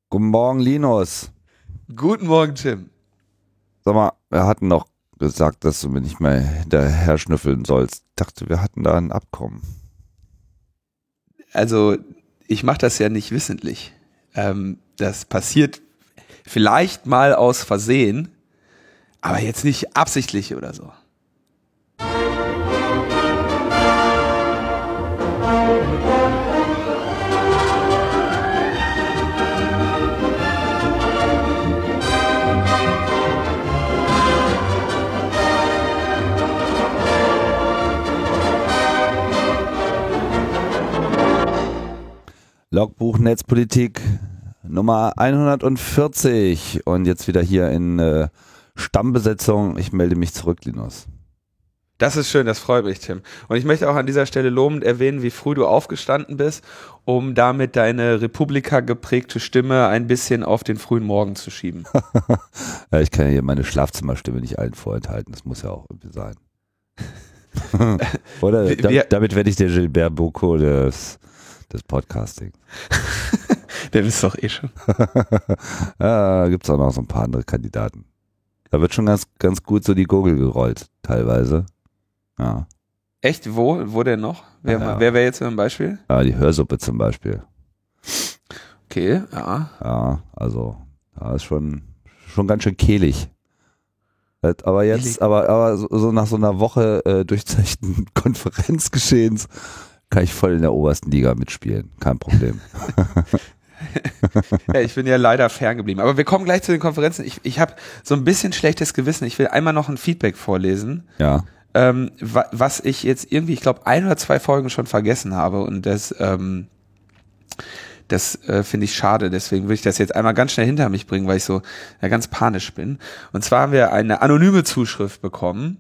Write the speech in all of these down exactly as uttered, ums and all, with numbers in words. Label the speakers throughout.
Speaker 1: Guten Morgen, Linus.
Speaker 2: Guten Morgen, Tim.
Speaker 1: Sag mal, wir hatten noch gesagt, dass du mir nicht mehr hinterher schnüffeln sollst. Ich dachte, wir hatten da ein Abkommen.
Speaker 2: Also, ich mache das ja nicht wissentlich. Ähm, das passiert vielleicht mal aus Versehen, aber jetzt nicht absichtlich oder so.
Speaker 1: Logbuch Netzpolitik Nummer hundertvierzig und jetzt wieder hier in äh, Stammbesetzung. Ich melde mich zurück, Linus.
Speaker 2: Das ist schön, das freut mich, Tim. Und ich möchte auch an dieser Stelle lobend erwähnen, wie früh du aufgestanden bist, um damit deine Republika geprägte Stimme ein bisschen auf den frühen Morgen zu schieben.
Speaker 1: Ja, ich kann ja hier meine Schlafzimmerstimme nicht allen vorenthalten. Das muss ja auch irgendwie sein. Oder
Speaker 2: Wie-
Speaker 1: da,
Speaker 2: wir-
Speaker 1: damit werde ich der Gilbert Bocco des, des Podcasting.
Speaker 2: Der bist doch eh schon.
Speaker 1: Ja, gibt es auch noch so ein paar andere Kandidaten. Da wird schon ganz, ganz gut so die Gurgel gerollt, teilweise. Ja,
Speaker 2: Echt? Wo? Wo denn noch? Wer,
Speaker 1: Ja.
Speaker 2: wer wäre jetzt ein Beispiel?
Speaker 1: ja die Hörsuppe zum Beispiel.
Speaker 2: Okay, ja.
Speaker 1: Ja, also, da ist schon, schon ganz schön kehlig. Das- Aber jetzt,
Speaker 2: Kehlig.
Speaker 1: aber, aber so, so nach so einer Woche äh, durchzechten Konferenzgeschehens kann ich voll in der obersten Liga mitspielen. Kein Problem.
Speaker 2: Ja, ich bin ja leider ferngeblieben. Aber wir kommen gleich zu den Konferenzen. Ich, ich habe so ein bisschen schlechtes Gewissen. Ich will einmal noch ein Feedback vorlesen,
Speaker 1: Ja,
Speaker 2: ähm, wa was ich jetzt irgendwie, ich glaube, ein oder zwei Folgen schon vergessen habe. Und das, ähm, das äh, finde ich schade. Deswegen würde ich das jetzt einmal ganz schnell hinter mich bringen, weil ich so ja, ganz panisch bin. Und zwar haben wir eine anonyme Zuschrift bekommen,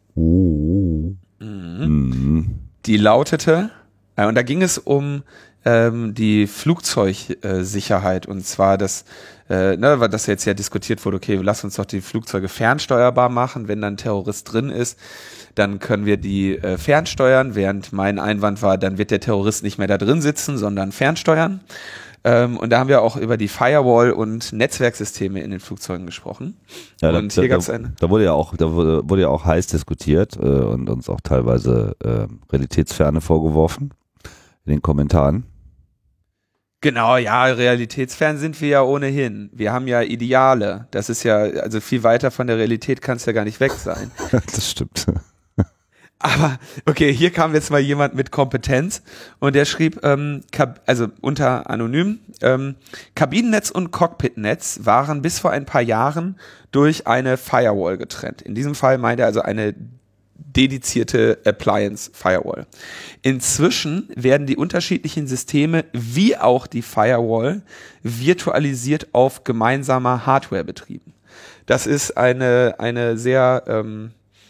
Speaker 1: oh. Mhm.
Speaker 2: die lautete, äh, und da ging es um ähm, die Flugzeugsicherheit, und zwar das, äh, ne, weil das jetzt ja diskutiert wurde, okay, lass uns doch die Flugzeuge fernsteuerbar machen, wenn dann ein Terrorist drin ist, dann können wir die äh, fernsteuern, während mein Einwand war, dann wird der Terrorist nicht mehr da drin sitzen, sondern fernsteuern. Ähm, und da haben wir auch über die Firewall und Netzwerksysteme in den Flugzeugen gesprochen.
Speaker 1: Ja, da,
Speaker 2: und hier
Speaker 1: da,
Speaker 2: gab es
Speaker 1: da,
Speaker 2: eine.
Speaker 1: da wurde ja auch, da wurde, wurde ja auch heiß diskutiert äh, und uns auch teilweise äh, Realitätsferne vorgeworfen in den Kommentaren.
Speaker 2: Genau, ja, realitätsfern sind wir ja ohnehin. Wir haben ja Ideale. Das ist ja, also viel weiter von der Realität kann es ja gar nicht weg sein.
Speaker 1: Das stimmt.
Speaker 2: Aber, okay, hier kam jetzt mal jemand mit Kompetenz und der schrieb, ähm, Kab also unter anonym, ähm, Kabinennetz und Cockpitnetz waren bis vor ein paar Jahren durch eine Firewall getrennt. In diesem Fall meint er also eine dedizierte Appliance Firewall. Inzwischen werden die unterschiedlichen Systeme wie auch die Firewall virtualisiert auf gemeinsamer Hardware betrieben. Das ist eine, eine sehr ähm,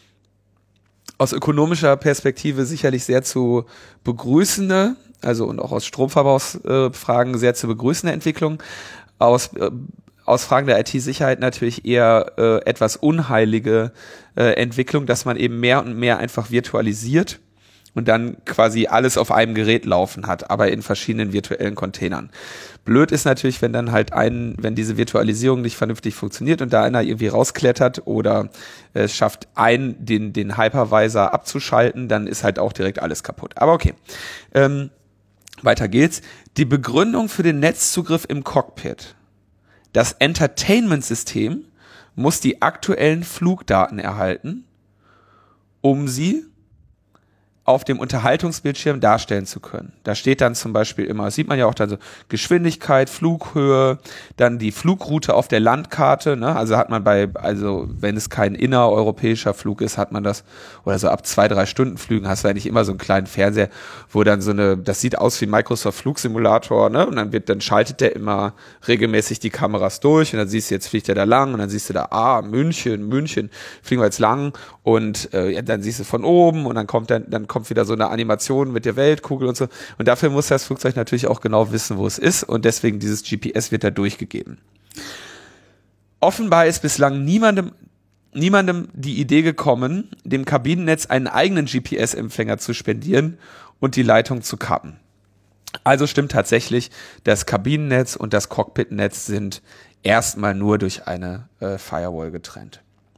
Speaker 2: aus ökonomischer Perspektive sicherlich sehr zu begrüßende, also und auch aus Stromverbrauchsfragen äh, sehr zu begrüßende Entwicklung. Aus äh, Aus Fragen der I T-Sicherheit natürlich eher äh, etwas unheilige äh, Entwicklung, dass man eben mehr und mehr einfach virtualisiert und dann quasi alles auf einem Gerät laufen hat, aber in verschiedenen virtuellen Containern. Blöd ist natürlich, wenn dann halt ein, wenn diese Virtualisierung nicht vernünftig funktioniert und da einer irgendwie rausklettert oder es äh, schafft, ein den den Hypervisor abzuschalten, dann ist halt auch direkt alles kaputt. Aber okay. Ähm, weiter geht's. Die Begründung für den Netzzugriff im Cockpit. Das Entertainment-System muss die aktuellen Flugdaten erhalten, um sie auf dem Unterhaltungsbildschirm darstellen zu können. Da steht dann zum Beispiel immer, sieht man ja auch dann so Geschwindigkeit, Flughöhe, dann die Flugroute auf der Landkarte, ne? Also hat man bei, also wenn es kein innereuropäischer Flug ist, hat man das, oder so ab zwei, drei Stunden Flügen hast du eigentlich immer so einen kleinen Fernseher, wo dann so eine, das sieht aus wie Microsoft Flugsimulator, ne? Und dann wird, dann schaltet der immer regelmäßig die Kameras durch und dann siehst du, jetzt fliegt er da lang und dann siehst du da, ah, München, München, fliegen wir jetzt lang und äh, ja, dann siehst du von oben und dann kommt dann, dann kommt wieder so eine Animation mit der Weltkugel und so. Und dafür muss das Flugzeug natürlich auch genau wissen, wo es ist. Und deswegen dieses G P S wird da durchgegeben. Offenbar ist bislang niemandem, niemandem die Idee gekommen, dem Kabinennetz einen eigenen G P S-Empfänger zu spendieren und die Leitung zu kappen. Also stimmt tatsächlich, das Kabinennetz und das Cockpitnetz sind erstmal nur durch eine äh, Firewall getrennt.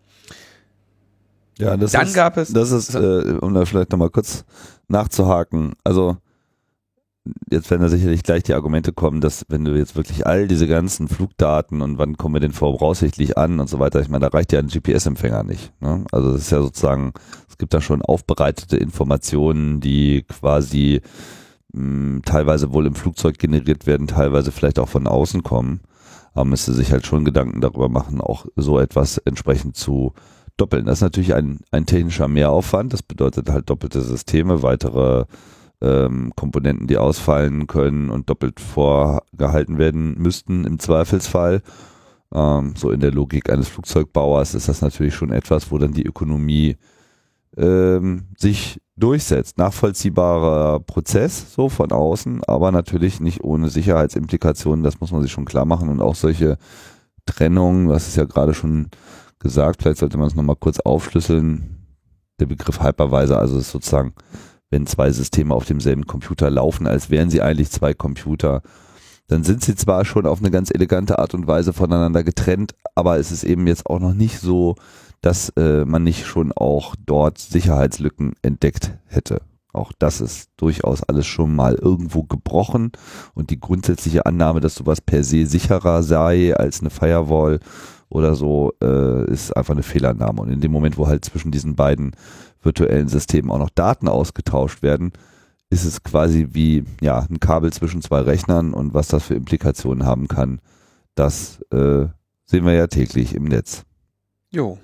Speaker 1: Ja, das
Speaker 2: Dann
Speaker 1: ist,
Speaker 2: gab es,
Speaker 1: das ist, äh, um da vielleicht nochmal kurz nachzuhaken, also jetzt werden da sicherlich gleich die Argumente kommen, dass wenn du jetzt wirklich all diese ganzen Flugdaten und wann kommen wir denn voraussichtlich an und so weiter, ich meine, da reicht ja ein G P S-Empfänger nicht. Ne? Also das ist ja sozusagen, es gibt da schon aufbereitete Informationen, die quasi mh, teilweise wohl im Flugzeug generiert werden, teilweise vielleicht auch von außen kommen. Aber man müsste sich halt schon Gedanken darüber machen, auch so etwas entsprechend zu doppeln. Das ist natürlich ein, ein technischer Mehraufwand, das bedeutet halt doppelte Systeme, weitere ähm, Komponenten, die ausfallen können und doppelt vorgehalten werden müssten im Zweifelsfall. Ähm, so in der Logik eines Flugzeugbauers ist das natürlich schon etwas, wo dann die Ökonomie ähm, sich durchsetzt. Nachvollziehbarer Prozess, so von außen, aber natürlich nicht ohne Sicherheitsimplikationen, das muss man sich schon klar machen und auch solche Trennungen, das ist ja gerade schon gesagt, vielleicht sollte man es nochmal kurz aufschlüsseln. Der Begriff Hypervisor, also ist sozusagen, wenn zwei Systeme auf demselben Computer laufen, als wären sie eigentlich zwei Computer, dann sind sie zwar schon auf eine ganz elegante Art und Weise voneinander getrennt, aber es ist eben jetzt auch noch nicht so, dass äh, man nicht schon auch dort Sicherheitslücken entdeckt hätte. Auch das ist durchaus alles schon mal irgendwo gebrochen und die grundsätzliche Annahme, dass sowas per se sicherer sei als eine Firewall oder so, äh, ist einfach eine Fehlannahme. Und in dem Moment, wo halt zwischen diesen beiden virtuellen Systemen auch noch Daten ausgetauscht werden, ist es quasi wie ja ein Kabel zwischen zwei Rechnern und was das für Implikationen haben kann, das äh, sehen wir ja täglich im Netz.
Speaker 2: Jo.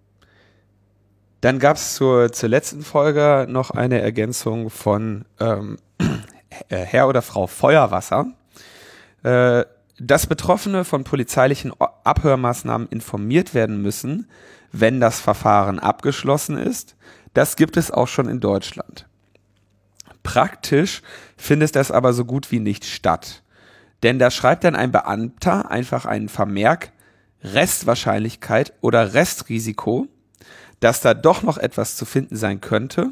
Speaker 2: Dann gab es zur, zur letzten Folge noch eine Ergänzung von ähm, Herr oder Frau Feuerwasser, äh, dass Betroffene von polizeilichen Abhörmaßnahmen informiert werden müssen, wenn das Verfahren abgeschlossen ist. Das gibt es auch schon in Deutschland. Praktisch findet das aber so gut wie nicht statt. Denn da schreibt dann ein Beamter einfach einen Vermerk Restwahrscheinlichkeit oder Restrisiko, dass da doch noch etwas zu finden sein könnte.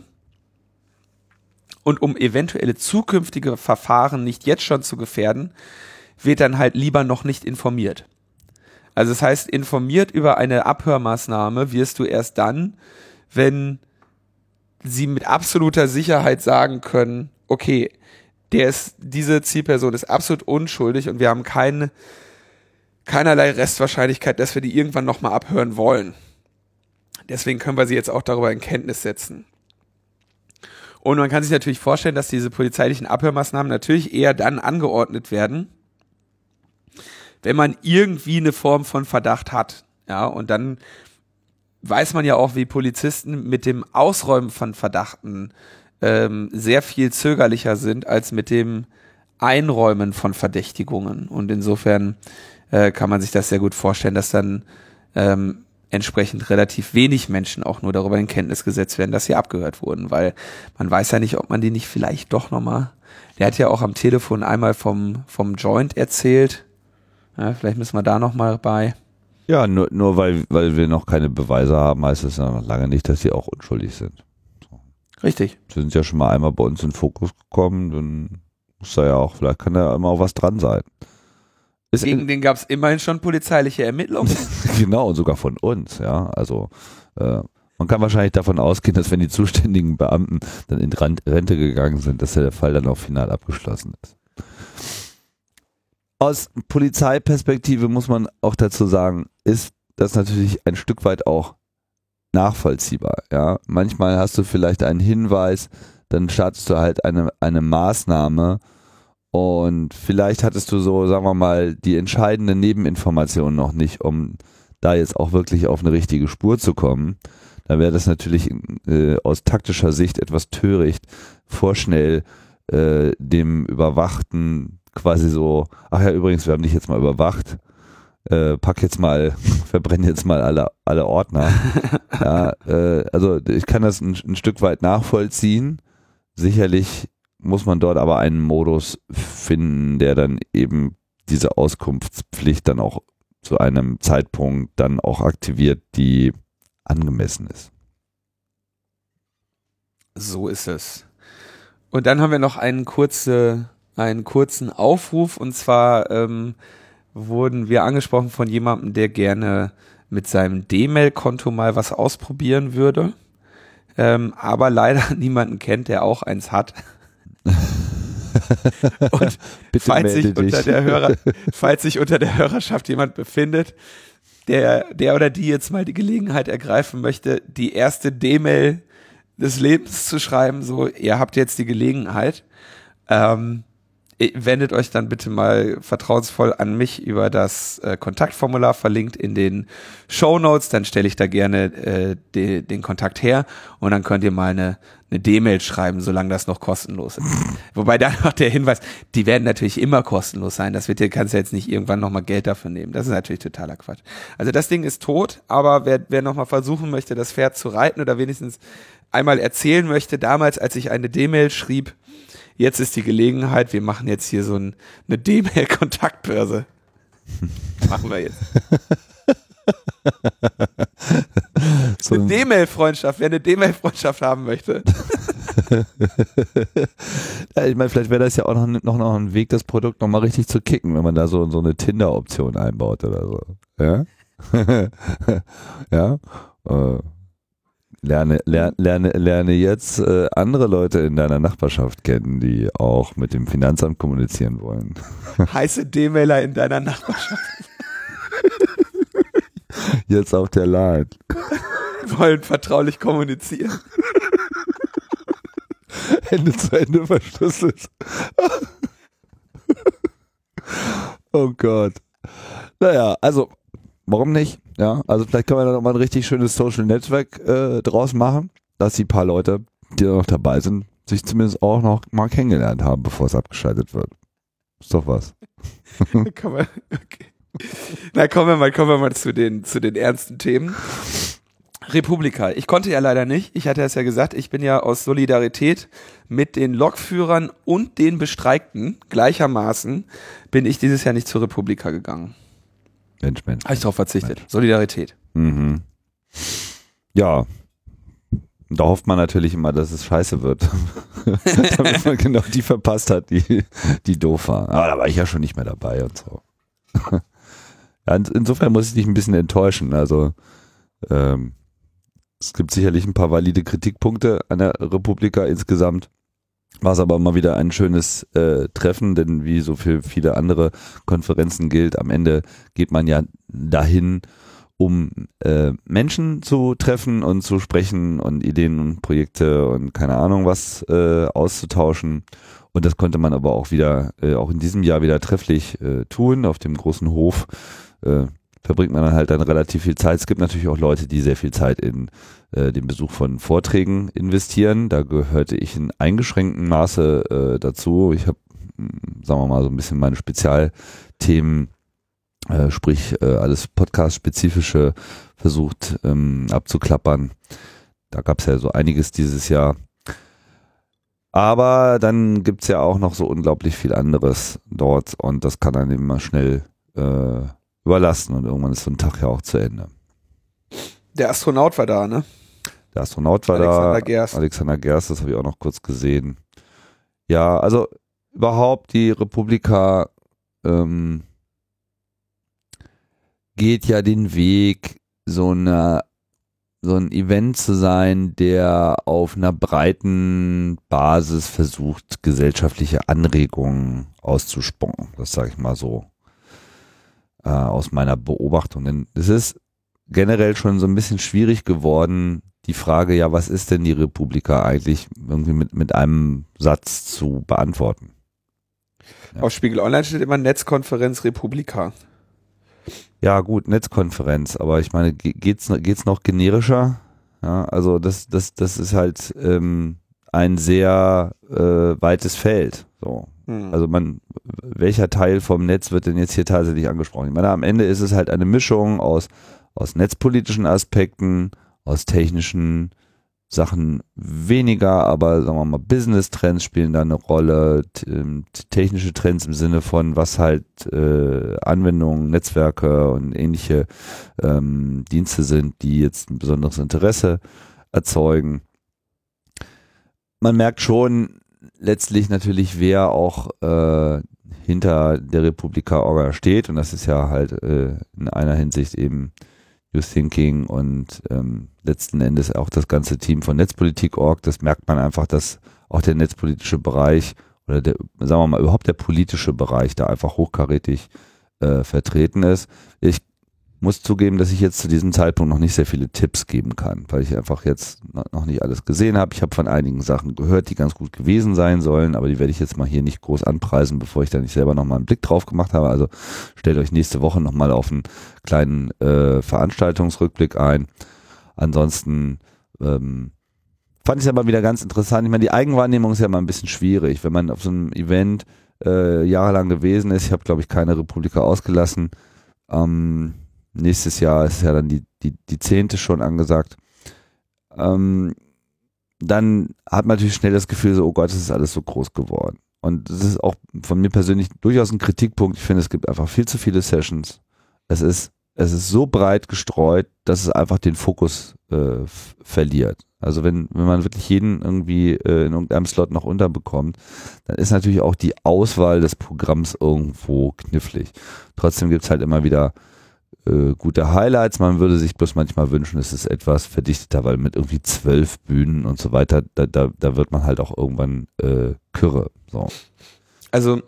Speaker 2: Und um eventuelle zukünftige Verfahren nicht jetzt schon zu gefährden, wird dann halt lieber noch nicht informiert. Also das heißt, informiert über eine Abhörmaßnahme wirst du erst dann, wenn sie mit absoluter Sicherheit sagen können, okay, der ist, diese Zielperson ist absolut unschuldig und wir haben keine, keinerlei Restwahrscheinlichkeit, dass wir die irgendwann nochmal abhören wollen. Deswegen können wir sie jetzt auch darüber in Kenntnis setzen. Und man kann sich natürlich vorstellen, dass diese polizeilichen Abhörmaßnahmen natürlich eher dann angeordnet werden, wenn man irgendwie eine Form von Verdacht hat. Ja, und dann weiß man ja auch, wie Polizisten mit dem Ausräumen von Verdachten ähm, sehr viel zögerlicher sind als mit dem Einräumen von Verdächtigungen. Und insofern äh, kann man sich das sehr gut vorstellen, dass dann ähm, entsprechend relativ wenig Menschen auch nur darüber in Kenntnis gesetzt werden, dass sie abgehört wurden, weil man weiß ja nicht, ob man die nicht vielleicht doch nochmal, der hat ja auch am Telefon einmal vom, vom Joint erzählt, ja, vielleicht müssen wir da nochmal bei.
Speaker 1: Ja, nur, nur weil, weil wir noch keine Beweise haben, heißt es ja noch lange nicht, dass sie auch unschuldig sind. So.
Speaker 2: Richtig.
Speaker 1: Sie sind ja schon mal einmal bei uns in den Fokus gekommen, dann muss da ja auch, vielleicht kann da ja immer auch was dran sein. Ist
Speaker 2: Gegen den gab es immerhin schon polizeiliche Ermittlungen.
Speaker 1: Genau, und sogar von uns, ja. Also äh, man kann wahrscheinlich davon ausgehen, dass wenn die zuständigen Beamten dann in Rente gegangen sind, dass der Fall dann auch final abgeschlossen ist. Aus Polizeiperspektive muss man auch dazu sagen, ist das natürlich ein Stück weit auch nachvollziehbar. Ja, manchmal hast du vielleicht einen Hinweis, dann startest du halt eine, eine Maßnahme und vielleicht hattest du so, sagen wir mal, die entscheidende Nebeninformation noch nicht, um da jetzt auch wirklich auf eine richtige Spur zu kommen. Da wäre das natürlich äh, aus taktischer Sicht etwas töricht, vorschnell äh, dem Überwachten quasi so, ach ja, übrigens, wir haben dich jetzt mal überwacht, äh, pack jetzt mal, verbrenn jetzt mal alle, alle Ordner. Ja, äh, also ich kann das ein, ein Stück weit nachvollziehen. Sicherlich muss man dort aber einen Modus finden, der dann eben diese Auskunftspflicht dann auch zu einem Zeitpunkt dann auch aktiviert, die angemessen ist.
Speaker 2: So ist es. Und dann haben wir noch eine kurze einen kurzen Aufruf, und zwar ähm, wurden wir angesprochen von jemandem, der gerne mit seinem D-Mail-Konto mal was ausprobieren würde, ähm, aber leider niemanden kennt, der auch eins hat. Und
Speaker 1: Bitte
Speaker 2: falls sich,
Speaker 1: melde
Speaker 2: unter
Speaker 1: dich.
Speaker 2: der Hörer, falls sich unter der Hörerschaft jemand befindet, der, der oder die jetzt mal die Gelegenheit ergreifen möchte, die erste D-Mail des Lebens zu schreiben, so, ihr habt jetzt die Gelegenheit, ähm, wendet euch dann bitte mal vertrauensvoll an mich über das äh, Kontaktformular, verlinkt in den Shownotes, dann stelle ich da gerne äh, de, den Kontakt her und dann könnt ihr mal eine, eine D-Mail schreiben, solange das noch kostenlos ist. Wobei dann noch der Hinweis, die werden natürlich immer kostenlos sein, das wird dir, kannst du jetzt nicht irgendwann nochmal Geld dafür nehmen, das ist natürlich totaler Quatsch. Also das Ding ist tot, aber wer, wer nochmal versuchen möchte, das Pferd zu reiten oder wenigstens einmal erzählen möchte, damals, als ich eine D-Mail schrieb, jetzt ist die Gelegenheit, wir machen jetzt hier so ein, eine D-Mail-Kontaktbörse. Machen wir jetzt. So eine D-Mail-Freundschaft, wer eine D-Mail-Freundschaft haben möchte.
Speaker 1: Ja, ich meine, vielleicht wäre das ja auch noch, noch, noch ein Weg, das Produkt nochmal richtig zu kicken, wenn man da so, so eine Tinder-Option einbaut oder so. Ja? Ja? Äh. Lerne, lerne, lerne, lerne jetzt äh, andere Leute in deiner Nachbarschaft kennen, die auch mit dem Finanzamt kommunizieren wollen.
Speaker 2: Heiße D-Mailer in deiner Nachbarschaft.
Speaker 1: Jetzt auf der Line.
Speaker 2: Wollen vertraulich kommunizieren.
Speaker 1: Ende zu Ende verschlüsselt. Oh Gott. Naja, also warum nicht? Ja, also vielleicht können wir da nochmal ein richtig schönes Social Network äh, draus machen, dass die paar Leute, die da noch dabei sind, sich zumindest auch noch mal kennengelernt haben, bevor es abgeschaltet wird. Ist doch was.
Speaker 2: Komm mal, okay. Na, kommen wir mal, kommen wir mal zu den, zu den ernsten Themen. Republika. Ich konnte ja leider nicht. Ich hatte es ja gesagt, ich bin ja aus Solidarität mit den Lokführern und den Bestreikten gleichermaßen bin ich dieses Jahr nicht zur Republika gegangen.
Speaker 1: Mensch, Mensch.
Speaker 2: Habe ich darauf verzichtet.
Speaker 1: Mensch.
Speaker 2: Solidarität.
Speaker 1: Mhm. Ja. Da hofft man natürlich immer, dass es scheiße wird. Damit man genau die verpasst hat, die, die doof war. Aber da war ich ja schon nicht mehr dabei und so. Ja, insofern muss ich dich ein bisschen enttäuschen. Also ähm, es gibt sicherlich ein paar valide Kritikpunkte an der Republika insgesamt. War es aber mal wieder ein schönes äh, Treffen, denn wie so für viele andere Konferenzen gilt, am Ende geht man ja dahin, um äh, Menschen zu treffen und zu sprechen und Ideen und Projekte und keine Ahnung was äh, auszutauschen. Und das konnte man aber auch wieder, äh, auch in diesem Jahr wieder trefflich äh, tun. Auf dem großen Hof äh, verbringt man dann halt dann relativ viel Zeit. Es gibt natürlich auch Leute, die sehr viel Zeit in äh, den Besuch von Vorträgen investieren. Da gehörte ich in eingeschränktem Maße äh, dazu. Ich habe, sagen wir mal, so ein bisschen meine Spezialthemen, äh, sprich äh, alles Podcast-spezifische versucht ähm, abzuklappern. Da gab es ja so einiges dieses Jahr. Aber dann gibt's ja auch noch so unglaublich viel anderes dort und das kann dann immer schnell äh, überlasten und irgendwann ist so ein Tag ja auch zu Ende.
Speaker 2: Der Astronaut war da, ne?
Speaker 1: Der Astronaut war
Speaker 2: Alexander
Speaker 1: da,
Speaker 2: Gerst.
Speaker 1: Alexander Gerst, das habe ich auch noch kurz gesehen. Ja, also überhaupt die Republika ähm, geht ja den Weg, so eine so ein Event zu sein, der auf einer breiten Basis versucht, gesellschaftliche Anregungen auszuspucken. Das sage ich mal so äh, aus meiner Beobachtung. Denn es ist generell schon so ein bisschen schwierig geworden, die Frage, ja, was ist denn die Republika eigentlich, irgendwie mit, mit einem Satz zu beantworten. Ja.
Speaker 2: Auf Spiegel Online steht immer Netzkonferenz Republika.
Speaker 1: Ja gut, Netzkonferenz, aber ich meine, geht's geht's noch generischer? Ja, also das das das ist halt ähm, ein sehr äh, weites Feld. So, hm. Also man, welcher Teil vom Netz wird denn jetzt hier tatsächlich angesprochen? Ich meine, am Ende ist es halt eine Mischung aus aus netzpolitischen Aspekten, aus technischen Sachen weniger, aber sagen wir mal, Business-Trends spielen da eine Rolle, technische Trends im Sinne von, was halt äh, Anwendungen, Netzwerke und ähnliche ähm, Dienste sind, die jetzt ein besonderes Interesse erzeugen. Man merkt schon, letztlich natürlich, wer auch äh, hinter der Republika-Orga steht, und das ist ja halt äh, in einer Hinsicht eben New Thinking und ähm, letzten Endes auch das ganze Team von Netzpolitik Punkt org, das merkt man einfach, dass auch der netzpolitische Bereich oder der, sagen wir mal, überhaupt der politische Bereich da einfach hochkarätig äh, vertreten ist. Ich muss zugeben, dass ich jetzt zu diesem Zeitpunkt noch nicht sehr viele Tipps geben kann, weil ich einfach jetzt noch nicht alles gesehen habe. Ich habe von einigen Sachen gehört, die ganz gut gewesen sein sollen, aber die werde ich jetzt mal hier nicht groß anpreisen, bevor ich da nicht selber nochmal einen Blick drauf gemacht habe. Also stellt euch nächste Woche nochmal auf einen kleinen äh, Veranstaltungsrückblick ein. Ansonsten ähm, fand ich es aber wieder ganz interessant. Ich meine, die Eigenwahrnehmung ist ja mal ein bisschen schwierig, wenn man auf so einem Event äh, jahrelang gewesen ist. Ich habe, glaube ich, keine Republika ausgelassen. Ähm, Nächstes Jahr ist ja dann die, die, die zehnte schon angesagt. Ähm, dann hat man natürlich schnell das Gefühl, so, oh Gott, es ist alles so groß geworden. Und das ist auch von mir persönlich durchaus ein Kritikpunkt. Ich finde, es gibt einfach viel zu viele Sessions. Es ist, es ist so breit gestreut, dass es einfach den Fokus äh, f- verliert. Also wenn, wenn man wirklich jeden irgendwie äh, in irgendeinem Slot noch unterbekommt, dann ist natürlich auch die Auswahl des Programms irgendwo knifflig. Trotzdem gibt es halt immer wieder Äh, gute Highlights. Man würde sich bloß manchmal wünschen, es ist etwas verdichteter, weil mit irgendwie zwölf Bühnen und so weiter, da, da, da wird man halt auch irgendwann äh, kürre. So.
Speaker 2: Also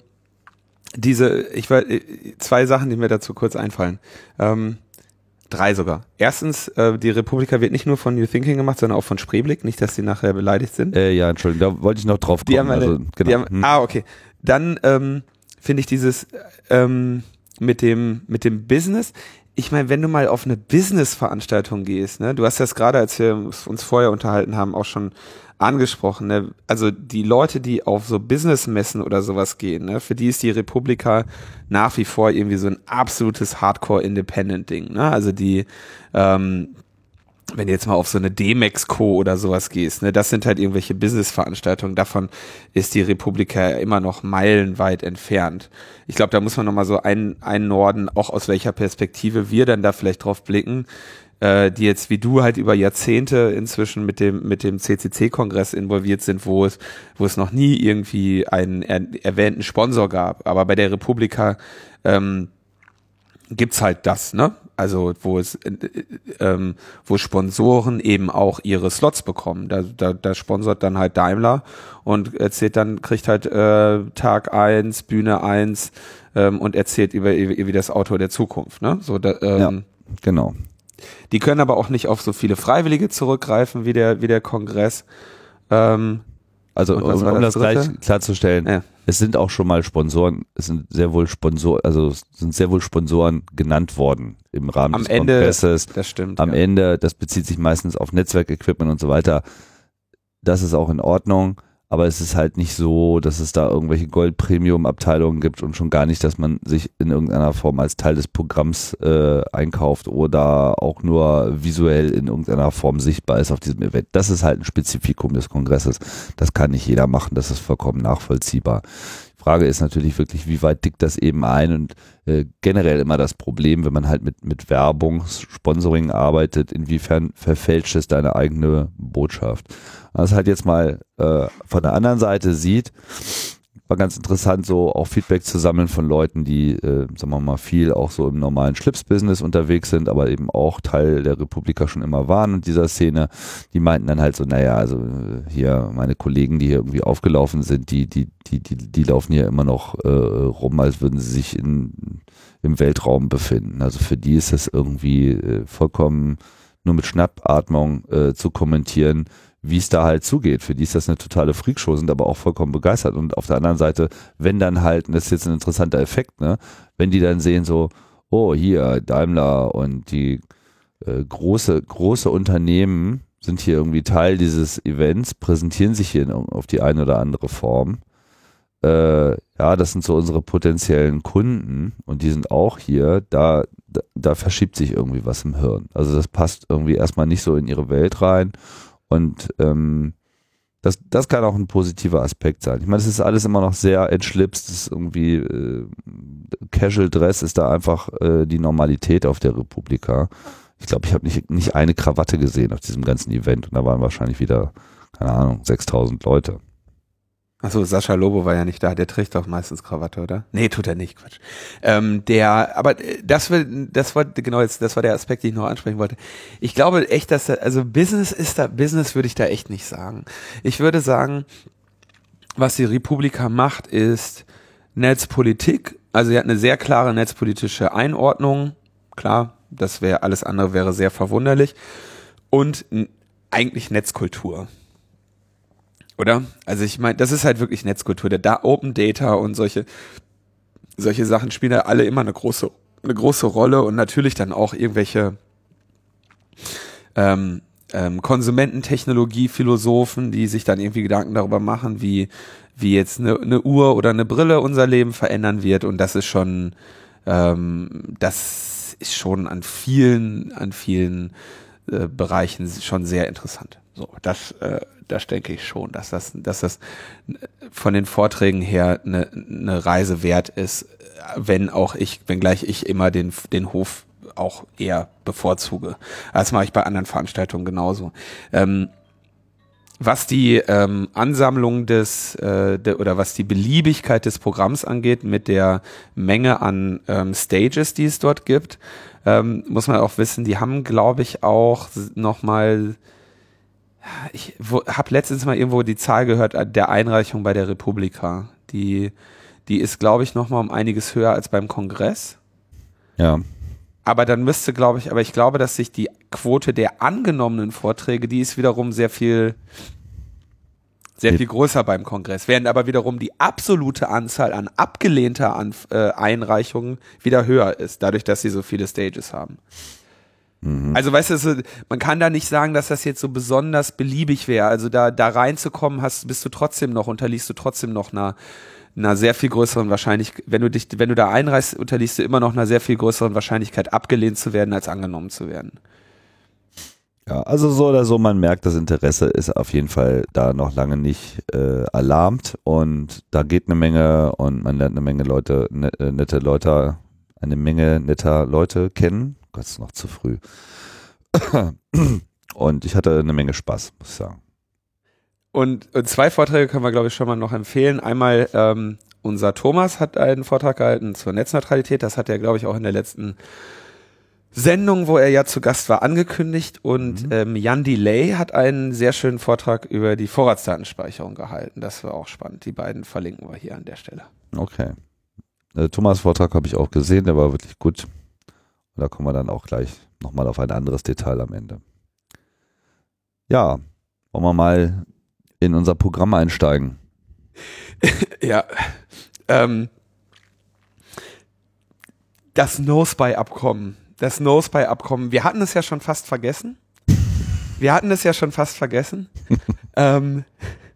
Speaker 2: diese, ich weiß, zwei Sachen, die mir dazu kurz einfallen. Ähm, drei sogar. Erstens, äh, die Republika wird nicht nur von New Thinking gemacht, sondern auch von Spreeblick. Nicht, dass die nachher beleidigt sind.
Speaker 1: Äh, ja, Entschuldigung, da wollte ich noch drauf kommen.
Speaker 2: Die haben eine,
Speaker 1: also, genau.
Speaker 2: die haben,
Speaker 1: hm.
Speaker 2: Ah, okay. Dann ähm, finde ich dieses ähm, mit dem mit dem Business. Ich meine, wenn du mal auf eine Business-Veranstaltung gehst, ne, du hast das gerade, als wir uns vorher unterhalten haben, auch schon angesprochen, ne, also die Leute, die auf so Business-Messen oder sowas gehen, ne, für die ist die Republika nach wie vor irgendwie so ein absolutes Hardcore-Independent-Ding, ne, also die, ähm, wenn du jetzt mal auf so eine D-Mexco oder sowas gehst, ne, das sind halt irgendwelche Business-Veranstaltungen, davon ist die Republika immer noch meilenweit entfernt. Ich glaube, da muss man nochmal so ein, einnorden, auch aus welcher Perspektive wir dann da vielleicht drauf blicken, äh, die jetzt wie du halt über Jahrzehnte inzwischen mit dem mit dem C C C-Kongress involviert sind, wo es wo es noch nie irgendwie einen er, erwähnten Sponsor gab. Aber bei der Republika ähm, gibt's halt das, ne? Also wo es äh, ähm, wo Sponsoren eben auch ihre Slots bekommen. Da, da, da sponsert dann halt Daimler und erzählt dann, kriegt halt äh, Tag eins, Bühne eins ähm, und erzählt über, über das Auto der Zukunft. Ne? So, da, ähm,
Speaker 1: Ja, genau.
Speaker 2: Die können aber auch nicht auf so viele Freiwillige zurückgreifen wie der, wie der Kongress. Ähm,
Speaker 1: Also
Speaker 2: Und
Speaker 1: um,
Speaker 2: was war
Speaker 1: um
Speaker 2: das
Speaker 1: das gleich
Speaker 2: Dritte?
Speaker 1: klarzustellen,
Speaker 2: Ja.
Speaker 1: es sind auch schon mal Sponsoren, es sind sehr wohl Sponsor, also es sind sehr wohl Sponsoren genannt worden im Rahmen
Speaker 2: Am
Speaker 1: des
Speaker 2: Ende,
Speaker 1: Kongresses.
Speaker 2: das stimmt.
Speaker 1: Am
Speaker 2: ja.
Speaker 1: Ende, das bezieht sich meistens auf Netzwerkequipment und so weiter. Das ist auch in Ordnung, aber es ist halt nicht so, dass es da irgendwelche Gold-Premium-Abteilungen gibt und schon gar nicht, dass man sich in irgendeiner Form als Teil des Programms äh, einkauft oder auch nur visuell in irgendeiner Form sichtbar ist auf diesem Event. Das ist halt ein Spezifikum des Kongresses. Das kann nicht jeder machen, das ist vollkommen nachvollziehbar. Die Frage ist natürlich wirklich, wie weit dickt das eben ein und äh, generell immer das Problem, wenn man halt mit, mit Werbung, Sponsoring arbeitet, inwiefern verfälscht es deine eigene Botschaft. Das halt jetzt mal äh, von der anderen Seite sieht, war ganz interessant, so auch Feedback zu sammeln von Leuten, die, äh, sagen wir mal, viel auch so im normalen Schlips-Business unterwegs sind, aber eben auch Teil der Republika schon immer waren und dieser Szene, die meinten dann halt so, naja, also hier meine Kollegen, die hier irgendwie aufgelaufen sind, die, die, die, die, die laufen hier immer noch äh, rum, als würden sie sich in, im Weltraum befinden. Also für die ist das irgendwie äh, vollkommen nur mit Schnappatmung äh, zu kommentieren, wie es da halt zugeht. Für die ist das eine totale Freakshow, sind aber auch vollkommen begeistert. Und auf der anderen Seite, wenn dann halt, und das ist jetzt ein interessanter Effekt, ne, wenn die dann sehen so, oh, hier, Daimler und die äh, große, große Unternehmen sind hier irgendwie Teil dieses Events, präsentieren sich hier in, auf die eine oder andere Form. Äh, ja, das sind so unsere potenziellen Kunden und die sind auch hier, da, da, da verschiebt sich irgendwie was im Hirn. Also das passt irgendwie erstmal nicht so in ihre Welt rein. Und ähm, das, das kann auch ein positiver Aspekt sein. Ich meine, es ist alles immer noch sehr entschlipst, es ist irgendwie äh, Casual Dress ist da einfach äh, die Normalität auf der Republika. Ich glaube, ich habe nicht, nicht eine Krawatte gesehen auf diesem ganzen Event und da waren wahrscheinlich wieder, keine Ahnung, sechstausend Leute.
Speaker 2: Achso, Sascha Lobo war ja nicht da, der trägt doch meistens Krawatte, oder? Nee, tut er nicht, Quatsch. Ähm, der, aber das war, das war, genau jetzt, das war der Aspekt, den ich noch ansprechen wollte. Ich glaube echt, dass da, also Business ist da, Business würde ich da echt nicht sagen. Ich würde sagen, was die Republika macht, ist Netzpolitik. Also sie hat eine sehr klare netzpolitische Einordnung. Klar, das wäre, alles andere wäre sehr verwunderlich. Und n- eigentlich Netzkultur. Oder? Also ich meine, das ist halt wirklich Netzkultur. Der da Open Data und solche solche Sachen spielen ja alle immer eine große eine große Rolle und natürlich dann auch irgendwelche ähm, ähm, Konsumententechnologie-Philosophen, die sich dann irgendwie Gedanken darüber machen, wie wie jetzt eine, eine Uhr oder eine Brille unser Leben verändern wird und das ist schon ähm, das ist schon an vielen an vielen äh, Bereichen schon sehr interessant. So, das äh, das denke ich schon, dass das, dass das von den Vorträgen her eine, eine Reise wert ist, wenn auch ich, wenngleich ich immer den, den Hof auch eher bevorzuge. Das mache ich bei anderen Veranstaltungen genauso. Ähm, was die ähm, Ansammlung des äh, de, oder was die Beliebigkeit des Programms angeht, mit der Menge an ähm, Stages, die es dort gibt, ähm, muss man auch wissen, die haben, glaube ich, auch nochmal Ich habe letztens mal irgendwo die Zahl gehört der Einreichung bei der Republika. Die, die ist, glaube ich, noch mal um einiges höher als beim Kongress.
Speaker 1: Ja.
Speaker 2: Aber dann müsste, glaube ich, aber ich glaube, dass sich die Quote der angenommenen Vorträge, die ist wiederum sehr viel, sehr viel größer beim Kongress. Während aber wiederum die absolute Anzahl an abgelehnter an, äh, Einreichungen wieder höher ist, dadurch, dass sie so viele Stages haben. Also weißt du, so, man kann da nicht sagen, dass das jetzt so besonders beliebig wäre. Also da da reinzukommen, hast bist du trotzdem noch, unterliegst du trotzdem noch einer, einer sehr viel größeren Wahrscheinlichkeit, wenn du dich, wenn du da einreist, unterliegst du immer noch einer sehr viel größeren Wahrscheinlichkeit, abgelehnt zu werden, als angenommen zu werden.
Speaker 1: Ja, also so oder so, man merkt, das Interesse ist auf jeden Fall da noch lange nicht äh, alarmt und da geht eine Menge und man lernt eine Menge Leute, ne, nette Leute, eine Menge netter Leute kennen. Gott, ist noch zu früh. Und ich hatte eine Menge Spaß, muss ich sagen.
Speaker 2: Und, und zwei Vorträge können wir, glaube ich, schon mal noch empfehlen. Einmal ähm, unser Thomas hat einen Vortrag gehalten zur Netzneutralität. Das hat er, glaube ich, auch in der letzten Sendung, wo er ja zu Gast war, angekündigt. Und mhm. ähm, Jan Delay hat einen sehr schönen Vortrag über die Vorratsdatenspeicherung gehalten. Das war auch spannend. Die beiden verlinken wir hier an der Stelle.
Speaker 1: Okay. Äh, Thomas' Vortrag habe ich auch gesehen, der war wirklich gut. Und da kommen wir dann auch gleich nochmal auf ein anderes Detail am Ende. Ja, wollen wir mal in unser Programm einsteigen?
Speaker 2: Ja, ähm, das No-Spy-Abkommen. Das No-Spy-Abkommen. Wir hatten es ja schon fast vergessen. Wir hatten es ja schon fast vergessen. ähm,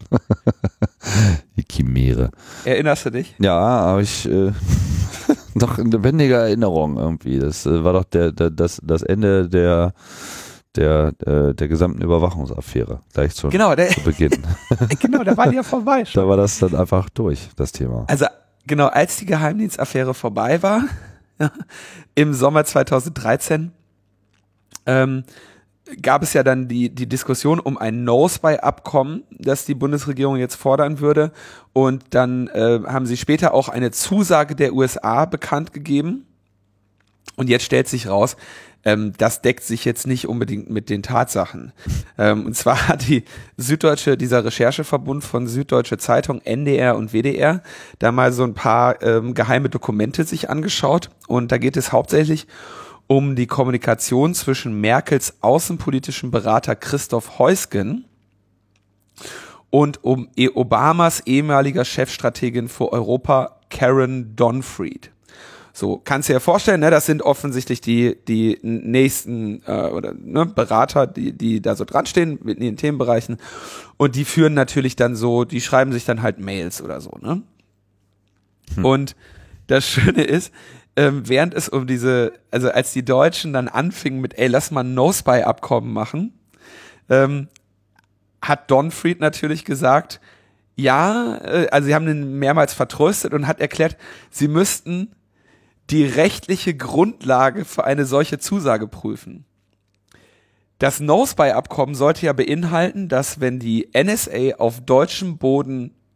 Speaker 1: Die Chimäre.
Speaker 2: Erinnerst du dich?
Speaker 1: Ja, aber ich äh, doch in lebendiger Erinnerung irgendwie. Das äh, war doch der, der das das Ende der der äh, der gesamten Überwachungsaffäre gleich schon
Speaker 2: genau, der,
Speaker 1: zu Beginn.
Speaker 2: Genau, da war die ja vorbei schon.
Speaker 1: Da war das dann einfach durch, das Thema.
Speaker 2: Also genau, als die Geheimdienstaffäre vorbei war, im Sommer zweitausenddreizehn, ähm, gab es ja dann die, die Diskussion um ein No-Spy-Abkommen, das die Bundesregierung jetzt fordern würde. Und dann äh, haben sie später auch eine Zusage der U S A bekannt gegeben. Und jetzt stellt sich raus, ähm, das deckt sich jetzt nicht unbedingt mit den Tatsachen. Ähm, und zwar hat die Süddeutsche, dieser Rechercheverbund von Süddeutsche Zeitung, N D R und W D R, da mal so ein paar ähm, geheime Dokumente sich angeschaut. Und da geht es hauptsächlich um die Kommunikation zwischen Merkels außenpolitischen Berater Christoph Heusgen und um Obamas ehemaliger Chefstrategin für Europa Karen Donfried. So, kannst du dir vorstellen, ne, das sind offensichtlich die die nächsten äh, oder ne, Berater, die die da so dran stehen mit den Themenbereichen und die führen natürlich dann so, die schreiben sich dann halt Mails oder so, ne? Hm. Und das Schöne ist, ähm, während es um diese, also als die Deutschen dann anfingen mit, ey, lass mal ein No-Spy-Abkommen machen, ähm, hat Donfried natürlich gesagt, ja, äh, also sie haben ihn mehrmals vertröstet und hat erklärt, sie müssten die rechtliche Grundlage für eine solche Zusage prüfen. Das No-Spy-Abkommen sollte ja beinhalten, dass wenn die N S A auf deutschem Boden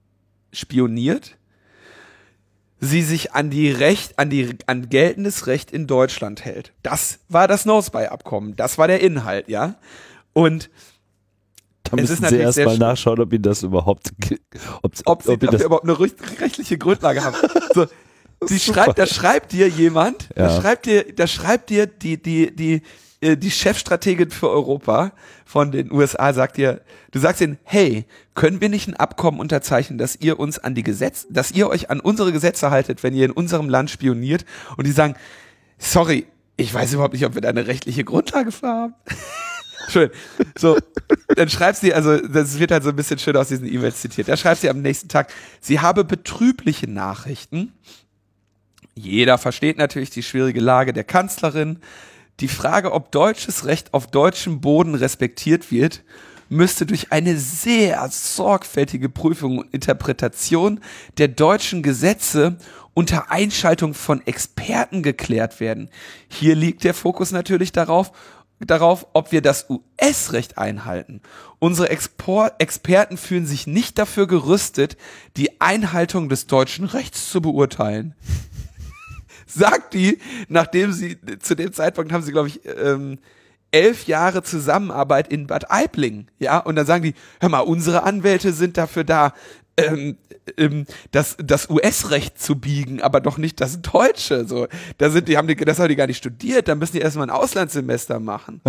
Speaker 2: spioniert, sie sich an die Recht, an die, an geltendes Recht in Deutschland hält. Das war das No-Spy-Abkommen. Das war der Inhalt, ja. Und
Speaker 1: da müssen Sie erst mal nachschauen, ob Ihnen das überhaupt,
Speaker 2: ob, ob, sie, ob, ob das überhaupt eine rechtliche Grundlage haben. So, sie schreibt, da schreibt dir jemand, ja. da schreibt dir, da schreibt dir die, die, die, die Chefstrategin für Europa von den U S A sagt dir, du sagst ihnen, hey, können wir nicht ein Abkommen unterzeichnen, dass ihr uns an die Gesetze, dass ihr euch an unsere Gesetze haltet, wenn ihr in unserem Land spioniert? Und die sagen, sorry, ich weiß überhaupt nicht, ob wir da eine rechtliche Grundlage für haben. Schön. So, dann schreibt sie, also das wird halt so ein bisschen schön aus diesen E-Mails zitiert. Da schreibt sie am nächsten Tag, sie habe betrübliche Nachrichten. Jeder versteht natürlich die schwierige Lage der Kanzlerin. Die Frage, ob deutsches Recht auf deutschem Boden respektiert wird, müsste durch eine sehr sorgfältige Prüfung und Interpretation der deutschen Gesetze unter Einschaltung von Experten geklärt werden. Hier liegt der Fokus natürlich darauf, darauf, ob wir das U S-Recht einhalten. Unsere Expor- Experten fühlen sich nicht dafür gerüstet, die Einhaltung des deutschen Rechts zu beurteilen. Sagt die, nachdem sie, zu dem Zeitpunkt haben sie, glaube ich, ähm, elf Jahre Zusammenarbeit in Bad Aibling, ja, und dann sagen die, hör mal, unsere Anwälte sind dafür da, ähm, ähm, das, das U S-Recht zu biegen, aber doch nicht das Deutsche, so. Da sind die, haben die, das haben die gar nicht studiert, da müssen die erstmal ein Auslandssemester machen.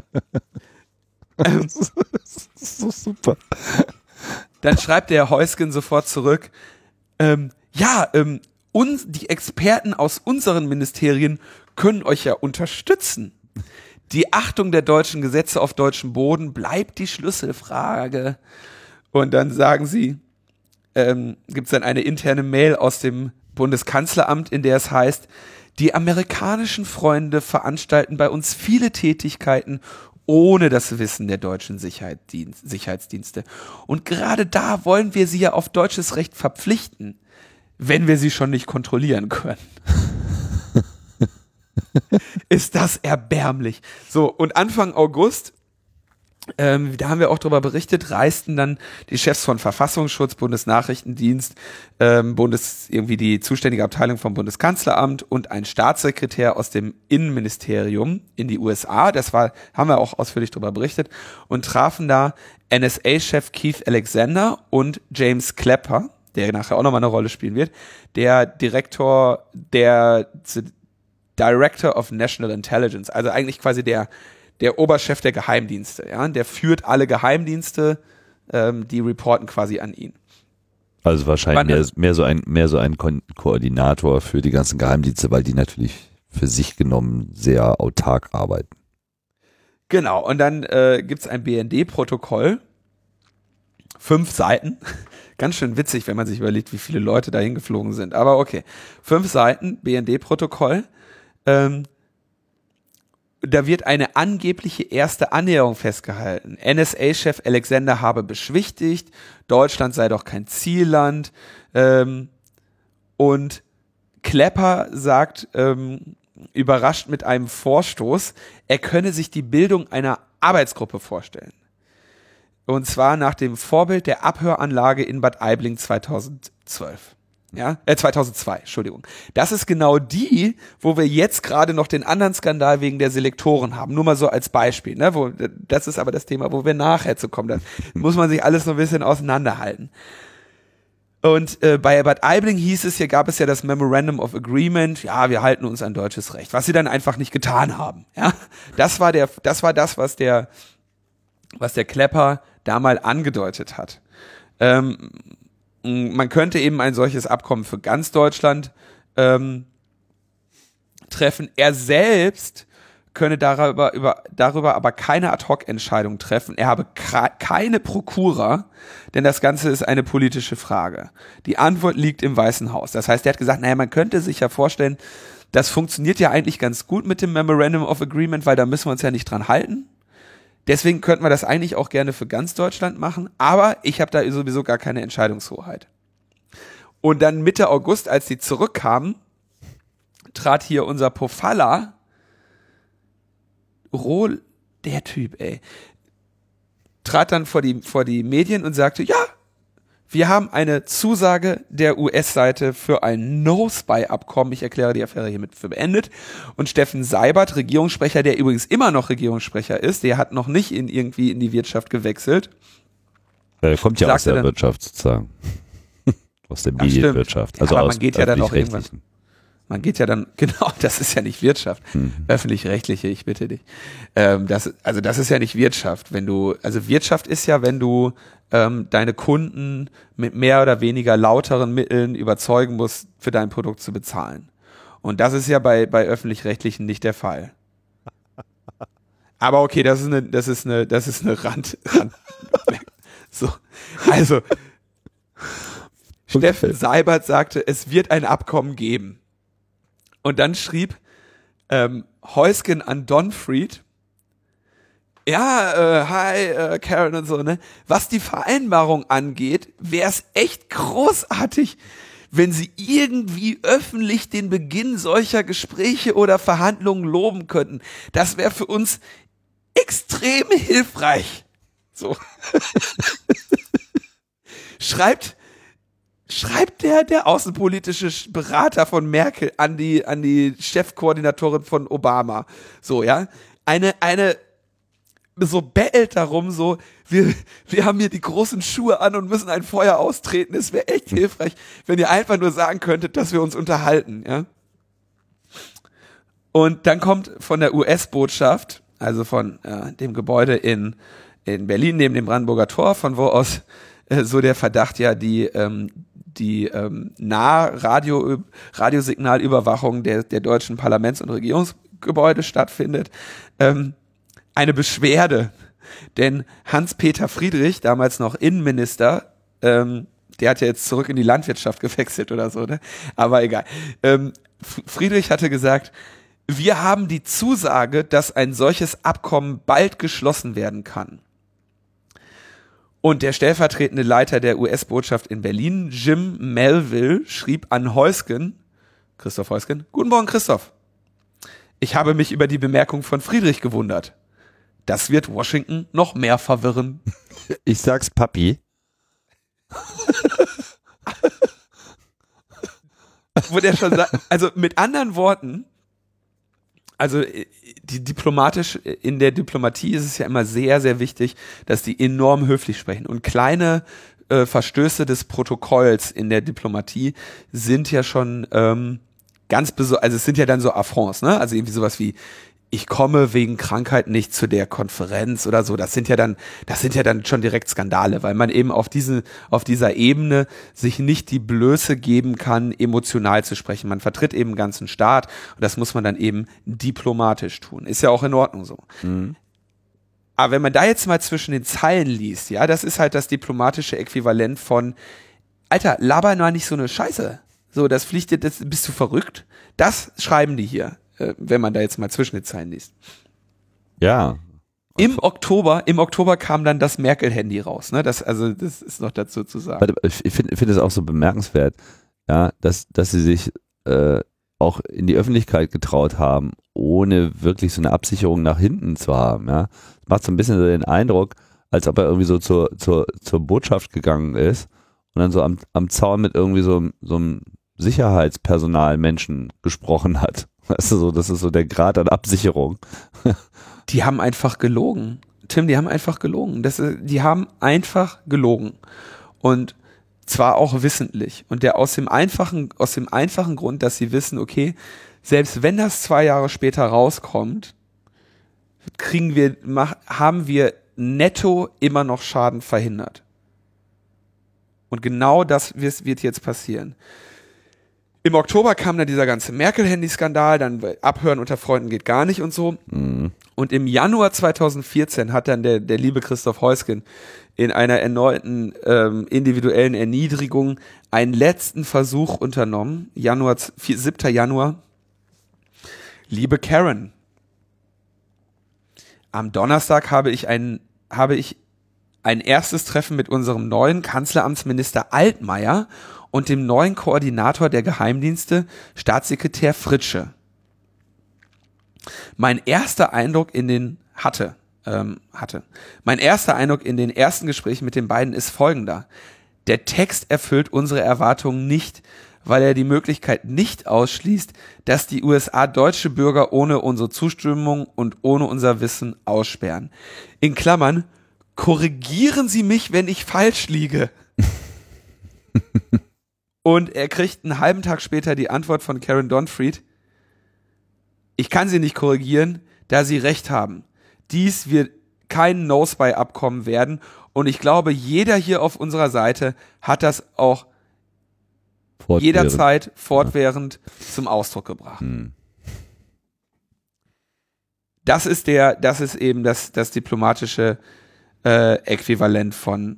Speaker 2: ähm,
Speaker 1: das ist so super.
Speaker 2: Dann schreibt der Heusgen sofort zurück, ähm, ja, ähm, uns, die Experten aus unseren Ministerien können euch ja unterstützen. Die Achtung der deutschen Gesetze auf deutschem Boden bleibt die Schlüsselfrage. Und dann sagen sie, ähm, gibt es dann eine interne Mail aus dem Bundeskanzleramt, in der es heißt, die amerikanischen Freunde veranstalten bei uns viele Tätigkeiten ohne das Wissen der deutschen Sicherheitsdienst, Sicherheitsdienste. Und gerade da wollen wir sie ja auf deutsches Recht verpflichten, wenn wir sie schon nicht kontrollieren können. Ist das erbärmlich. So, und Anfang August, ähm, da haben wir auch darüber berichtet, reisten dann die Chefs von Verfassungsschutz, Bundesnachrichtendienst, ähm, Bundes, irgendwie die zuständige Abteilung vom Bundeskanzleramt und ein Staatssekretär aus dem Innenministerium in die U S A, das war, haben wir auch ausführlich darüber berichtet, und trafen da N S A-Chef Keith Alexander und James Clapper, der nachher auch nochmal eine Rolle spielen wird, der Direktor, der Director of National Intelligence, also eigentlich quasi der, der Oberchef der Geheimdienste, ja, der führt alle Geheimdienste, ähm, die reporten quasi an ihn.
Speaker 1: Also wahrscheinlich mehr, mehr so ein, mehr so ein Ko- Koordinator für die ganzen Geheimdienste, weil die natürlich für sich genommen sehr autark arbeiten.
Speaker 2: Genau, und dann äh, gibt's ein B N D-Protokoll, fünf Seiten, ganz schön witzig, wenn man sich überlegt, wie viele Leute da hingeflogen sind, aber okay, fünf Seiten B N D-Protokoll, ähm, da wird eine angebliche erste Annäherung festgehalten. N S A-Chef Alexander habe beschwichtigt, Deutschland sei doch kein Zielland, ähm, und Clapper sagt, ähm, überrascht mit einem Vorstoß, er könne sich die Bildung einer Arbeitsgruppe vorstellen. Und zwar nach dem Vorbild der Abhöranlage in Bad Aibling zweitausendzwölf. Ja, äh, zweitausendzwei, Entschuldigung. Das ist genau die, wo wir jetzt gerade noch den anderen Skandal wegen der Selektoren haben. Nur mal so als Beispiel, ne? Wo, das ist aber das Thema, wo wir nachher zu kommen. Da muss man sich alles noch ein bisschen auseinanderhalten. Und äh, bei Bad Aibling hieß es, hier gab es ja das Memorandum of Agreement, ja, wir halten uns an deutsches Recht, was sie dann einfach nicht getan haben. Ja, das war der, das war das, was der, was der Clapper da mal angedeutet hat. Ähm, man könnte eben ein solches Abkommen für ganz Deutschland ähm, treffen. Er selbst könne darüber, über, darüber aber keine Ad-Hoc-Entscheidung treffen. Er habe kra- keine Prokura, denn das Ganze ist eine politische Frage. Die Antwort liegt im Weißen Haus. Das heißt, er hat gesagt, naja, man könnte sich ja vorstellen, das funktioniert ja eigentlich ganz gut mit dem Memorandum of Agreement, weil da müssen wir uns ja nicht dran halten. Deswegen könnten wir das eigentlich auch gerne für ganz Deutschland machen, aber ich habe da sowieso gar keine Entscheidungshoheit. Und dann Mitte August, als die zurückkamen, trat hier unser Pofalla, Rohl, der Typ, ey, trat dann vor die, vor die Medien und sagte, ja, Wir haben eine Zusage der U S-Seite für ein No-Spy-Abkommen. Ich erkläre die Affäre hiermit für beendet. Und Steffen Seibert, Regierungssprecher, der übrigens immer noch Regierungssprecher ist, der hat noch nicht in irgendwie in die Wirtschaft gewechselt.
Speaker 1: Der kommt ja aus der
Speaker 2: dann,
Speaker 1: Wirtschaft sozusagen. Aus der Medienwirtschaft. Also
Speaker 2: aber
Speaker 1: aus
Speaker 2: man geht ja dann auch irgendwann. Man geht ja dann, genau, das ist ja nicht Wirtschaft. Mhm. Öffentlich-rechtliche, ich bitte dich. Ähm, das, also das ist ja nicht Wirtschaft. Wenn du, also Wirtschaft ist ja, wenn du ähm, deine Kunden mit mehr oder weniger lauteren Mitteln überzeugen musst, für dein Produkt zu bezahlen. Und das ist ja bei, bei Öffentlich-rechtlichen nicht der Fall. Aber okay, das ist eine, das ist eine, das ist eine Rand, Rand so. Also, okay. Steffen Seibert sagte, es wird ein Abkommen geben. Und dann schrieb ähm, Heusgen an Donfried, ja, äh, hi, äh, Karen und so, ne? Was die Vereinbarung angeht, wäre es echt großartig, wenn sie irgendwie öffentlich den Beginn solcher Gespräche oder Verhandlungen loben könnten. Das wäre für uns extrem hilfreich. So. Schreibt Schreibt der, der außenpolitische Berater von Merkel an die, an die Chefkoordinatorin von Obama. So, ja. Eine, eine, so bettelt darum, so, wir, wir haben hier die großen Schuhe an und müssen ein Feuer austreten. Es wäre echt hilfreich, wenn ihr einfach nur sagen könntet, dass wir uns unterhalten, ja. Und dann kommt von der U S-Botschaft, also von äh, dem Gebäude in, in Berlin neben dem Brandenburger Tor, von wo aus äh, so der Verdacht ja die, ähm, die ähm, Nah-Radio, Radiosignalüberwachung der, der deutschen Parlaments- und Regierungsgebäude stattfindet, ähm, eine Beschwerde. Denn Hans-Peter Friedrich, damals noch Innenminister, ähm, der hat ja jetzt zurück in die Landwirtschaft gewechselt oder so, ne? Aber egal. Ähm, Friedrich hatte gesagt, wir haben die Zusage, dass ein solches Abkommen bald geschlossen werden kann. Und der stellvertretende Leiter der U S-Botschaft in Berlin, Jim Melville, schrieb an Heusgen, Christoph Heusgen, guten Morgen Christoph. Ich habe mich über die Bemerkung von Friedrich gewundert. Das wird Washington noch mehr verwirren.
Speaker 1: Ich sag's Papi.
Speaker 2: Wo der schon sagt, also mit anderen Worten, also die diplomatisch, in der Diplomatie ist es ja immer sehr, sehr wichtig, dass die enorm höflich sprechen. Und kleine äh, Verstöße des Protokolls in der Diplomatie sind ja schon ähm, ganz besonders, also es sind ja dann so Affronts, ne? Also irgendwie sowas wie, ich komme wegen Krankheit nicht zu der Konferenz oder so. Das sind ja dann, das sind ja dann schon direkt Skandale, weil man eben auf diese, auf dieser Ebene sich nicht die Blöße geben kann, emotional zu sprechen. Man vertritt eben einen ganzen Staat und das muss man dann eben diplomatisch tun. Ist ja auch in Ordnung so. Mhm. Aber wenn man da jetzt mal zwischen den Zeilen liest, ja, das ist halt das diplomatische Äquivalent von, Alter, laber mal nicht so eine Scheiße. So, das fliegt dir, das, bist du verrückt? Das schreiben die hier. Wenn man da jetzt mal zwischen den Zeilen liest.
Speaker 1: Ja.
Speaker 2: Im Oktober, im Oktober kam dann das Merkel-Handy raus, ne? Das, also, das ist noch dazu zu sagen.
Speaker 1: Ich finde, ich finde es auch so bemerkenswert, ja, dass, dass sie sich äh, auch in die Öffentlichkeit getraut haben, ohne wirklich so eine Absicherung nach hinten zu haben, ja. Es macht so ein bisschen so den Eindruck, als ob er irgendwie so zur, zur, zur Botschaft gegangen ist und dann so am, am Zaun mit irgendwie so, so einem Sicherheitspersonalmenschen gesprochen hat. Weißt du, so, das ist so der Grad an Absicherung.
Speaker 2: Die haben einfach gelogen. Tim, die haben einfach gelogen. Das, die haben einfach gelogen. Und zwar auch wissentlich. Und der aus dem einfachen, aus dem einfachen Grund, dass sie wissen, okay, selbst wenn das zwei Jahre später rauskommt, kriegen wir, mach, haben wir netto immer noch Schaden verhindert. Und genau das wird jetzt passieren. Im Oktober kam dann dieser ganze Merkel-Handy-Skandal, dann Abhören unter Freunden geht gar nicht und so. Mhm. Und im Januar zweitausendvierzehn hat dann der, der liebe Christoph Heusgen in einer erneuten ähm, individuellen Erniedrigung einen letzten Versuch unternommen. Januar, siebter Januar. Liebe Karen, am Donnerstag habe ich ein, habe ich ein erstes Treffen mit unserem neuen Kanzleramtsminister Altmaier und dem neuen Koordinator der Geheimdienste, Staatssekretär Fritsche. Mein erster Eindruck in den hatte, ähm, hatte. Mein erster Eindruck in den ersten Gesprächen mit den beiden ist folgender. Der Text erfüllt unsere Erwartungen nicht, weil er die Möglichkeit nicht ausschließt, dass die U S A deutsche Bürger ohne unsere Zustimmung und ohne unser Wissen aussperren. In Klammern, korrigieren Sie mich, wenn ich falsch liege. Und er kriegt einen halben Tag später die Antwort von Karen Donfried: Ich kann Sie nicht korrigieren, da Sie recht haben. Dies wird kein No-Spy-Abkommen werden und ich glaube, jeder hier auf unserer Seite hat das auch fortwährend. jederzeit fortwährend ja. zum Ausdruck gebracht. Hm. Das ist der, das ist eben das, das diplomatische äh, Äquivalent von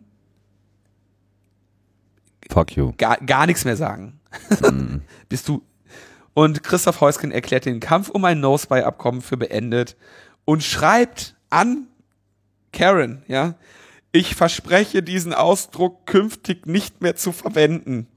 Speaker 1: Fuck you.
Speaker 2: Gar, gar nichts mehr sagen.
Speaker 1: Hm.
Speaker 2: Bist du. Und Christoph Heusgen erklärt den Kampf um ein No-Spy-Abkommen für beendet und schreibt an Karen, ja, ich verspreche, diesen Ausdruck künftig nicht mehr zu verwenden.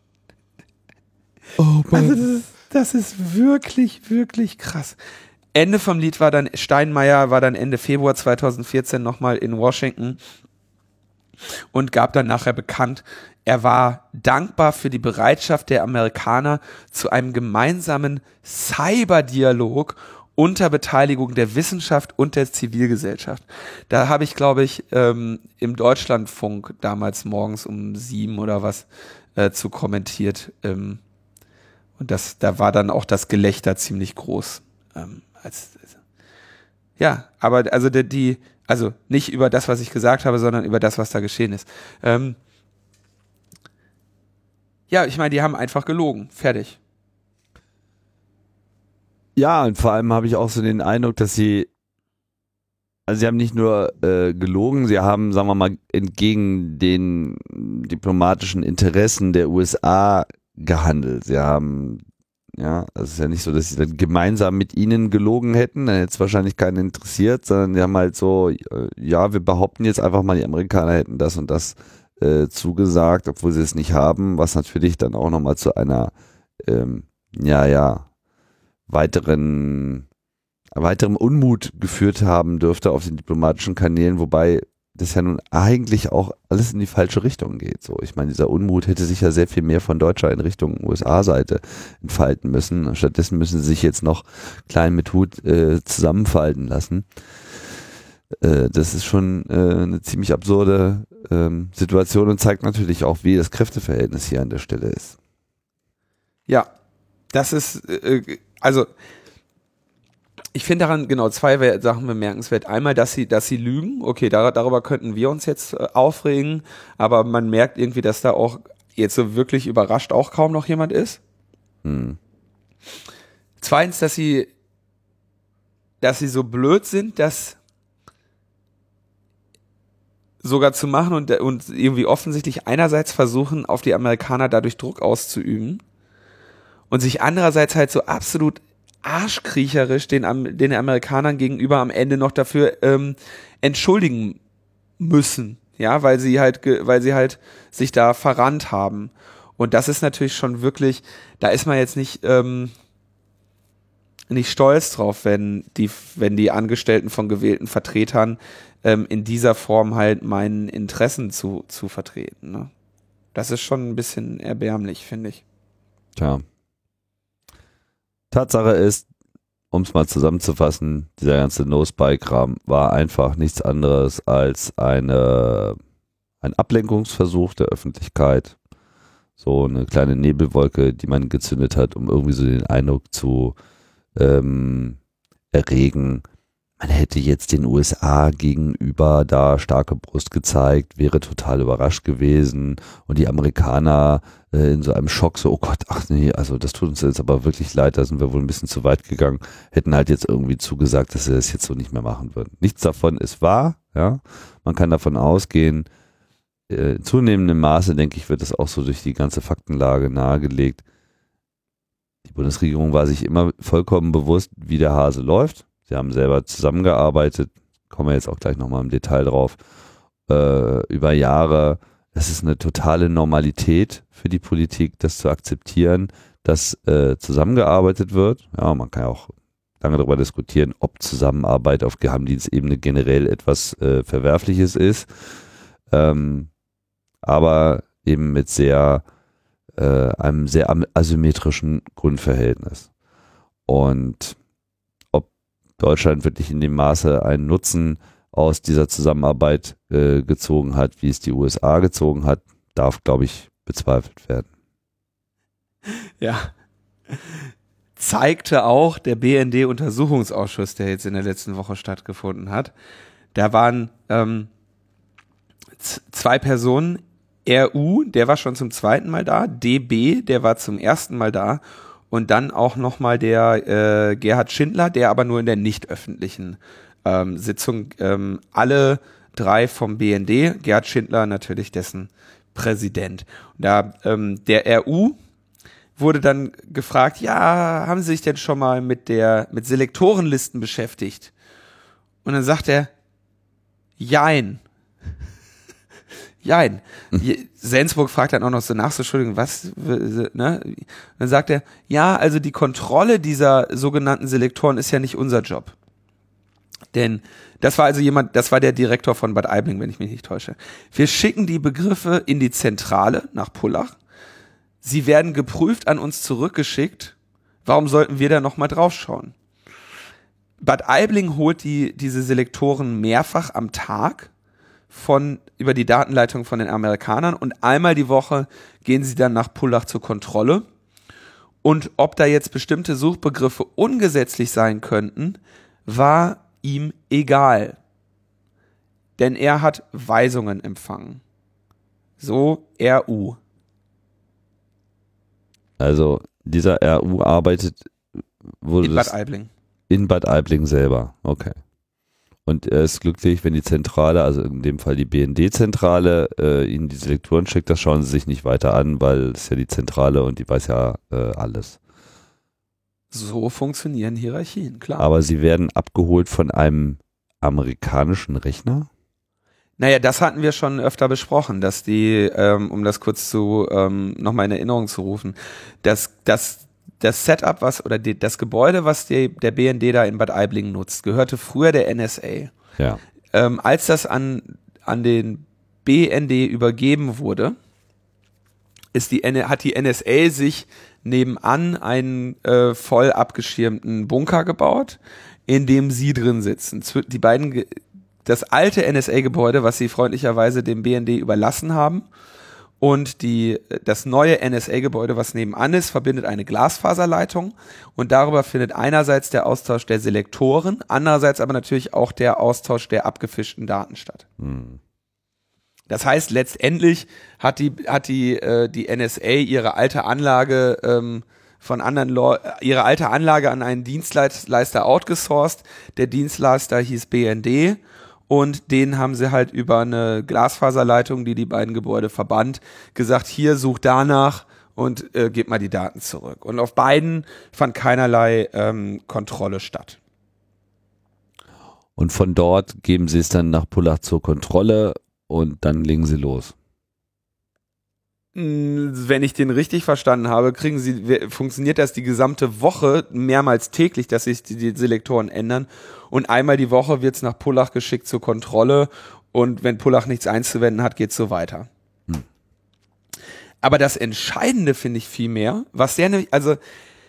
Speaker 1: Oh Mann.
Speaker 2: Also das ist, das ist wirklich, wirklich krass. Ende vom Lied war dann, Steinmeier war dann Ende Februar zweitausendvierzehn nochmal in Washington und gab dann nachher bekannt, er war dankbar für die Bereitschaft der Amerikaner zu einem gemeinsamen Cyberdialog unter Beteiligung der Wissenschaft und der Zivilgesellschaft. Da habe ich, glaube ich, ähm, im Deutschlandfunk damals morgens um sieben oder was äh, zu kommentiert. Ähm, und das, da war dann auch das Gelächter ziemlich groß. Ähm, als, als, ja, aber also die, die, also nicht über das, was ich gesagt habe, sondern über das, was da geschehen ist. Ähm, ja, ich meine, die haben einfach gelogen. Fertig.
Speaker 1: Ja, und vor allem habe ich auch so den Eindruck, dass sie, also sie haben nicht nur äh, gelogen, sie haben, sagen wir mal, entgegen den diplomatischen Interessen der U S A gehandelt. Sie haben, ja, es ist ja nicht so, dass sie dann gemeinsam mit ihnen gelogen hätten, dann hätte es wahrscheinlich keinen interessiert, sondern die haben halt so, äh, ja, wir behaupten jetzt einfach mal, die Amerikaner hätten das und das äh, zugesagt, obwohl sie es nicht haben, was natürlich dann auch nochmal zu einer, ähm, ja, ja, weiteren, weiterem Unmut geführt haben dürfte auf den diplomatischen Kanälen, wobei das ja nun eigentlich auch alles in die falsche Richtung geht. So, ich meine, dieser Unmut hätte sich ja sehr viel mehr von deutscher in Richtung U S A-Seite entfalten müssen. Stattdessen müssen sie sich jetzt noch klein mit Hut äh, zusammenfalten lassen. Äh, das ist schon äh, eine ziemlich absurde ähm, Situation und zeigt natürlich auch, wie das Kräfteverhältnis hier an der Stelle ist.
Speaker 2: Ja, das ist äh, also ich finde daran genau zwei Sachen bemerkenswert. Einmal, dass sie, dass sie lügen. Okay, dar- darüber könnten wir uns jetzt äh, aufregen, aber man merkt irgendwie, dass da auch jetzt so wirklich überrascht auch kaum noch jemand ist.
Speaker 1: Hm.
Speaker 2: Zweitens, dass sie, dass sie so blöd sind, das sogar zu machen und, und irgendwie offensichtlich einerseits versuchen, auf die Amerikaner dadurch Druck auszuüben und sich andererseits halt so absolut arschkriecherisch den, den Amerikanern gegenüber am Ende noch dafür ähm, entschuldigen müssen, ja, weil sie halt, weil sie halt sich da verrannt haben. Und das ist natürlich schon wirklich, da ist man jetzt nicht ähm, nicht stolz drauf, wenn die, wenn die Angestellten von gewählten Vertretern ähm, in dieser Form halt meinen Interessen zu, zu vertreten. Ne? Das ist schon ein bisschen erbärmlich, finde ich.
Speaker 1: Tja. Tatsache ist, um es mal zusammenzufassen, dieser ganze No-Spy-Kram war einfach nichts anderes als eine, ein Ablenkungsversuch der Öffentlichkeit. So eine kleine Nebelwolke, die man gezündet hat, um irgendwie so den Eindruck zu ähm, erregen, man hätte jetzt den U S A gegenüber da starke Brust gezeigt, wäre total überrascht gewesen und die Amerikaner äh, in so einem Schock so, oh Gott, ach nee, also das tut uns jetzt aber wirklich leid, da sind wir wohl ein bisschen zu weit gegangen, hätten halt jetzt irgendwie zugesagt, dass sie das jetzt so nicht mehr machen würden. Nichts davon ist wahr, ja, man kann davon ausgehen, äh, in zunehmendem Maße, denke ich, wird das auch so durch die ganze Faktenlage nahegelegt. Die Bundesregierung war sich immer vollkommen bewusst, wie der Hase läuft. Sie haben selber zusammengearbeitet, kommen wir jetzt auch gleich nochmal im Detail drauf, äh, über Jahre. Es ist eine totale Normalität für die Politik, das zu akzeptieren, dass äh, zusammengearbeitet wird. Ja, man kann ja auch lange darüber diskutieren, ob Zusammenarbeit auf Geheimdienstebene generell etwas äh, Verwerfliches ist. Ähm, aber eben mit sehr äh, einem sehr asymmetrischen Grundverhältnis. Und ob Deutschland wirklich in dem Maße einen Nutzen aus dieser Zusammenarbeit äh, gezogen hat, wie es die U S A gezogen hat, darf, glaube ich, bezweifelt werden.
Speaker 2: Ja. Zeigte auch der B N D-Untersuchungsausschuss, der jetzt in der letzten Woche stattgefunden hat. Da waren ähm, z- zwei Personen, R U, der war schon zum zweiten Mal da, D B, der war zum ersten Mal da und dann auch nochmal der äh, Gerhard Schindler, der aber nur in der nicht öffentlichen ähm, Sitzung, ähm, alle drei vom B N D, Gerhard Schindler natürlich dessen Präsident. Und da ähm, der R U wurde dann gefragt, ja, haben Sie sich denn schon mal mit der mit Selektorenlisten beschäftigt? Und dann sagt er, jein. Jein. Mhm. Sensburg fragt dann auch noch so nach, so, Entschuldigung, was? Ne? Und dann sagt er, ja, also die Kontrolle dieser sogenannten Selektoren ist ja nicht unser Job. Denn das war also jemand, das war der Direktor von Bad Aibling, wenn ich mich nicht täusche. Wir schicken die Begriffe in die Zentrale nach Pullach. Sie werden geprüft, an uns zurückgeschickt. Warum sollten wir da nochmal draufschauen? Bad Aibling holt die, diese Selektoren mehrfach am Tag von, über die Datenleitung von den Amerikanern und einmal die Woche gehen sie dann nach Pullach zur Kontrolle. Und ob da jetzt bestimmte Suchbegriffe ungesetzlich sein könnten, war ihm egal. Denn er hat Weisungen empfangen. So R U.
Speaker 1: Also dieser R U arbeitet wurde
Speaker 2: in Bad Aibling.
Speaker 1: In Bad Aibling selber, okay. Und er ist glücklich, wenn die Zentrale, also in dem Fall die B N D-Zentrale, äh, ihnen die Selektoren schickt, das schauen sie sich nicht weiter an, weil es ja die Zentrale und die weiß ja äh, alles.
Speaker 2: So funktionieren Hierarchien, klar.
Speaker 1: Aber sie werden abgeholt von einem amerikanischen Rechner?
Speaker 2: Naja, das hatten wir schon öfter besprochen, dass die, ähm, um das kurz zu ähm, nochmal in Erinnerung zu rufen, dass, dass das Setup, was oder die, das Gebäude, was die, der B N D da in Bad Aibling nutzt, gehörte früher der N S A.
Speaker 1: Ja.
Speaker 2: Ähm, als das an, an den B N D übergeben wurde, ist die, hat die N S A sich nebenan einen äh, voll abgeschirmten Bunker gebaut, in dem sie drin sitzen. Die beiden, das alte N S A-Gebäude, was sie freundlicherweise dem B N D überlassen haben, und die, das neue N S A-Gebäude, was nebenan ist, verbindet eine Glasfaserleitung und darüber findet einerseits der Austausch der Selektoren, andererseits aber natürlich auch der Austausch der abgefischten Daten statt. Hm. Das heißt, letztendlich hat die, hat die, äh, die N S A ihre alte Anlage ähm, von anderen Leu- ihre alte Anlage an einen Dienstleister outgesourced. Der Dienstleister hieß B N D. Und denen haben sie halt über eine Glasfaserleitung, die die beiden Gebäude verband, gesagt, hier, such danach und äh, gib mal die Daten zurück. Und auf beiden fand keinerlei ähm, Kontrolle statt.
Speaker 1: Und von dort geben sie es dann nach Pullach zur Kontrolle und dann legen sie los.
Speaker 2: Wenn ich den richtig verstanden habe, kriegen sie, funktioniert das die gesamte Woche mehrmals täglich, dass sich die, die Selektoren ändern und einmal die Woche wird es nach Pullach geschickt zur Kontrolle und wenn Pullach nichts einzuwenden hat, geht es so weiter. Hm. Aber das Entscheidende finde ich viel mehr, was der nämlich, also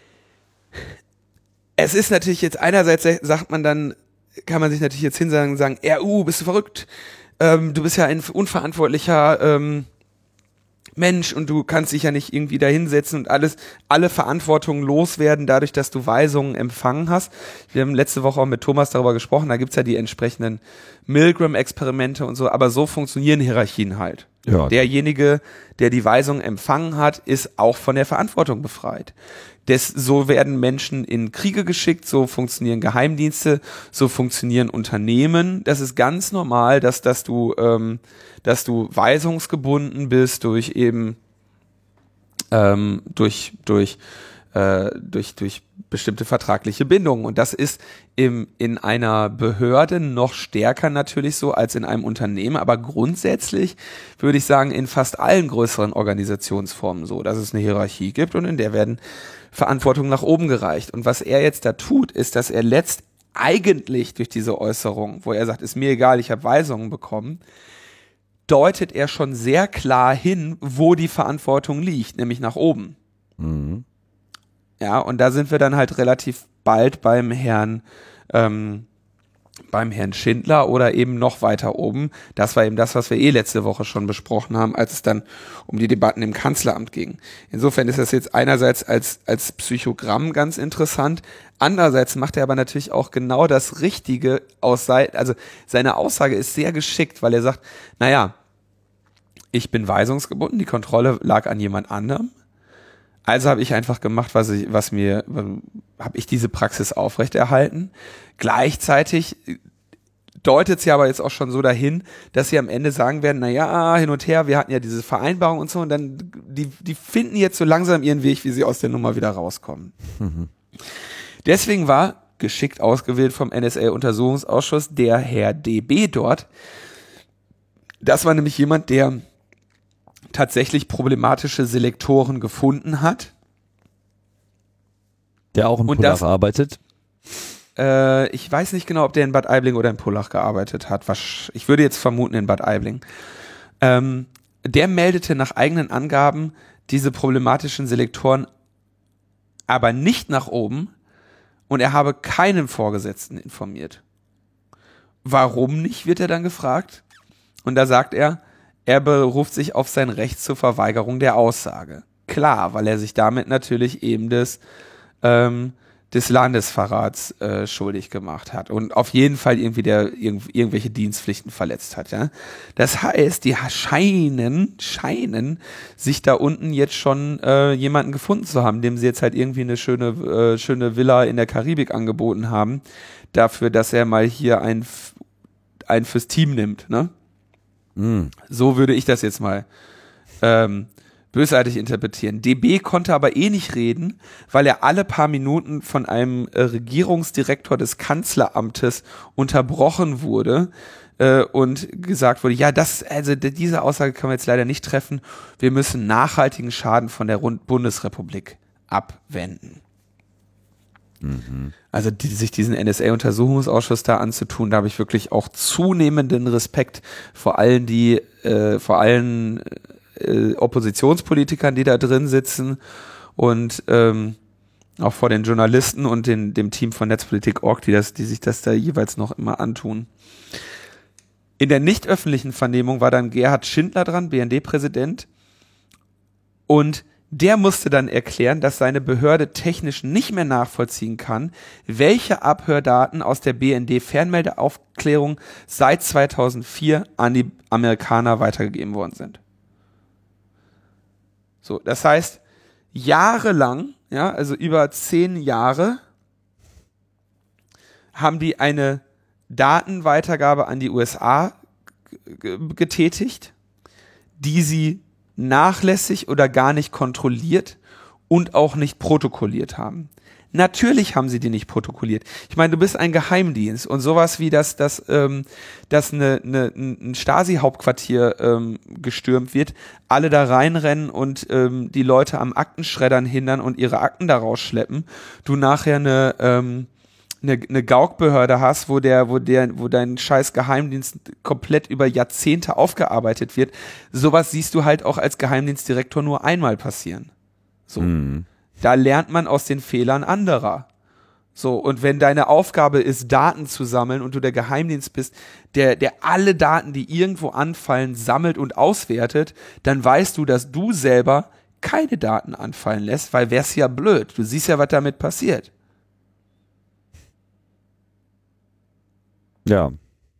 Speaker 2: es ist natürlich jetzt einerseits sagt man dann, kann man sich natürlich jetzt hinsagen und sagen, R U, bist du verrückt? Ähm, du bist ja ein unverantwortlicher ähm, Mensch und du kannst dich ja nicht irgendwie da hinsetzen und alles, alle Verantwortung loswerden, dadurch, dass du Weisungen empfangen hast. Wir haben letzte Woche auch mit Thomas darüber gesprochen, da gibt's ja die entsprechenden Milgram-Experimente und so, aber so funktionieren Hierarchien halt. Ja. Derjenige, der die Weisung empfangen hat, ist auch von der Verantwortung befreit. Des, so werden Menschen in Kriege geschickt, so funktionieren Geheimdienste, so funktionieren Unternehmen. Das ist ganz normal, dass, dass du, ähm, dass du weisungsgebunden bist durch eben, ähm, durch, durch, äh, durch, durch bestimmte vertragliche Bindungen. Und das ist im, in einer Behörde noch stärker natürlich so als in einem Unternehmen. Aber grundsätzlich würde ich sagen, in fast allen größeren Organisationsformen so, dass es eine Hierarchie gibt und in der werden Verantwortung nach oben gereicht. Und was er jetzt da tut, ist, dass er letzt eigentlich durch diese Äußerung, wo er sagt, ist mir egal, ich habe Weisungen bekommen, deutet er schon sehr klar hin, wo die Verantwortung liegt, nämlich nach oben.
Speaker 1: Mhm.
Speaker 2: Ja, und da sind wir dann halt relativ bald beim Herrn, ähm, beim Herrn Schindler oder eben noch weiter oben. Das war eben das, was wir eh letzte Woche schon besprochen haben, als es dann um die Debatten im Kanzleramt ging. Insofern ist das jetzt einerseits als, als Psychogramm ganz interessant, andererseits macht er aber natürlich auch genau das Richtige aus Seiten, also seine Aussage ist sehr geschickt, weil er sagt, naja, ich bin weisungsgebunden, die Kontrolle lag an jemand anderem. Also habe ich einfach gemacht, was ich, was mir, habe ich diese Praxis aufrechterhalten. Gleichzeitig deutet es ja aber jetzt auch schon so dahin, dass sie am Ende sagen werden, na ja, hin und her, wir hatten ja diese Vereinbarung und so, und dann, die, die finden jetzt so langsam ihren Weg, wie sie aus der Nummer wieder rauskommen. Mhm. Deswegen war, geschickt ausgewählt vom N S A-Untersuchungsausschuss, der Herr D B dort. Das war nämlich jemand, der tatsächlich problematische Selektoren gefunden hat.
Speaker 1: Der auch in
Speaker 2: und
Speaker 1: Pullach
Speaker 2: das,
Speaker 1: arbeitet?
Speaker 2: Äh, ich weiß nicht genau, ob der in Bad Aibling oder in Pullach gearbeitet hat. Ich würde jetzt vermuten in Bad Aibling. Ähm, der meldete nach eigenen Angaben diese problematischen Selektoren aber nicht nach oben, und er habe keinen Vorgesetzten informiert. Warum nicht, wird er dann gefragt. Und da sagt er, er beruft sich auf sein Recht zur Verweigerung der Aussage. Klar, weil er sich damit natürlich eben des, ähm, des Landesverrats äh, schuldig gemacht hat und auf jeden Fall irgendwie der irg- irgendwelche Dienstpflichten verletzt hat. Ja? Das heißt, die scheinen, scheinen sich da unten jetzt schon äh, jemanden gefunden zu haben, dem sie jetzt halt irgendwie eine schöne, äh, schöne Villa in der Karibik angeboten haben, dafür, dass er mal hier ein, ein fürs Team nimmt, ne? So würde ich das jetzt mal ähm, bösartig interpretieren. D B konnte aber eh nicht reden, weil er alle paar Minuten von einem äh, Regierungsdirektor des Kanzleramtes unterbrochen wurde äh, und gesagt wurde, ja, das, also diese Aussage können wir jetzt leider nicht treffen. Wir müssen nachhaltigen Schaden von der Rund- Bundesrepublik abwenden. Mhm. Also die, sich diesen N S A-Untersuchungsausschuss da anzutun, da habe ich wirklich auch zunehmenden Respekt vor allen die, äh, vor allen äh, Oppositionspolitikern, die da drin sitzen, und ähm, auch vor den Journalisten und den, dem Team von Netzpolitik Punkt org, die das, die sich das da jeweils noch immer antun. In der nicht öffentlichen Vernehmung war dann Gerhard Schindler dran, B N D-Präsident, und der musste dann erklären, dass seine Behörde technisch nicht mehr nachvollziehen kann, welche Abhördaten aus der B N D-Fernmeldeaufklärung seit zweitausendvier an die Amerikaner weitergegeben worden sind. So, das heißt, jahrelang, ja, also über zehn Jahre, haben die eine Datenweitergabe an die U S A g- getätigt, die sie nachlässig oder gar nicht kontrolliert und auch nicht protokolliert haben. Natürlich haben sie die nicht protokolliert. Ich meine, du bist ein Geheimdienst, und sowas wie, dass, dass, ähm, dass eine, eine, ein Stasi-Hauptquartier ähm, gestürmt wird, alle da reinrennen und ähm, die Leute am Aktenschreddern hindern und ihre Akten da rausschleppen, du nachher eine ähm, eine, eine Gaukbehörde hast, wo der, wo der, wo dein scheiß Geheimdienst komplett über Jahrzehnte aufgearbeitet wird, sowas siehst du halt auch als Geheimdienstdirektor nur einmal passieren. So. Mhm. Da lernt man aus den Fehlern anderer. So, und wenn deine Aufgabe ist, Daten zu sammeln, und du der Geheimdienst bist, der, der alle Daten, die irgendwo anfallen, sammelt und auswertet, dann weißt du, dass du selber keine Daten anfallen lässt, weil wär's ja blöd. Du siehst ja, was damit passiert.
Speaker 1: Ja.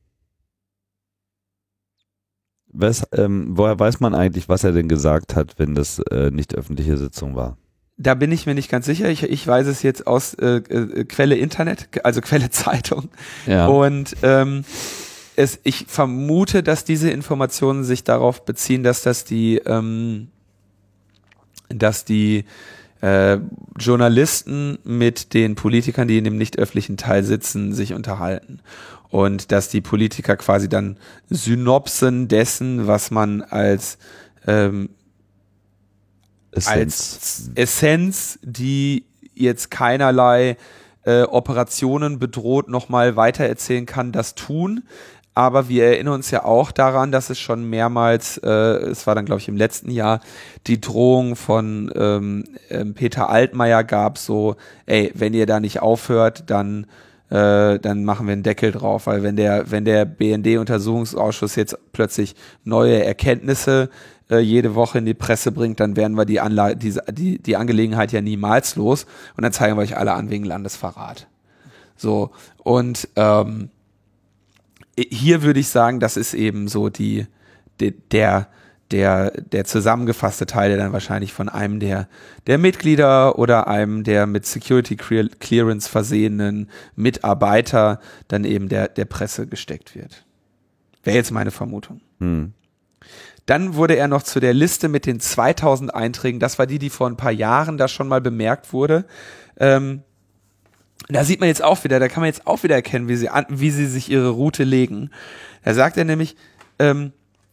Speaker 1: Was, ähm, woher weiß man eigentlich, was er denn gesagt hat, wenn das äh, nicht öffentliche Sitzung war?
Speaker 2: Da bin ich mir nicht ganz sicher. Ich, ich weiß es jetzt aus äh, äh, Quelle Internet, also Quelle Zeitung.
Speaker 1: Ja.
Speaker 2: Und ähm, es, ich vermute, dass diese Informationen sich darauf beziehen, dass das die, ähm, dass die äh, Journalisten mit den Politikern, die in dem nicht öffentlichen Teil sitzen, sich unterhalten. Und dass die Politiker quasi dann Synopsen dessen, was man als ähm,
Speaker 1: Essenz.
Speaker 2: als Essenz, die jetzt keinerlei äh, Operationen bedroht, nochmal weitererzählen kann, das tun, aber wir erinnern uns ja auch daran, dass es schon mehrmals, äh, es war dann glaube ich im letzten Jahr, die Drohung von ähm, ähm, Peter Altmaier gab, so, ey, wenn ihr da nicht aufhört, dann äh, dann machen wir einen Deckel drauf, weil wenn der wenn der B N D-Untersuchungsausschuss jetzt plötzlich neue Erkenntnisse äh, jede Woche in die Presse bringt, dann werden wir die, Anla- die, die, die Angelegenheit ja niemals los und dann zeigen wir euch alle an wegen Landesverrat. So, und ähm, hier würde ich sagen, das ist eben so die, die der der der zusammengefasste Teil, der dann wahrscheinlich von einem der der Mitglieder oder einem der mit Security Clearance versehenen Mitarbeiter dann eben der der Presse gesteckt wird. Wäre jetzt meine Vermutung.
Speaker 1: Hm.
Speaker 2: Dann wurde er noch zu der Liste mit den zweitausend Einträgen, das war die, die vor ein paar Jahren da schon mal bemerkt wurde. Ähm, da sieht man jetzt auch wieder, da kann man jetzt auch wieder erkennen, wie sie, an, wie sie sich ihre Route legen. Da sagt er nämlich, ähm,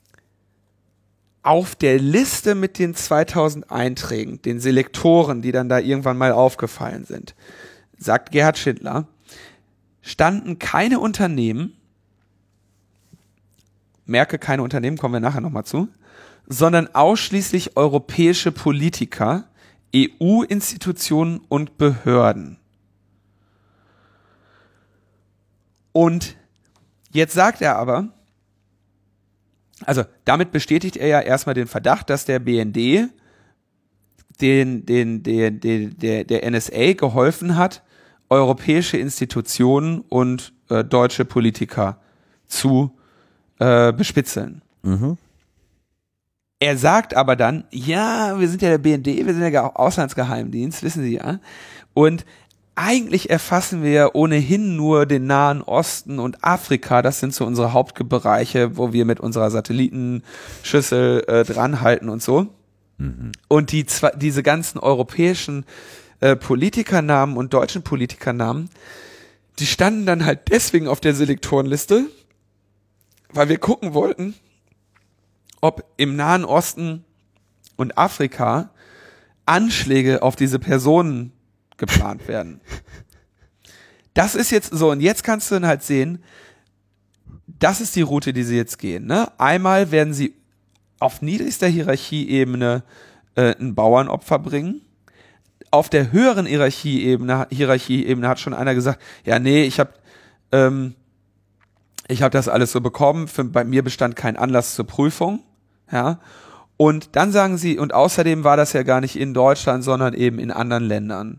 Speaker 2: auf der Liste mit den zweitausend Einträgen, den Selektoren, die dann da irgendwann mal aufgefallen sind, sagt Gerhard Schindler, standen keine Unternehmen, merke keine Unternehmen, kommen wir nachher nochmal zu, sondern ausschließlich europäische Politiker, E U-Institutionen und Behörden. Und jetzt sagt er aber, also damit bestätigt er ja erstmal den Verdacht, dass der B N D den, den, den, den, der, der N S A geholfen hat, europäische Institutionen und äh, deutsche Politiker zu äh, bespitzeln.
Speaker 1: Mhm.
Speaker 2: Er sagt aber dann, ja, wir sind ja der B N D, wir sind ja auch Auslandsgeheimdienst, wissen Sie ja. Und eigentlich erfassen wir ja ohnehin nur den Nahen Osten und Afrika. Das sind so unsere Hauptbereiche, wo wir mit unserer Satellitenschüssel äh, dranhalten und so. Mhm. Und die diese ganzen europäischen äh, Politikernamen und deutschen Politikernamen, die standen dann halt deswegen auf der Selektorenliste, weil wir gucken wollten, ob im Nahen Osten und Afrika Anschläge auf diese Personen geplant werden. Das ist jetzt so, und jetzt kannst du dann halt sehen, das ist die Route, die sie jetzt gehen. Ne? Einmal werden sie auf niedrigster Hierarchieebene äh, ein Bauernopfer bringen. Auf der höheren Hierarchieebene, Hierarchieebene hat schon einer gesagt, ja nee, ich habe ähm, ich habe das alles so bekommen, für, bei mir bestand kein Anlass zur Prüfung. Ja. Und dann sagen sie, und außerdem war das ja gar nicht in Deutschland, sondern eben in anderen Ländern.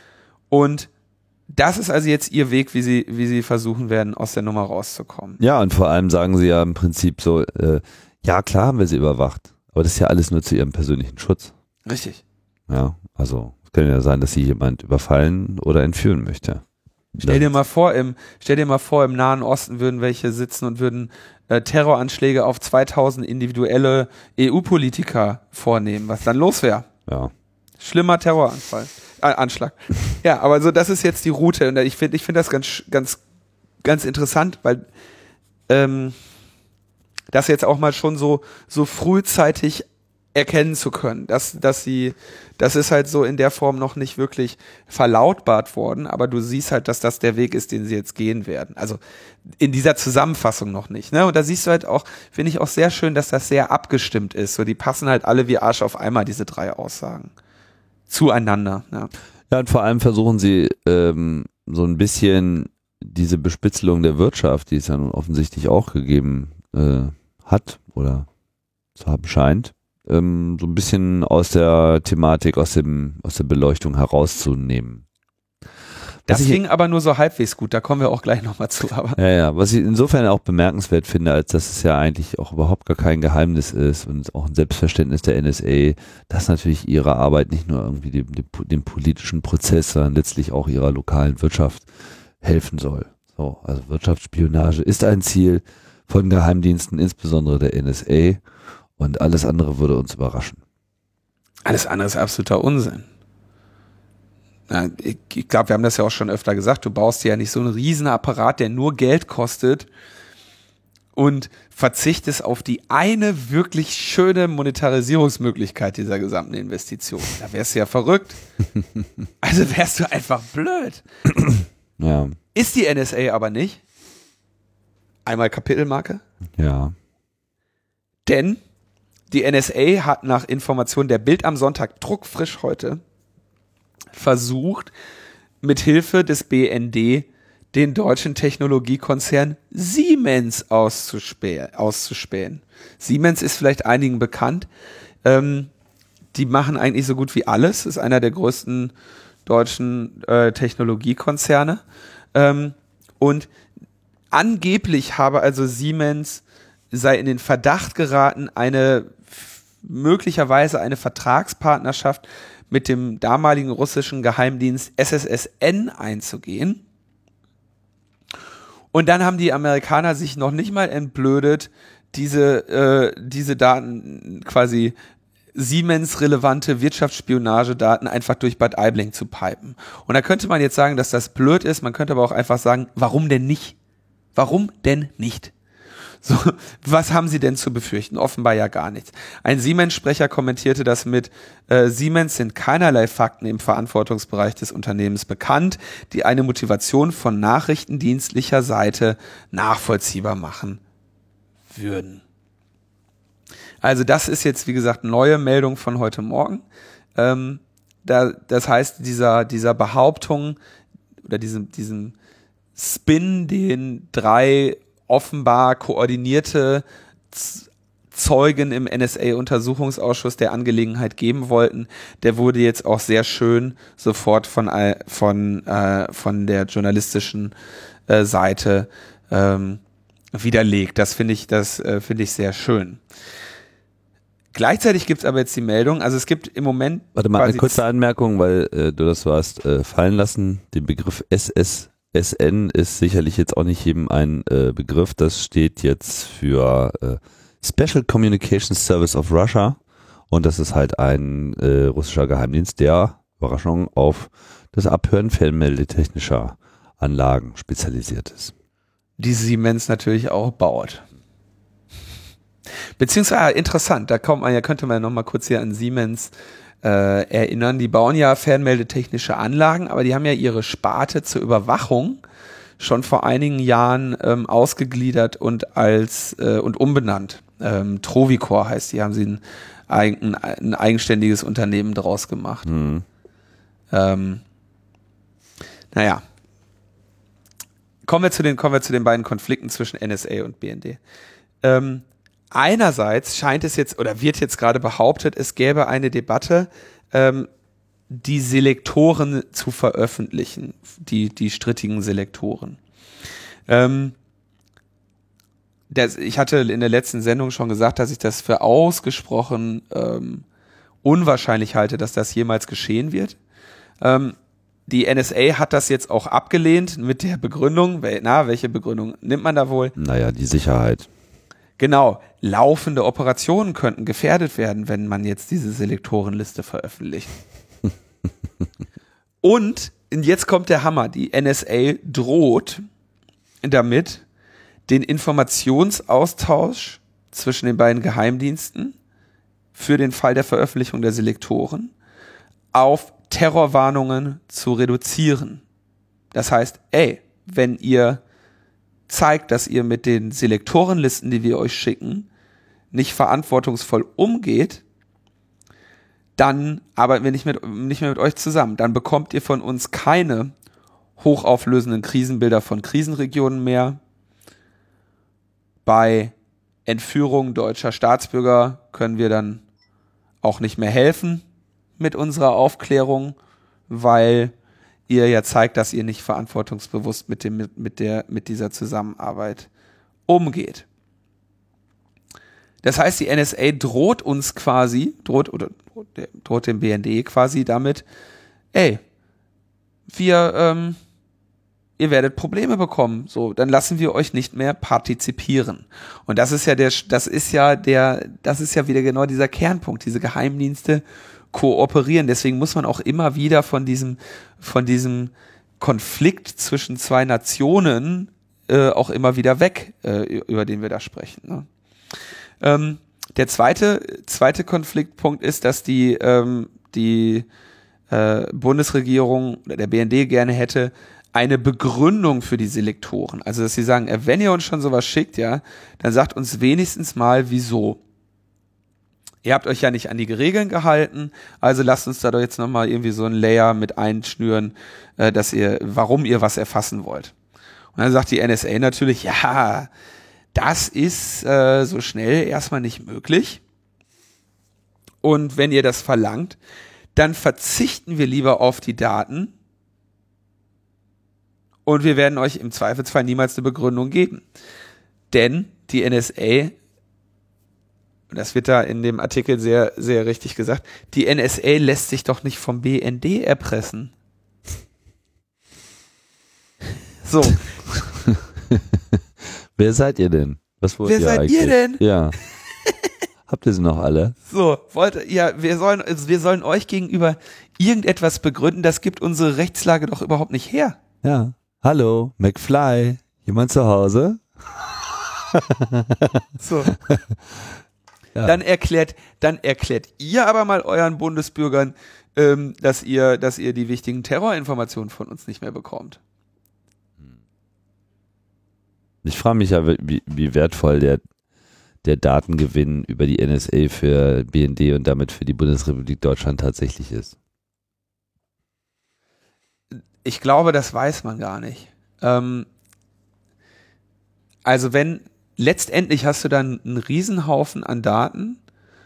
Speaker 2: Und das ist also jetzt ihr Weg, wie sie, wie sie versuchen werden, aus der Nummer rauszukommen.
Speaker 1: Ja, und vor allem sagen sie ja im Prinzip so, äh, ja klar haben wir sie überwacht, aber das ist ja alles nur zu ihrem persönlichen Schutz.
Speaker 2: Richtig.
Speaker 1: Ja, also es kann ja sein, dass sie jemand überfallen oder entführen möchte.
Speaker 2: Stell dir mal vor, im, stell dir mal vor, im Nahen Osten würden welche sitzen und würden äh, Terroranschläge auf zweitausend individuelle E U-Politiker vornehmen, was dann los wäre.
Speaker 1: Ja.
Speaker 2: Schlimmer Terroranfall. Äh, Anschlag. Ja, aber so, das ist jetzt die Route. Und ich finde, ich finde das ganz, ganz, ganz interessant, weil ähm, das jetzt auch mal schon so, so frühzeitig erkennen zu können, dass, dass sie, das ist halt so in der Form noch nicht wirklich verlautbart worden, aber du siehst halt, dass das der Weg ist, den sie jetzt gehen werden. Also in dieser Zusammenfassung noch nicht, ne? Und da siehst du halt auch, finde ich auch sehr schön, dass das sehr abgestimmt ist. So, die passen halt alle wie Arsch auf Eimer, diese drei Aussagen. Zueinander, ja.
Speaker 1: Ja, und vor allem versuchen sie ähm, so ein bisschen diese Bespitzelung der Wirtschaft, die es ja nun offensichtlich auch gegeben äh, hat oder zu haben scheint, ähm, so ein bisschen aus der Thematik, aus dem aus der Beleuchtung herauszunehmen.
Speaker 2: Das ging aber nur so halbwegs gut, da kommen wir auch gleich nochmal zu. Aber
Speaker 1: ja, ja, was ich insofern auch bemerkenswert finde, als dass es ja eigentlich auch überhaupt gar kein Geheimnis ist und auch ein Selbstverständnis der N S A, dass natürlich ihre Arbeit nicht nur irgendwie dem, dem, dem politischen Prozess, sondern letztlich auch ihrer lokalen Wirtschaft helfen soll. So, also Wirtschaftsspionage ist ein Ziel von Geheimdiensten, insbesondere der N S A, und alles andere würde uns überraschen.
Speaker 2: Alles andere ist absoluter Unsinn. Na, ich ich glaube, wir haben das ja auch schon öfter gesagt, du baust dir ja nicht so einen riesen Apparat, der nur Geld kostet und verzichtest auf die eine wirklich schöne Monetarisierungsmöglichkeit dieser gesamten Investition. Da wärst du ja verrückt. Also wärst du einfach blöd.
Speaker 1: Ja.
Speaker 2: Ist die N S A aber nicht. Einmal Kapitelmarke.
Speaker 1: Ja.
Speaker 2: Denn die N S A hat nach Informationen der Bild am Sonntag, druckfrisch heute, versucht, mit Hilfe des B N D den deutschen Technologiekonzern Siemens auszuspähen. auszuspähen. Siemens ist vielleicht einigen bekannt. Ähm, die machen eigentlich so gut wie alles. Ist einer der größten deutschen äh, Technologiekonzerne. Ähm, und angeblich habe also Siemens sei in den Verdacht geraten, eine möglicherweise eine Vertragspartnerschaft mit dem damaligen russischen Geheimdienst S S S N einzugehen. Und dann haben die Amerikaner sich noch nicht mal entblödet, diese, äh, diese Daten, quasi Siemens-relevante Wirtschaftsspionagedaten einfach durch Bad Aibling zu pipen. Und da könnte man jetzt sagen, dass das blöd ist, man könnte aber auch einfach sagen, warum denn nicht? Warum denn nicht? So, was haben sie denn zu befürchten? Offenbar ja gar nichts. Ein Siemens-Sprecher kommentierte das mit, äh, Siemens sind keinerlei Fakten im Verantwortungsbereich des Unternehmens bekannt, die eine Motivation von nachrichtendienstlicher Seite nachvollziehbar machen würden. Also das ist jetzt, wie gesagt, neue Meldung von heute Morgen. Ähm, da, das heißt, dieser, dieser Behauptung oder diesem, diesem Spin, den drei offenbar koordinierte Zeugen im N S A-Untersuchungsausschuss der Angelegenheit geben wollten, der wurde jetzt auch sehr schön sofort von, von, äh, von der journalistischen äh, Seite ähm, widerlegt. Das finde ich, das äh, finde ich sehr schön. Gleichzeitig gibt es aber jetzt die Meldung, also es gibt im Moment...
Speaker 1: Warte mal, eine kurze Anmerkung, weil äh, du das so hast äh, fallen lassen. Den Begriff S S S N ist sicherlich jetzt auch nicht jedem ein äh, Begriff. Das steht jetzt für äh, Special Communications Service of Russia und das ist halt ein äh, russischer Geheimdienst, der, Überraschung, auf das Abhören fernmeldetechnischer Anlagen spezialisiert ist.
Speaker 2: Die Siemens natürlich auch baut. Beziehungsweise, interessant, da kommt man ja, könnte man ja nochmal kurz hier an Siemens äh, erinnern. Die bauen ja fernmeldetechnische Anlagen, aber die haben ja ihre Sparte zur Überwachung schon vor einigen Jahren ähm, ausgegliedert und als äh, und umbenannt. Ähm, Trovicor heißt die, haben sie ein, ein, ein eigenständiges Unternehmen draus gemacht. Mhm. Ähm, naja. Kommen wir zu den, kommen wir zu den beiden Konflikten zwischen N S A und B N D. Ähm, Einerseits scheint es jetzt oder wird jetzt gerade behauptet, es gäbe eine Debatte, ähm, die Selektoren zu veröffentlichen, die, die strittigen Selektoren. Ähm, das, ich hatte in der letzten Sendung schon gesagt, dass ich das für ausgesprochen ähm, unwahrscheinlich halte, dass das jemals geschehen wird. Ähm, die N S A hat das jetzt auch abgelehnt mit der Begründung, na, welche Begründung nimmt man da wohl?
Speaker 1: Naja, die Sicherheit.
Speaker 2: Genau, laufende Operationen könnten gefährdet werden, wenn man jetzt diese Selektorenliste veröffentlicht. Und jetzt kommt der Hammer, die N S A droht damit, den Informationsaustausch zwischen den beiden Geheimdiensten für den Fall der Veröffentlichung der Selektoren auf Terrorwarnungen zu reduzieren. Das heißt, ey, wenn ihr zeigt, dass ihr mit den Selektorenlisten, die wir euch schicken, nicht verantwortungsvoll umgeht, dann arbeiten wir nicht, mit, nicht mehr mit euch zusammen. Dann bekommt ihr von uns keine hochauflösenden Krisenbilder von Krisenregionen mehr. Bei Entführung deutscher Staatsbürger können wir dann auch nicht mehr helfen mit unserer Aufklärung, weil ihr ja zeigt, dass ihr nicht verantwortungsbewusst mit dem, mit, mit der, mit dieser Zusammenarbeit umgeht. Das heißt, die N S A droht uns quasi, droht, oder droht dem B N D quasi damit, ey, wir, ähm, ihr werdet Probleme bekommen, so, dann lassen wir euch nicht mehr partizipieren. Und das ist ja der, das ist ja der, das ist ja wieder genau dieser Kernpunkt, diese Geheimdienste kooperieren. Deswegen muss man auch immer wieder von diesem, von diesem Konflikt zwischen zwei Nationen äh, auch immer wieder weg, äh, über den wir da sprechen. Ne? Ähm, der zweite, zweite Konfliktpunkt ist, dass die, ähm, die äh, Bundesregierung oder der B N D gerne hätte, eine Begründung für die Selektoren. Also, dass sie sagen, wenn ihr uns schon sowas schickt, ja, dann sagt uns wenigstens mal, wieso. Ihr habt euch ja nicht an die Regeln gehalten, also lasst uns da doch jetzt nochmal irgendwie so ein Layer mit einschnüren, äh, dass ihr, warum ihr was erfassen wollt. Und dann sagt die N S A natürlich, ja, das ist äh, so schnell erstmal nicht möglich. Und wenn ihr das verlangt, dann verzichten wir lieber auf die Daten und wir werden euch im Zweifelsfall niemals eine Begründung geben. Denn die N S A, das wird da in dem Artikel sehr, sehr richtig gesagt, die N S A lässt sich doch nicht vom B N D erpressen. So.
Speaker 1: Wer seid ihr denn? Was wollt
Speaker 2: Wer
Speaker 1: ihr
Speaker 2: seid
Speaker 1: eigentlich?
Speaker 2: ihr denn?
Speaker 1: Ja. Habt ihr sie noch alle?
Speaker 2: So, wollt, ja, wir sollen, also wir sollen euch gegenüber irgendetwas begründen, das gibt unsere Rechtslage doch überhaupt nicht her.
Speaker 1: Ja. Hallo, McFly. Jemand zu Hause?
Speaker 2: So.
Speaker 1: Ja.
Speaker 2: Dann erklärt, dann erklärt ihr aber mal euren Bundesbürgern, ähm, dass ihr, dass ihr die wichtigen Terrorinformationen von uns nicht mehr bekommt.
Speaker 1: Ich frage mich ja, wie, wie wertvoll der, der Datengewinn über die N S A für B N D und damit für die Bundesrepublik Deutschland tatsächlich ist.
Speaker 2: Ich glaube, das weiß man gar nicht. Ähm, also wenn, letztendlich hast du dann einen Riesenhaufen an Daten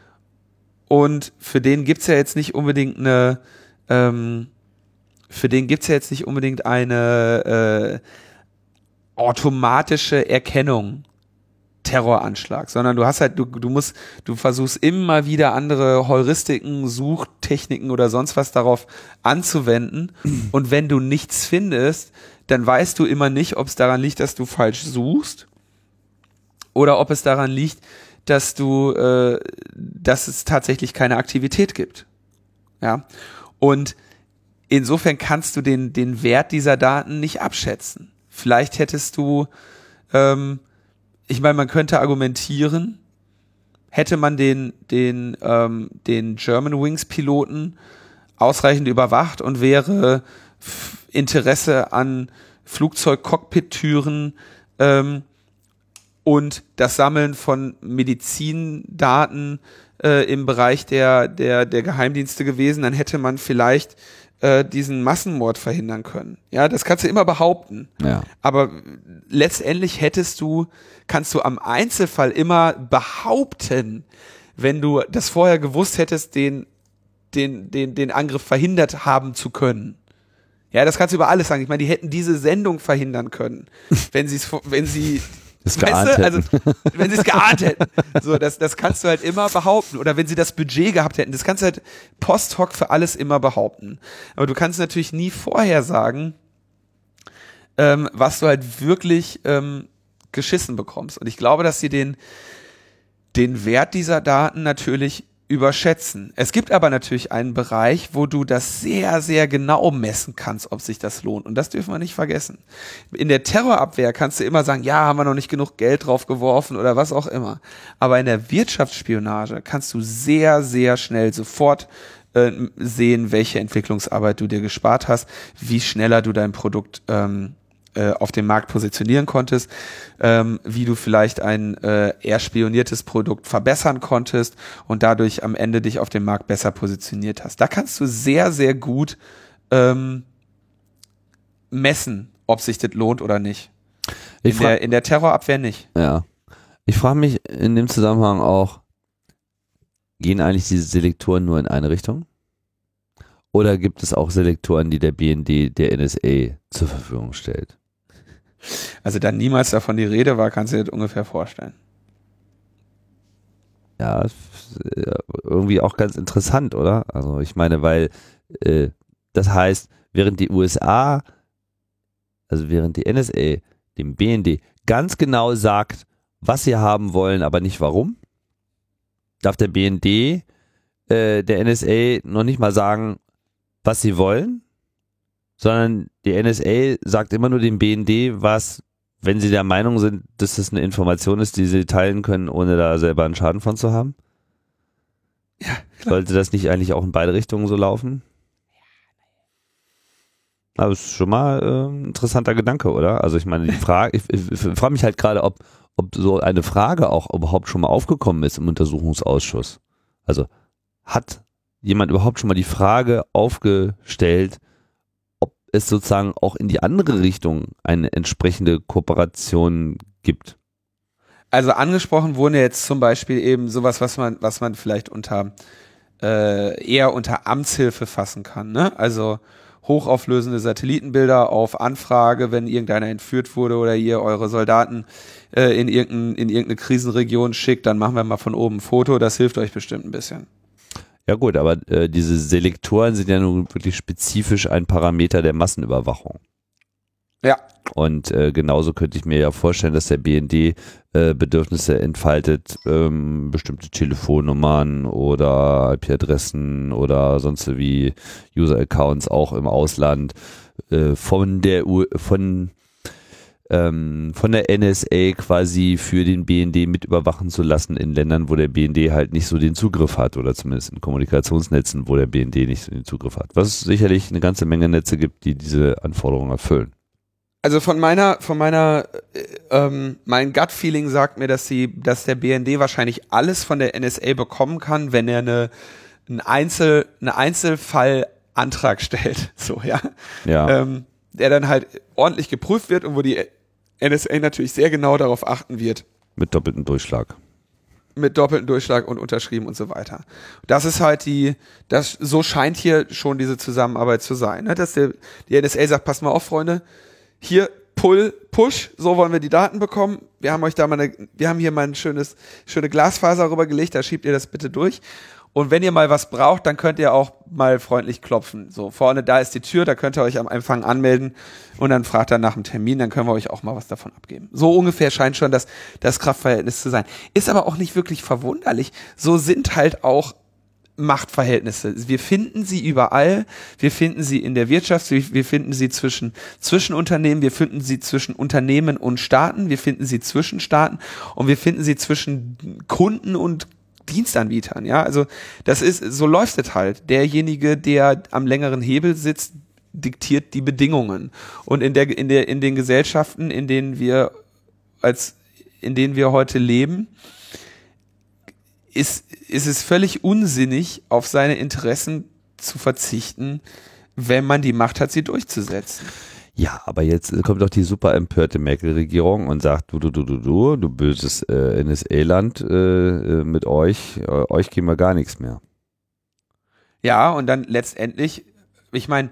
Speaker 2: und für den gibt's ja jetzt nicht unbedingt eine, ähm, für den gibt's ja jetzt nicht unbedingt eine äh, automatische Erkennung Terroranschlag, sondern du hast halt, du, du musst, du versuchst immer wieder andere Heuristiken, Suchtechniken oder sonst was darauf anzuwenden und wenn du nichts findest, dann weißt du immer nicht, ob es daran liegt, dass du falsch suchst oder ob es daran liegt, dass du, äh, dass es tatsächlich keine Aktivität gibt. Ja. Und insofern kannst du den, den Wert dieser Daten nicht abschätzen. Vielleicht hättest du, ähm, ich meine, man könnte argumentieren, hätte man den, den, ähm, den Germanwings-Piloten ausreichend überwacht und wäre F- Interesse an Flugzeug-Cockpit-Türen ähm, und das Sammeln von Medizindaten äh, im Bereich der, der, der Geheimdienste gewesen, dann hätte man vielleicht äh, diesen Massenmord verhindern können. Ja, das kannst du immer behaupten.
Speaker 1: Ja.
Speaker 2: Aber letztendlich hättest du, kannst du am Einzelfall immer behaupten, wenn du das vorher gewusst hättest, den, den, den, den Angriff verhindert haben zu können. Ja, das kannst du über alles sagen. Ich meine, die hätten diese Sendung verhindern können, wenn sie es, wenn sie
Speaker 1: Das
Speaker 2: Weißt du, also
Speaker 1: hätten.
Speaker 2: wenn sie es geahnt hätten. So, das, das kannst du halt immer behaupten. Oder wenn sie das Budget gehabt hätten, das kannst du halt post hoc für alles immer behaupten. Aber du kannst natürlich nie vorher sagen, ähm, was du halt wirklich ähm, geschissen bekommst. Und ich glaube, dass sie den, den Wert dieser Daten natürlich überschätzen. Es gibt aber natürlich einen Bereich, wo du das sehr, sehr genau messen kannst, ob sich das lohnt. Und das dürfen wir nicht vergessen. In der Terrorabwehr kannst du immer sagen, ja, haben wir noch nicht genug Geld drauf geworfen oder was auch immer. Aber in der Wirtschaftsspionage kannst du sehr, sehr schnell sofort äh, sehen, welche Entwicklungsarbeit du dir gespart hast, wie schneller du dein Produkt ähm, auf dem Markt positionieren konntest, ähm, wie du vielleicht ein äh, eher spioniertes Produkt verbessern konntest und dadurch am Ende dich auf dem Markt besser positioniert hast. Da kannst du sehr, sehr gut ähm, messen, ob sich das lohnt oder nicht. In, der, in der Terrorabwehr nicht.
Speaker 1: Ja. Ich frage mich in dem Zusammenhang auch, gehen eigentlich diese Selektoren nur in eine Richtung? Oder gibt es auch Selektoren, die der B N D der N S A zur Verfügung stellt?
Speaker 2: Also da niemals davon die Rede war, kannst du dir das ungefähr vorstellen.
Speaker 1: Ja, irgendwie auch ganz interessant, oder? Also ich meine, weil äh, das heißt, während die U S A, also während die N S A dem B N D ganz genau sagt, was sie haben wollen, aber nicht warum, darf der B N D äh, der N S A noch nicht mal sagen, was sie wollen, sondern die N S A sagt immer nur dem B N D, was, wenn sie der Meinung sind, dass das eine Information ist, die sie teilen können, ohne da selber einen Schaden von zu haben.
Speaker 2: Ja, klar.
Speaker 1: Sollte das nicht eigentlich auch in beide Richtungen so laufen? Aber das ist schon mal äh, ein interessanter Gedanke, oder? Also ich meine, die Frage, ich, ich, ich frage mich halt gerade, ob, ob so eine Frage auch überhaupt schon mal aufgekommen ist im Untersuchungsausschuss. Also hat jemand überhaupt schon mal die Frage aufgestellt, ob es sozusagen auch in die andere Richtung eine entsprechende Kooperation gibt?
Speaker 2: Also angesprochen wurde jetzt zum Beispiel eben sowas, was man, was man vielleicht unter äh, eher unter Amtshilfe fassen kann, ne? Also hochauflösende Satellitenbilder auf Anfrage, wenn irgendeiner entführt wurde oder ihr eure Soldaten äh, in, irgendein, in irgendeine Krisenregion schickt, dann machen wir mal von oben ein Foto, das hilft euch bestimmt ein bisschen.
Speaker 1: Ja gut, aber äh, diese Selektoren sind ja nun wirklich spezifisch ein Parameter der Massenüberwachung.
Speaker 2: Ja.
Speaker 1: Und äh, genauso könnte ich mir ja vorstellen, dass der B N D äh, Bedürfnisse entfaltet, ähm, bestimmte Telefonnummern oder I P-Adressen oder sonst wie User-Accounts auch im Ausland äh, von der U von ähm, von der N S A quasi für den B N D mit überwachen zu lassen in Ländern, wo der B N D halt nicht so den Zugriff hat oder zumindest in Kommunikationsnetzen, wo der B N D nicht so den Zugriff hat. Was es sicherlich eine ganze Menge Netze gibt, die diese Anforderungen erfüllen.
Speaker 2: Also von meiner, von meiner, äh, ähm, mein Gut-Feeling sagt mir, dass sie, dass der B N D wahrscheinlich alles von der N S A bekommen kann, wenn er eine, ein Einzel, eine Einzelfallantrag stellt, so, ja.
Speaker 1: Ja.
Speaker 2: Ähm, der dann halt ordentlich geprüft wird und wo die N S A natürlich sehr genau darauf achten wird.
Speaker 1: Mit doppeltem Durchschlag.
Speaker 2: Mit doppeltem Durchschlag und unterschrieben und so weiter. Das ist halt die, das, so scheint hier schon diese Zusammenarbeit zu sein, ne? Dass der, die N S A sagt, passt mal auf, Freunde, hier Pull, Push, so wollen wir die Daten bekommen. Wir haben euch da mal eine, wir haben hier mal ein schönes, schöne Glasfaser rübergelegt, da schiebt ihr das bitte durch. Und wenn ihr mal was braucht, dann könnt ihr auch mal freundlich klopfen. So, vorne da ist die Tür, da könnt ihr euch am Empfang anmelden und dann fragt er nach dem Termin, dann können wir euch auch mal was davon abgeben. So ungefähr scheint schon das, das Kraftverhältnis zu sein. Ist aber auch nicht wirklich verwunderlich. So sind halt auch Machtverhältnisse. Wir finden sie überall. Wir finden sie in der Wirtschaft. Wir finden sie zwischen, zwischen Unternehmen. Wir finden sie zwischen Unternehmen und Staaten. Wir finden sie zwischen Staaten und wir finden sie zwischen Kunden und Dienstanbietern. Ja, also das ist, so läuft es halt. Derjenige, der am längeren Hebel sitzt, diktiert die Bedingungen. Und in der, in der, in den Gesellschaften, in denen wir als, in denen wir heute leben, ist, ist es völlig unsinnig, auf seine Interessen zu verzichten, wenn man die Macht hat, sie durchzusetzen.
Speaker 1: Ja, aber jetzt kommt doch die super empörte Merkel-Regierung und sagt, du, du, du, du, du, du böses äh, N S A-Land, äh, mit euch, äh, euch geben wir gar nichts mehr.
Speaker 2: Ja, und dann letztendlich, ich meine,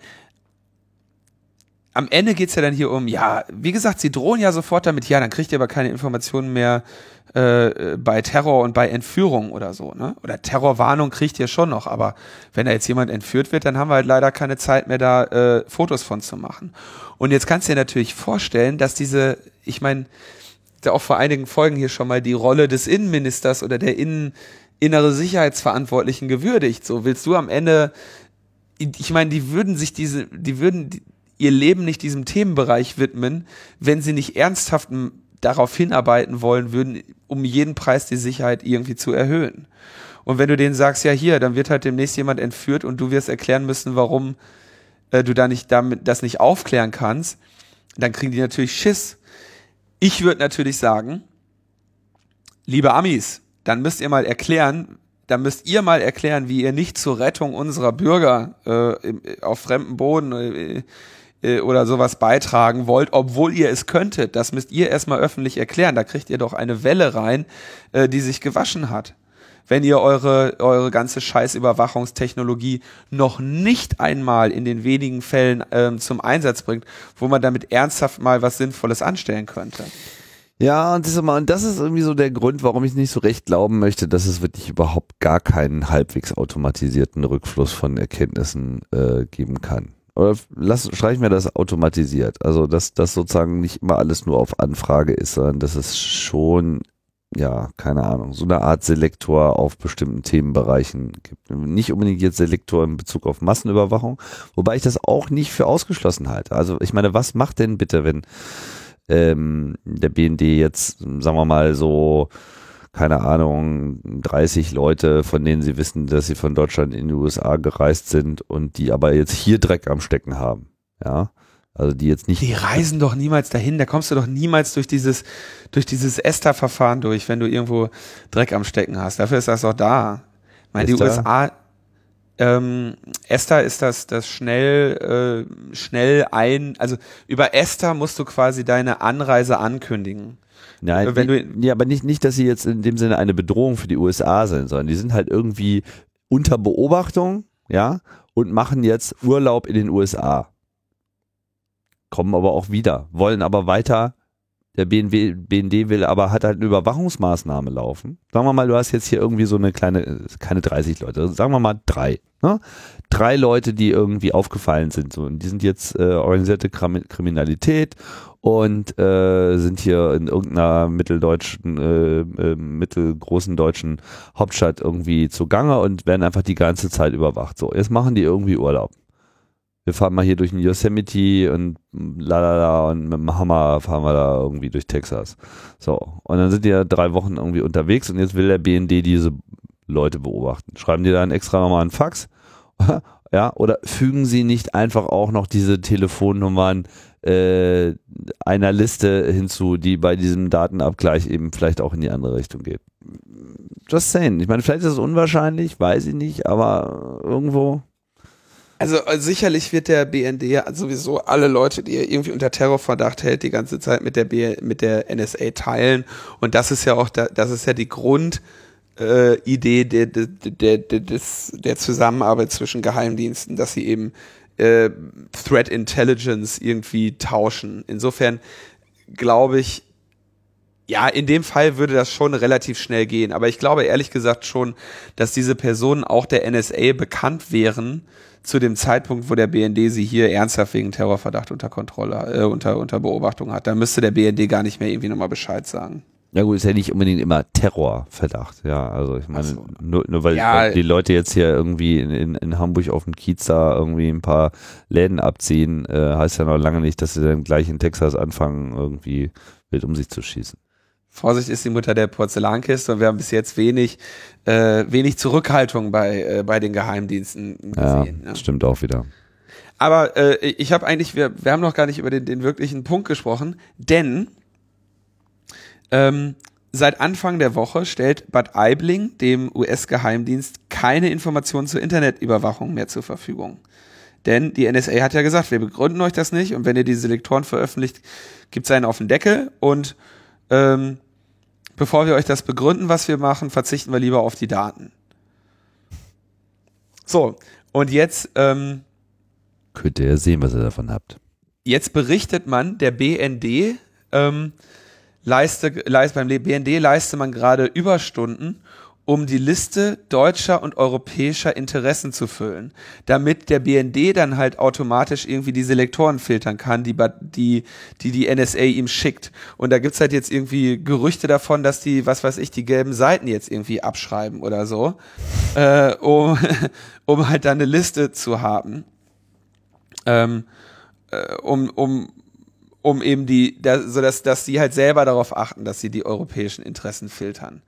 Speaker 2: am Ende geht's ja dann hier um, ja, wie gesagt, sie drohen ja sofort damit, ja, dann kriegt ihr aber keine Informationen mehr äh, bei Terror und bei Entführung oder so, ne? Oder Terrorwarnung kriegt ihr schon noch, aber wenn da jetzt jemand entführt wird, dann haben wir halt leider keine Zeit mehr, da äh, Fotos von zu machen. Und jetzt kannst du dir natürlich vorstellen, dass diese, ich meine, auch vor einigen Folgen hier schon mal die Rolle des Innenministers oder der Innen, innere Sicherheitsverantwortlichen gewürdigt. So willst du am Ende, ich meine, die würden sich diese, die würden die, ihr Leben nicht diesem Themenbereich widmen, wenn sie nicht ernsthaft darauf hinarbeiten wollen würden, um jeden Preis die Sicherheit irgendwie zu erhöhen. Und wenn du denen sagst, ja hier, dann wird halt demnächst jemand entführt und du wirst erklären müssen, warum äh, du da nicht damit das nicht aufklären kannst, dann kriegen die natürlich Schiss. Ich würde natürlich sagen, liebe Amis, dann müsst ihr mal erklären, dann müsst ihr mal erklären, wie ihr nicht zur Rettung unserer Bürger äh, auf fremdem Boden äh, oder sowas beitragen wollt, obwohl ihr es könntet. Das müsst ihr erstmal öffentlich erklären. Da kriegt ihr doch eine Welle rein, äh, die sich gewaschen hat. Wenn ihr eure, eure ganze Scheißüberwachungstechnologie noch nicht einmal in den wenigen Fällen ähm, zum Einsatz bringt, wo man damit ernsthaft mal was Sinnvolles anstellen könnte.
Speaker 1: Ja, und das, ist immer, und das ist irgendwie so der Grund, warum ich nicht so recht glauben möchte, dass es wirklich überhaupt gar keinen halbwegs automatisierten Rückfluss von Erkenntnissen äh, geben kann. Oder lass, streich mir das automatisiert. Also, dass das sozusagen nicht immer alles nur auf Anfrage ist, sondern dass es schon, ja, keine Ahnung, so eine Art Selektor auf bestimmten Themenbereichen gibt. Nicht unbedingt jetzt Selektor in Bezug auf Massenüberwachung, wobei ich das auch nicht für ausgeschlossen halte. Also, ich meine, was macht denn bitte, wenn ähm, der B N D jetzt, sagen wir mal so, keine Ahnung, dreißig Leute, von denen sie wissen, dass sie von Deutschland in die U S A gereist sind und die aber jetzt hier Dreck am Stecken haben. ja, also die jetzt nicht...
Speaker 2: Die reisen doch niemals dahin, da kommst du doch niemals durch dieses, durch dieses ESTA-Verfahren durch, wenn du irgendwo Dreck am Stecken hast. Dafür ist das doch da. Ich meine, die U S A, ähm, ESTA ist das, das schnell, äh, schnell ein, also über ESTA musst du quasi deine Anreise ankündigen.
Speaker 1: Nein,
Speaker 2: wenn
Speaker 1: die,
Speaker 2: du,
Speaker 1: ja, aber nicht, nicht, dass sie jetzt in dem Sinne eine Bedrohung für die U S A sind, sondern die sind halt irgendwie unter Beobachtung, ja, und machen jetzt Urlaub in den U S A. Kommen aber auch wieder, wollen aber weiter, der B N W, B N D will aber, hat halt eine Überwachungsmaßnahme laufen. Sagen wir mal, du hast jetzt hier irgendwie so eine kleine, keine dreißig Leute, sagen wir mal drei, ne? Drei Leute, die irgendwie aufgefallen sind, so, und die sind jetzt äh, organisierte Krim- Kriminalität und äh, sind hier in irgendeiner mitteldeutschen, äh, äh, mittelgroßen deutschen Hauptstadt irgendwie zugange und werden einfach die ganze Zeit überwacht. So, jetzt machen die irgendwie Urlaub. Wir fahren mal hier durch den Yosemite und lalala und mit dem Hammer fahren wir da irgendwie durch Texas. So, und dann sind die ja drei Wochen irgendwie unterwegs und jetzt will der B N D diese Leute beobachten. Schreiben die dann extra nochmal einen Fax? Ja, oder fügen sie nicht einfach auch noch diese Telefonnummern äh, einer Liste hinzu, die bei diesem Datenabgleich eben vielleicht auch in die andere Richtung geht? Just saying. Ich meine, vielleicht ist es unwahrscheinlich, weiß ich nicht, aber irgendwo...
Speaker 2: Also äh, sicherlich wird der B N D sowieso alle Leute, die er irgendwie unter Terrorverdacht hält, die ganze Zeit mit der B, mit der N S A teilen. Und das ist ja auch, da, das ist ja die Grundidee äh, der, der, der, der, des, der Zusammenarbeit zwischen Geheimdiensten, dass sie eben äh, Threat Intelligence irgendwie tauschen. Insofern glaube ich, ja, in dem Fall würde das schon relativ schnell gehen. Aber ich glaube ehrlich gesagt schon, dass diese Personen auch der N S A bekannt wären zu dem Zeitpunkt, wo der B N D sie hier ernsthaft wegen Terrorverdacht unter Kontrolle, äh, unter, unter Beobachtung hat. Da müsste der B N D gar nicht mehr irgendwie nochmal Bescheid sagen.
Speaker 1: Ja gut, ist ja nicht unbedingt immer Terrorverdacht, ja, also ich meine,
Speaker 2: so.
Speaker 1: nur, nur weil,
Speaker 2: Ja,
Speaker 1: weil die Leute jetzt hier irgendwie in, in, in Hamburg auf dem Kiez da irgendwie ein paar Läden abziehen, äh, heißt ja noch lange nicht, dass sie dann gleich in Texas anfangen, irgendwie wild um sich zu schießen.
Speaker 2: Vorsicht ist die Mutter der Porzellankiste und wir haben bis jetzt wenig, äh, wenig Zurückhaltung bei, äh, bei den Geheimdiensten gesehen.
Speaker 1: Ja,
Speaker 2: Ja.
Speaker 1: stimmt auch wieder.
Speaker 2: Aber äh, ich habe eigentlich, wir, wir haben noch gar nicht über den, den wirklichen Punkt gesprochen, denn ähm, seit Anfang der Woche stellt Bad Aibling dem U S-Geheimdienst keine Informationen zur Internetüberwachung mehr zur Verfügung. Denn die N S A hat ja gesagt, wir begründen euch das nicht und wenn ihr die Selektoren veröffentlicht, gibt's einen auf den Deckel und ähm, bevor wir euch das begründen, was wir machen, verzichten wir lieber auf die Daten. So, und jetzt ähm,
Speaker 1: könnt ihr ja sehen, was ihr davon habt.
Speaker 2: Jetzt berichtet man, der B N D ähm, leiste, leist, beim B N D leiste man gerade Überstunden, um die Liste deutscher und europäischer Interessen zu füllen, damit der B N D dann halt automatisch irgendwie die Selektoren filtern kann, die die die, die N S A ihm schickt. Und da gibt's halt jetzt irgendwie Gerüchte davon, dass die, was weiß ich, die gelben Seiten jetzt irgendwie abschreiben oder so, äh, um, um halt dann eine Liste zu haben, ähm, äh, um, um um eben die, da, so dass, dass sie halt selber darauf achten, dass sie die europäischen Interessen filtern.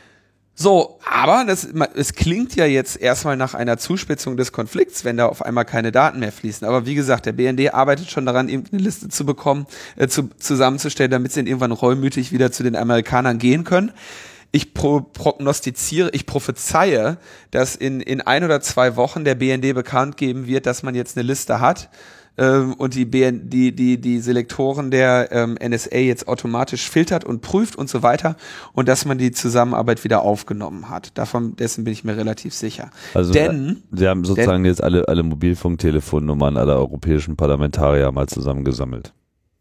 Speaker 2: So, aber das, es klingt ja jetzt erstmal nach einer Zuspitzung des Konflikts, wenn da auf einmal keine Daten mehr fließen. Aber wie gesagt, der B N D arbeitet schon daran, irgendeine Liste zu bekommen, äh, zu, zusammenzustellen, damit sie dann irgendwann reumütig wieder zu den Amerikanern gehen können. Ich pro, prognostiziere, ich prophezeie, dass in, in ein oder zwei Wochen der B N D bekannt geben wird, dass man jetzt eine Liste hat, und die, B N, die, die, die Selektoren der ähm, N S A jetzt automatisch filtert und prüft und so weiter und dass man die Zusammenarbeit wieder aufgenommen hat. Davon, dessen bin ich mir relativ sicher.
Speaker 1: Also
Speaker 2: denn,
Speaker 1: Sie haben sozusagen denn, jetzt alle, alle Mobilfunktelefonnummern aller europäischen Parlamentarier mal zusammengesammelt.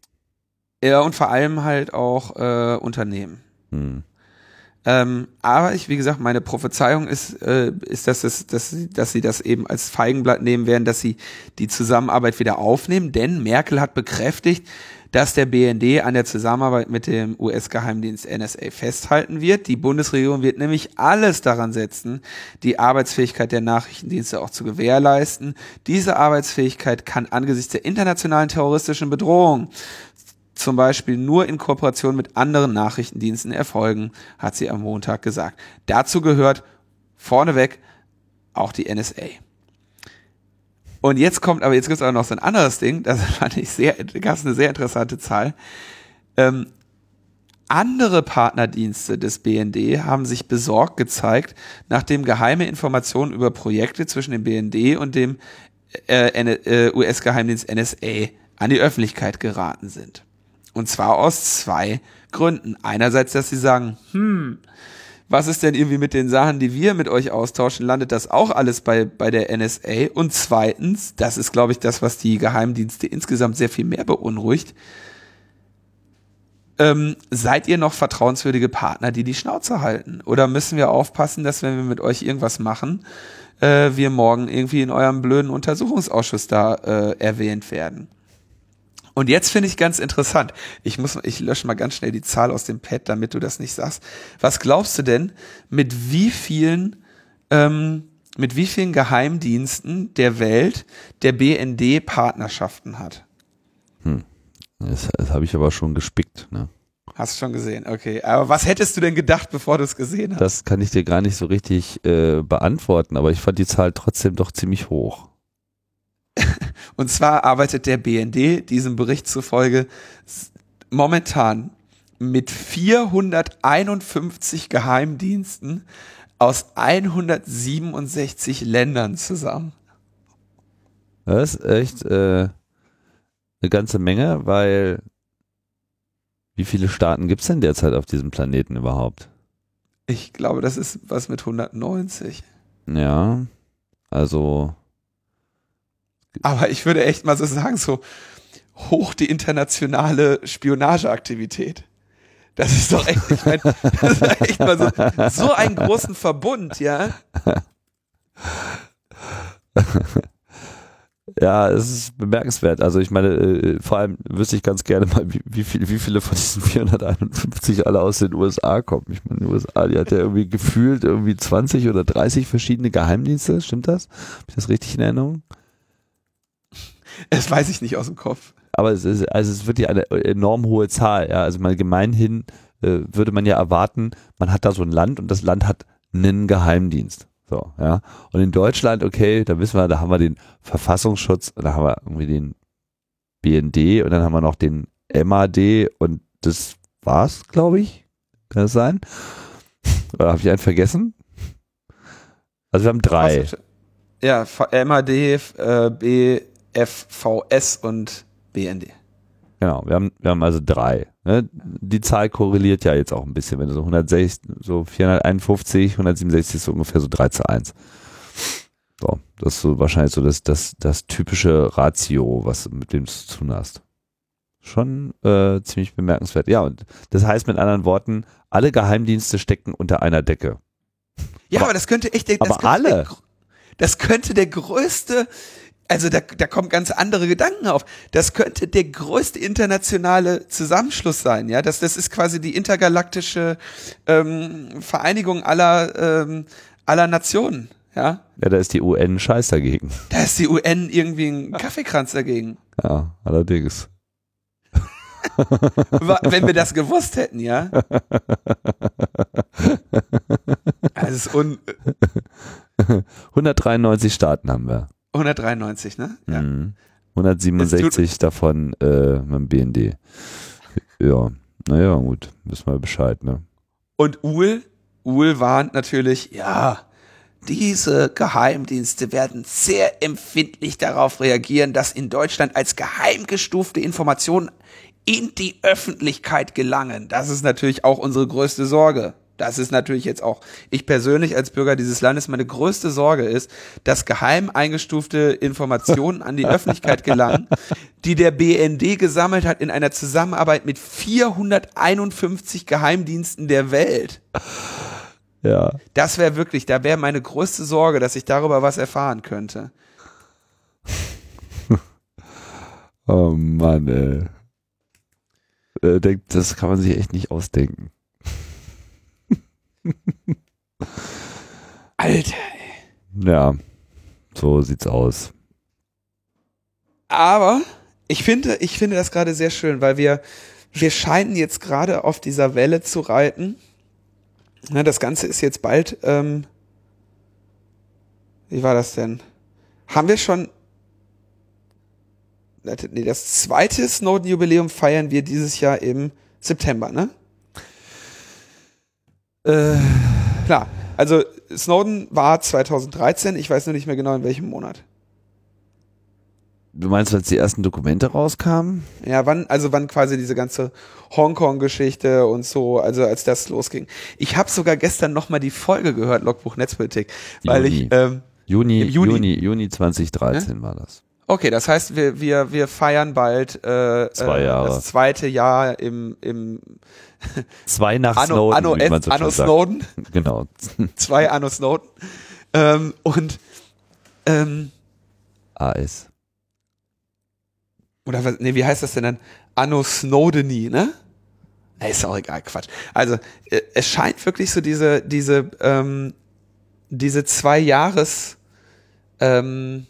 Speaker 2: Ja, und vor allem halt auch äh, Unternehmen. Hm. Ähm, aber ich, wie gesagt, meine Prophezeiung ist, äh, ist, dass es, dass sie, dass sie das eben als Feigenblatt nehmen werden, dass sie die Zusammenarbeit wieder aufnehmen, denn Merkel hat bekräftigt, dass der B N D an der Zusammenarbeit mit dem U S-Geheimdienst N S A festhalten wird. Die Bundesregierung wird nämlich alles daran setzen, die Arbeitsfähigkeit der Nachrichtendienste auch zu gewährleisten. Diese Arbeitsfähigkeit kann angesichts der internationalen terroristischen Bedrohung zum Beispiel nur in Kooperation mit anderen Nachrichtendiensten erfolgen, hat sie am Montag gesagt. Dazu gehört vorneweg auch die N S A. Und jetzt kommt, aber jetzt gibt es auch noch so ein anderes Ding, das fand ich sehr, das ist eine sehr interessante Zahl. Ähm, andere Partnerdienste des B N D haben sich besorgt gezeigt, nachdem geheime Informationen über Projekte zwischen dem B N D und dem äh, äh, U S-Geheimdienst N S A an die Öffentlichkeit geraten sind. Und zwar aus zwei Gründen. Einerseits, dass sie sagen, hm, was ist denn irgendwie mit den Sachen, die wir mit euch austauschen, landet das auch alles bei, bei der N S A? Und zweitens, das ist, glaube ich, das, was die Geheimdienste insgesamt sehr viel mehr beunruhigt, ähm, seid ihr noch vertrauenswürdige Partner, die die Schnauze halten? Oder müssen wir aufpassen, dass wenn wir mit euch irgendwas machen, äh, wir morgen irgendwie in eurem blöden Untersuchungsausschuss da äh, erwähnt werden? Und jetzt finde ich ganz interessant, ich muss, ich lösche mal ganz schnell die Zahl aus dem Pad, damit du das nicht sagst. Was glaubst du denn, mit wie vielen, ähm, mit wie vielen Geheimdiensten der Welt der B N D Partnerschaften hat?
Speaker 1: Hm. Das, das habe ich aber schon gespickt, ne?
Speaker 2: Hast du schon gesehen, okay. Aber was hättest du denn gedacht, bevor du es gesehen hast?
Speaker 1: Das kann ich dir gar nicht so richtig äh, beantworten, aber ich fand die Zahl trotzdem doch ziemlich hoch.
Speaker 2: Und zwar arbeitet der B N D diesem Bericht zufolge momentan mit vierhunderteinundfünfzig Geheimdiensten aus hundertsiebenundsechzig Ländern zusammen.
Speaker 1: Das ist echt äh, eine ganze Menge, weil wie viele Staaten gibt es denn derzeit auf diesem Planeten überhaupt?
Speaker 2: Ich glaube, das ist was mit hundertneunzig.
Speaker 1: Ja, also
Speaker 2: aber ich würde echt mal so sagen, so hoch die internationale Spionageaktivität. Das ist doch echt, ich meine, das ist echt mal so, so einen großen Verbund, ja.
Speaker 1: Ja, es ist bemerkenswert. Also ich meine, äh, vor allem wüsste ich ganz gerne mal, wie, wie, viel, wie viele von diesen vierhunderteinundfünfzig alle aus den U S A kommen. Ich meine, die U S A, die hat ja irgendwie gefühlt irgendwie zwanzig oder dreißig verschiedene Geheimdienste. Stimmt das? Habe ich das richtig in Erinnerung?
Speaker 2: Das weiß ich nicht aus dem Kopf.
Speaker 1: Aber es ist, also es ist wirklich eine enorm hohe Zahl. Ja, also mal gemeinhin äh, würde man ja erwarten, man hat da so ein Land und das Land hat einen Geheimdienst. So, ja. Und in Deutschland, okay, da wissen wir, da haben wir den Verfassungsschutz, da haben wir irgendwie den B N D und dann haben wir noch den M A D und das war's, glaube ich. Kann das sein? Oder habe ich einen vergessen? Also wir haben drei.
Speaker 2: Ja, M A D, äh, B F V S und B N D.
Speaker 1: Genau, wir haben, wir haben also drei. Ne? Die Zahl korreliert ja jetzt auch ein bisschen, wenn du so hundertsechzig, so vierhunderteinundfünfzig, hundertsiebenundsechzig ist so ungefähr so drei zu eins. So, das ist so wahrscheinlich so das, das, das typische Ratio, was mit dem du zu tun hast. Schon äh, ziemlich bemerkenswert. Ja, und das heißt mit anderen Worten, alle Geheimdienste stecken unter einer Decke.
Speaker 2: Ja, aber,
Speaker 1: aber
Speaker 2: das könnte echt der, das
Speaker 1: aber
Speaker 2: könnte
Speaker 1: alle.
Speaker 2: Der, das könnte der größte, also da, da kommen ganz andere Gedanken auf. Das könnte der größte internationale Zusammenschluss sein, ja. Das, das ist quasi die intergalaktische ähm, Vereinigung aller, ähm, aller Nationen, ja.
Speaker 1: Ja, da ist die U N scheiß dagegen.
Speaker 2: Da ist die U N irgendwie ein Kaffeekranz dagegen.
Speaker 1: Ja, allerdings.
Speaker 2: Wenn wir das gewusst hätten, ja. Also es ist un
Speaker 1: hundertdreiundneunzig Staaten haben wir.
Speaker 2: hundertdreiundneunzig, ne? Ja.
Speaker 1: Mhm. hundertsiebenundsechzig davon äh, mit dem B N D. Ja, naja, gut, wissen wir Bescheid, ne?
Speaker 2: Und Uhl, Uhl warnt natürlich, ja, diese Geheimdienste werden sehr empfindlich darauf reagieren, dass in Deutschland als geheim gestufte Informationen in die Öffentlichkeit gelangen. Das ist natürlich auch unsere größte Sorge. Das ist natürlich jetzt auch, ich persönlich als Bürger dieses Landes, meine größte Sorge ist, dass geheim eingestufte Informationen an die Öffentlichkeit gelangen, die der B N D gesammelt hat in einer Zusammenarbeit mit vierhunderteinundfünfzig Geheimdiensten der Welt.
Speaker 1: Ja.
Speaker 2: Das wäre wirklich, da wäre meine größte Sorge, dass ich darüber was erfahren könnte.
Speaker 1: Oh Mann, ey. Das kann man sich echt nicht ausdenken.
Speaker 2: Alter, ey.
Speaker 1: Ja, so sieht's aus.
Speaker 2: Aber ich finde, ich finde das gerade sehr schön, weil wir, wir scheinen jetzt gerade auf dieser Welle zu reiten. Na, das Ganze ist jetzt bald, ähm, wie war das denn? Haben wir schon, nee, das zweite Snowden-Jubiläum feiern wir dieses Jahr im September, ne? Äh, klar. Also Snowden war zweitausenddreizehn, ich weiß nur nicht mehr genau in welchem Monat.
Speaker 1: Du meinst, als die ersten Dokumente rauskamen?
Speaker 2: Ja, wann, also wann quasi diese ganze Hongkong-Geschichte und so, also als das losging. Ich habe sogar gestern nochmal die Folge gehört, Logbuch Netzpolitik, weil
Speaker 1: Juni.
Speaker 2: ich ähm,
Speaker 1: Juni,
Speaker 2: im Juni.
Speaker 1: Juni, Juni zweitausenddreizehn ja? war das.
Speaker 2: Okay, das heißt, wir wir wir feiern bald äh,
Speaker 1: Zwei Jahre.
Speaker 2: das zweite Jahr im im
Speaker 1: Zwei nach
Speaker 2: Anno,
Speaker 1: Snowden,
Speaker 2: Anno,
Speaker 1: wie man so
Speaker 2: Anno
Speaker 1: schön sagt.
Speaker 2: Snowden.
Speaker 1: Genau.
Speaker 2: Zwei Anno Snowden. Ähm, und ähm,
Speaker 1: A S.
Speaker 2: Oder was, nee, wie heißt das denn dann? Anno Snowdeny, ne? Nee, ist auch egal, Quatsch. Also, äh, es scheint wirklich so diese, diese, ähm, diese zwei Jahres, ähm,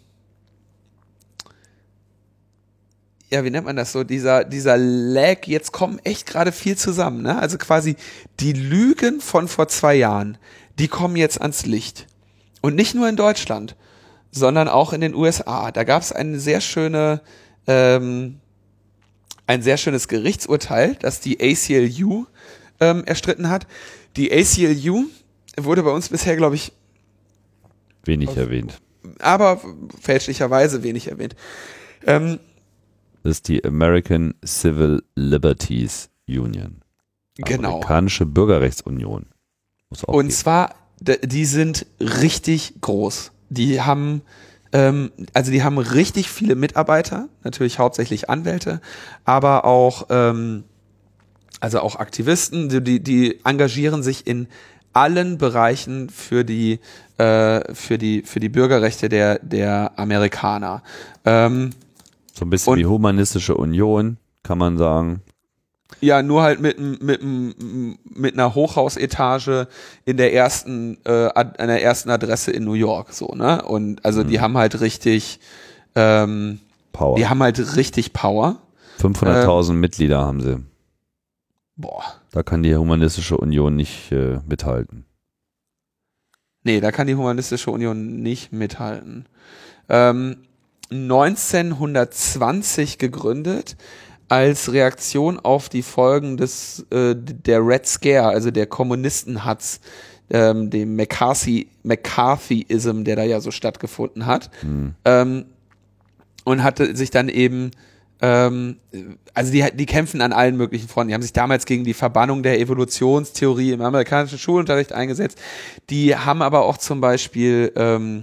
Speaker 2: ja, wie nennt man das so? Dieser, dieser Lag, jetzt kommen echt gerade viel zusammen, ne? Also quasi die Lügen von vor zwei Jahren, die kommen jetzt ans Licht. Und nicht nur in Deutschland, sondern auch in den U S A. Da gab es eine sehr schöne, ähm, ein sehr schönes Gerichtsurteil, das die A C L U ähm, erstritten hat. Die A C L U wurde bei uns bisher, glaube ich,
Speaker 1: wenig
Speaker 2: auf,
Speaker 1: erwähnt.
Speaker 2: Aber fälschlicherweise wenig erwähnt. Ähm,
Speaker 1: Das ist die American Civil Liberties Union.
Speaker 2: Genau.
Speaker 1: Amerikanische Bürgerrechtsunion. Muss auch
Speaker 2: Und
Speaker 1: geben.
Speaker 2: zwar, d- die sind richtig groß. Die haben, ähm, also die haben richtig viele Mitarbeiter, natürlich hauptsächlich Anwälte, aber auch, ähm, also auch Aktivisten, die, die, die engagieren sich in allen Bereichen für die, äh, für die, für die Bürgerrechte der, der Amerikaner. Ähm,
Speaker 1: So ein bisschen
Speaker 2: und-
Speaker 1: wie Humanistische Union, kann man sagen.
Speaker 2: Ja, nur halt mit mit mit einer Hochhausetage in der ersten äh, ad, an der ersten Adresse in New York, so, ne? Und also die
Speaker 1: Mhm.
Speaker 2: haben halt richtig ähm,
Speaker 1: Power.
Speaker 2: die haben halt richtig Power.
Speaker 1: fünfhunderttausend Mitglieder haben sie.
Speaker 2: Boah.
Speaker 1: Da kann die Humanistische Union nicht äh, mithalten.
Speaker 2: Nee, da kann die Humanistische Union nicht mithalten. Ähm, neunzehnhundertzwanzig gegründet als Reaktion auf die Folgen des äh, der Red Scare, also der Kommunistenhatz, ähm, dem McCarthy, McCarthyism, der da ja so stattgefunden hat,
Speaker 1: Mhm.
Speaker 2: ähm, und hatte sich dann eben ähm, also die, die kämpfen an allen möglichen Fronten. Die haben sich damals gegen die Verbannung der Evolutionstheorie im amerikanischen Schulunterricht eingesetzt. Die haben aber auch zum Beispiel ähm,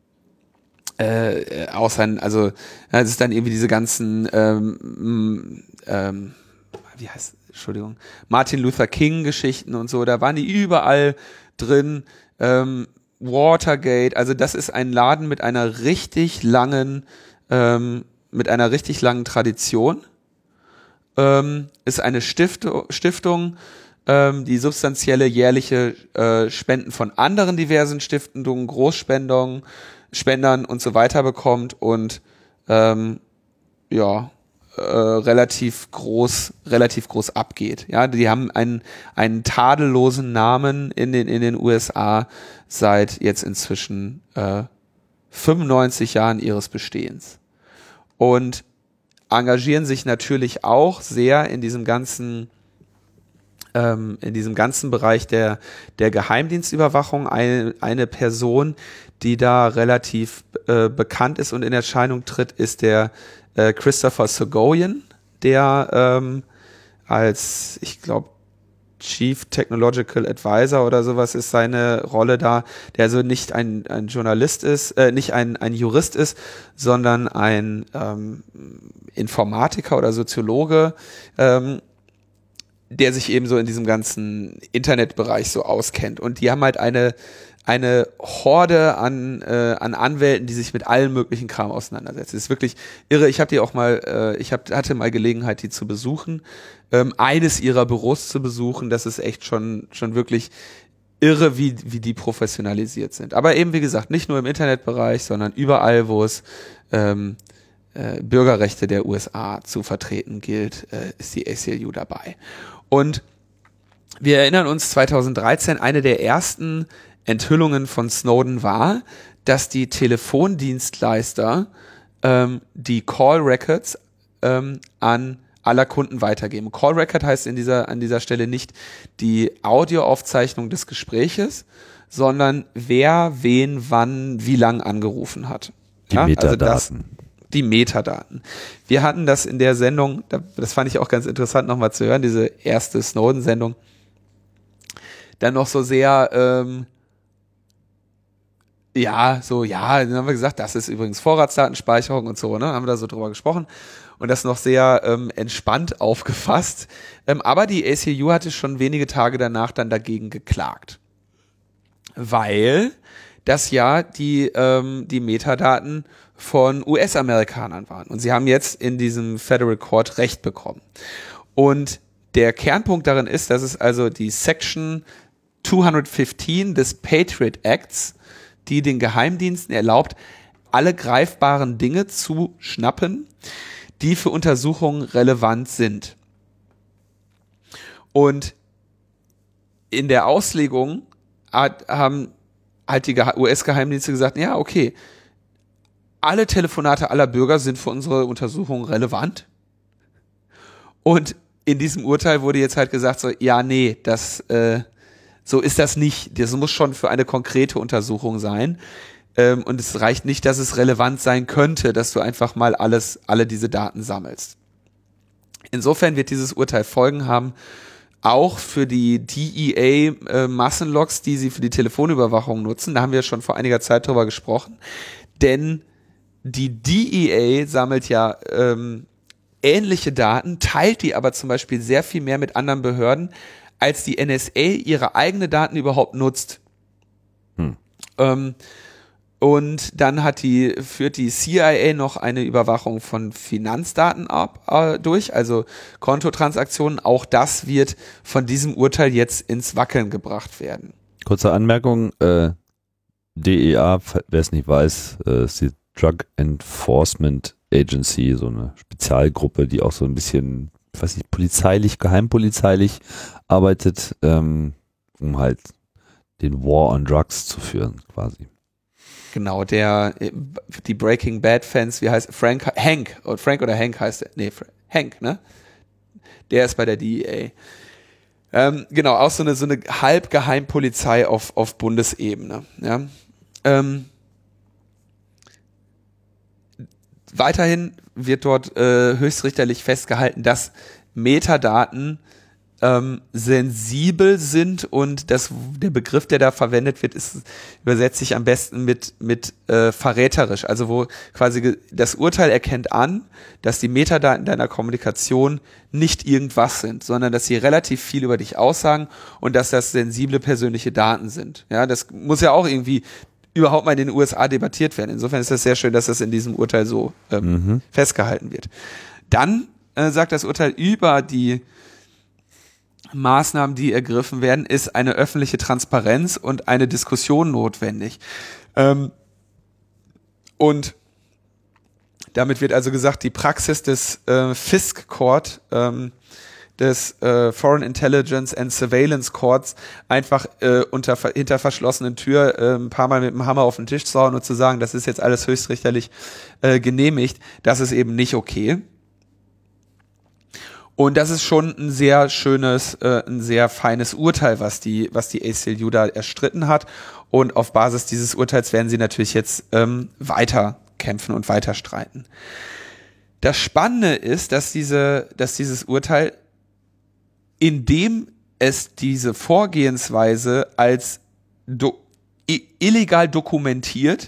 Speaker 2: äh, auch sein, also es ist dann irgendwie diese ganzen ähm, ähm, wie heißt, Entschuldigung, Martin Luther King Geschichten und so, da waren die überall drin. Ähm, Watergate, also das ist ein Laden mit einer richtig langen ähm, mit einer richtig langen Tradition. Ähm, ist eine Stiftung, Stiftung ähm, die substanzielle jährliche äh, Spenden von anderen diversen Stiftungen, Großspendern, Spendern und so weiter bekommt und ähm, ja äh, relativ groß, relativ groß abgeht. Ja, die haben einen einen tadellosen Namen in den in den U S A seit jetzt inzwischen äh, fünfundneunzig Jahren ihres Bestehens und engagieren sich natürlich auch sehr in diesem ganzen ähm, in diesem ganzen Bereich der der Geheimdienstüberwachung. Eine eine Person, die da relativ äh, bekannt ist und in Erscheinung tritt, ist der äh, Christopher Soghoian, der ähm, als, ich glaube, Chief Technological Advisor oder sowas ist seine Rolle da, der also nicht ein, ein Journalist ist, äh, nicht ein, ein Jurist ist, sondern ein ähm, Informatiker oder Soziologe, ähm, der sich eben so in diesem ganzen Internetbereich so auskennt. Und die haben halt eine eine Horde an äh, an Anwälten, die sich mit allen möglichen Kram auseinandersetzen. Das ist wirklich irre. Ich habe die auch mal, äh, ich hab, hatte mal Gelegenheit, die zu besuchen, ähm, eines ihrer Büros zu besuchen. Das ist echt schon schon wirklich irre, wie wie die professionalisiert sind. Aber eben wie gesagt, nicht nur im Internetbereich, sondern überall, wo es ähm, äh, Bürgerrechte der U S A zu vertreten gilt, äh, ist die A C L U dabei. Und wir erinnern uns, zweitausenddreizehn, eine der ersten Enthüllungen von Snowden war, dass die Telefondienstleister ähm, die Call Records ähm, an aller Kunden weitergeben. Call Record heißt in dieser, an dieser Stelle nicht die Audioaufzeichnung des Gespräches, sondern wer, wen, wann, wie lang angerufen hat.
Speaker 1: Die
Speaker 2: ja?
Speaker 1: Metadaten.
Speaker 2: Also das, die Metadaten. Wir hatten das in der Sendung, das fand ich auch ganz interessant nochmal zu hören, diese erste Snowden-Sendung, dann noch so sehr, ähm, ja, so, ja, dann haben wir gesagt, das ist übrigens Vorratsdatenspeicherung und so, ne, haben wir da so drüber gesprochen und das noch sehr ähm, entspannt aufgefasst. Ähm, aber die A C L U hatte schon wenige Tage danach dann dagegen geklagt, weil das ja die, ähm, die Metadaten von U S-Amerikanern waren. Und sie haben jetzt in diesem Federal Court Recht bekommen. Und der Kernpunkt darin ist, dass es also die Section zweihundertfünfzehn des Patriot Acts, die den Geheimdiensten erlaubt, alle greifbaren Dinge zu schnappen, die für Untersuchungen relevant sind. Und in der Auslegung hat, haben halt die U S-Geheimdienste gesagt, ja, okay, alle Telefonate aller Bürger sind für unsere Untersuchungen relevant. Und in diesem Urteil wurde jetzt halt gesagt, so, ja, nee, das, äh, so ist das nicht. Das muss schon für eine konkrete Untersuchung sein. Ähm, und es reicht nicht, dass es relevant sein könnte, dass du einfach mal alles, alle diese Daten sammelst. Insofern wird dieses Urteil Folgen haben, auch für die D E A-Massenlogs, die sie für die Telefonüberwachung nutzen. Da haben wir schon vor einiger Zeit drüber gesprochen. Denn die D E A sammelt ja ähm, ähnliche Daten, teilt die aber zum Beispiel sehr viel mehr mit anderen Behörden, als die N S A ihre eigenen Daten überhaupt nutzt. Hm. Ähm, und dann hat die, führt die C I A noch eine Überwachung von Finanzdaten ab, äh, durch, also Kontotransaktionen. Auch das wird von diesem Urteil jetzt ins Wackeln gebracht werden.
Speaker 1: Kurze Anmerkung, äh, D E A, wer es nicht weiß, äh, ist die Drug Enforcement Agency, so eine Spezialgruppe, die auch so ein bisschen, ich weiß nicht, polizeilich, geheimpolizeilich arbeitet, ähm, um halt den War on Drugs zu führen, quasi.
Speaker 2: Genau, der, die Breaking Bad Fans, wie heißt Frank, Hank, oder Frank oder Hank heißt er, nee, Hank, ne? Der ist bei der D E A. Ähm, genau, auch so eine, so eine Halbgeheimpolizei auf, auf Bundesebene, ja. Ähm, weiterhin wird dort äh, höchstrichterlich festgehalten, dass Metadaten ähm, sensibel sind und das, der Begriff, der da verwendet wird, ist, übersetzt sich am besten mit, mit äh, verräterisch. Also wo quasi das Urteil erkennt an, dass die Metadaten deiner Kommunikation nicht irgendwas sind, sondern dass sie relativ viel über dich aussagen und dass das sensible persönliche Daten sind. Ja, das muss ja auch irgendwie überhaupt mal in den U S A debattiert werden. Insofern ist das sehr schön, dass das in diesem Urteil so ähm, mhm. festgehalten wird. Dann äh, sagt das Urteil über die Maßnahmen, die ergriffen werden, ist eine öffentliche Transparenz und eine Diskussion notwendig. Ähm, und damit wird also gesagt, die Praxis des äh, F I S C Court, ähm, des äh, Foreign Intelligence and Surveillance Courts, einfach äh, unter hinter verschlossenen Tür äh, ein paar Mal mit dem Hammer auf den Tisch zu hauen und zu sagen, das ist jetzt alles höchstrichterlich äh, genehmigt, das ist eben nicht okay. Und das ist schon ein sehr schönes, äh, ein sehr feines Urteil, was die, was die A C L U da erstritten hat. Und auf Basis dieses Urteils werden sie natürlich jetzt ähm, weiter kämpfen und weiter streiten. Das Spannende ist, dass diese, dass dieses Urteil, indem es diese Vorgehensweise als do, illegal dokumentiert,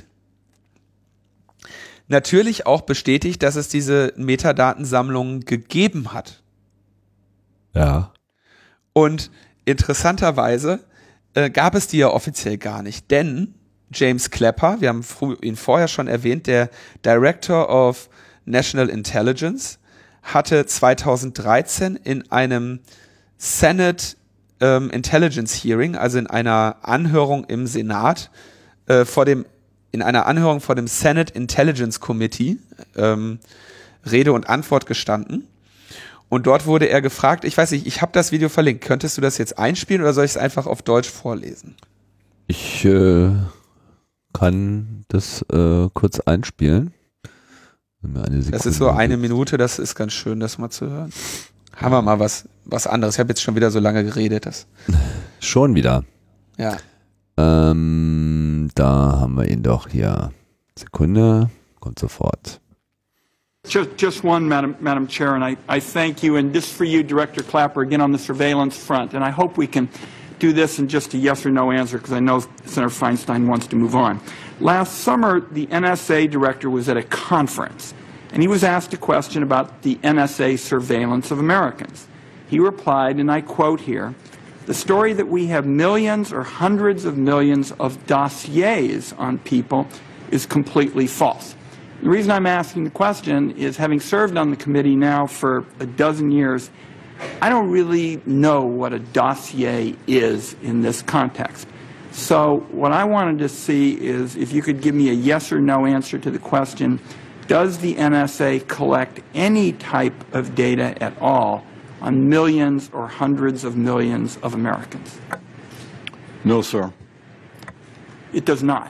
Speaker 2: natürlich auch bestätigt, dass es diese Metadatensammlungen gegeben hat.
Speaker 1: Ja.
Speaker 2: Und interessanterweise äh, gab es die ja offiziell gar nicht, denn James Clapper, wir haben ihn vorher schon erwähnt, der Director of National Intelligence, hatte zweitausenddreizehn in einem Senate ähm, Intelligence Hearing, also in einer Anhörung im Senat, äh, vor dem, in einer Anhörung vor dem Senate Intelligence Committee ähm, Rede und Antwort gestanden. Und dort wurde er gefragt, ich weiß nicht, ich habe das Video verlinkt, könntest du das jetzt einspielen oder soll ich es einfach auf Deutsch vorlesen?
Speaker 1: Ich äh, kann das äh, kurz einspielen. Eine Sekunde.
Speaker 2: Das ist so eine Minute, das ist ganz schön, das mal zu hören. Haben wir mal was, was anderes. Ich habe jetzt schon wieder so lange geredet. Das
Speaker 1: schon wieder?
Speaker 2: Ja.
Speaker 1: Ähm, da haben wir ihn doch hier. Sekunde, kommt sofort.
Speaker 3: Just, just one, Madam, Madam Chair, and I, I thank you, and this for you, Director Clapper, again on the surveillance front, and I hope we can do this in just a yes or no answer, because I know Senator Feinstein wants to move on. Last summer, the N S A director was at a conference, and he was asked a question about the N S A surveillance of Americans. He replied, and I quote here, "The story that we have millions or hundreds of millions of dossiers on people is completely false." The reason I'm asking the question is, having served on the committee now for a dozen years, I don't really know what a dossier is in this context. So what I wanted to see is if you could give me a yes or no answer to the question, does the N S A collect any type of data at all on millions or hundreds of millions of Americans?
Speaker 4: No, sir.
Speaker 3: It does not.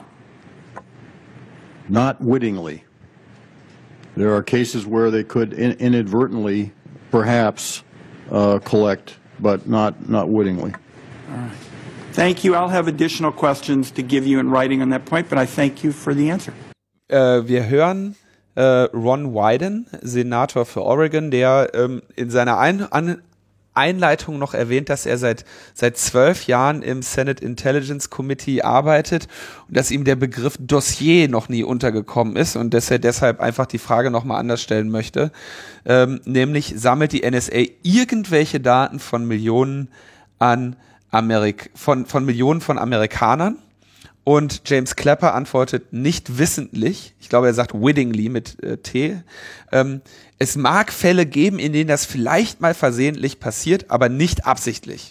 Speaker 4: Not wittingly. There are cases where they could in inadvertently, perhaps, uh, collect, but not, not wittingly.
Speaker 3: All right. Thank you. I'll have additional questions to give you in writing on that point, but I thank you for the answer.
Speaker 2: Äh, wir hören äh, Ron Wyden, Senator für Oregon, der ähm, in seiner Ein An Einleitung noch erwähnt, dass er seit seit zwölf Jahren im Senate Intelligence Committee arbeitet und dass ihm der Begriff Dossier noch nie untergekommen ist und dass er deshalb einfach die Frage nochmal anders stellen möchte. Ähm, nämlich, sammelt die N S A irgendwelche Daten von Millionen an Amerik von, von Millionen von Amerikanern? Und James Clapper antwortet nicht wissentlich, ich glaube, er sagt wittingly mit äh, T. Ähm, es mag Fälle geben, in denen das vielleicht mal versehentlich passiert, aber nicht absichtlich.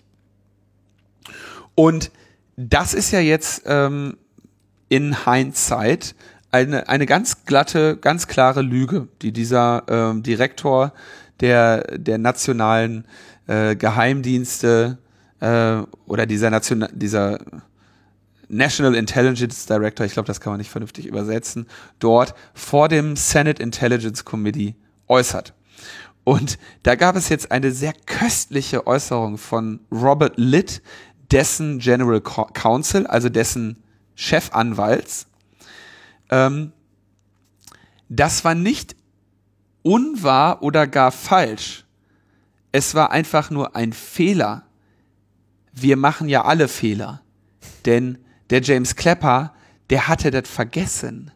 Speaker 2: Und das ist ja jetzt ähm, in Hindsight eine, eine ganz glatte, ganz klare Lüge, die dieser ähm, Direktor der, der nationalen äh, Geheimdienste äh, oder dieser Nation, dieser National Intelligence Director, ich glaube, das kann man nicht vernünftig übersetzen, dort vor dem Senate Intelligence Committee äußert. Und da gab es jetzt eine sehr köstliche Äußerung von Robert Litt, dessen General Counsel, also dessen Chefanwalts. Ähm, das war nicht unwahr oder gar falsch. Es war einfach nur ein Fehler. Wir machen ja alle Fehler. Denn der James Clapper, der hatte das vergessen.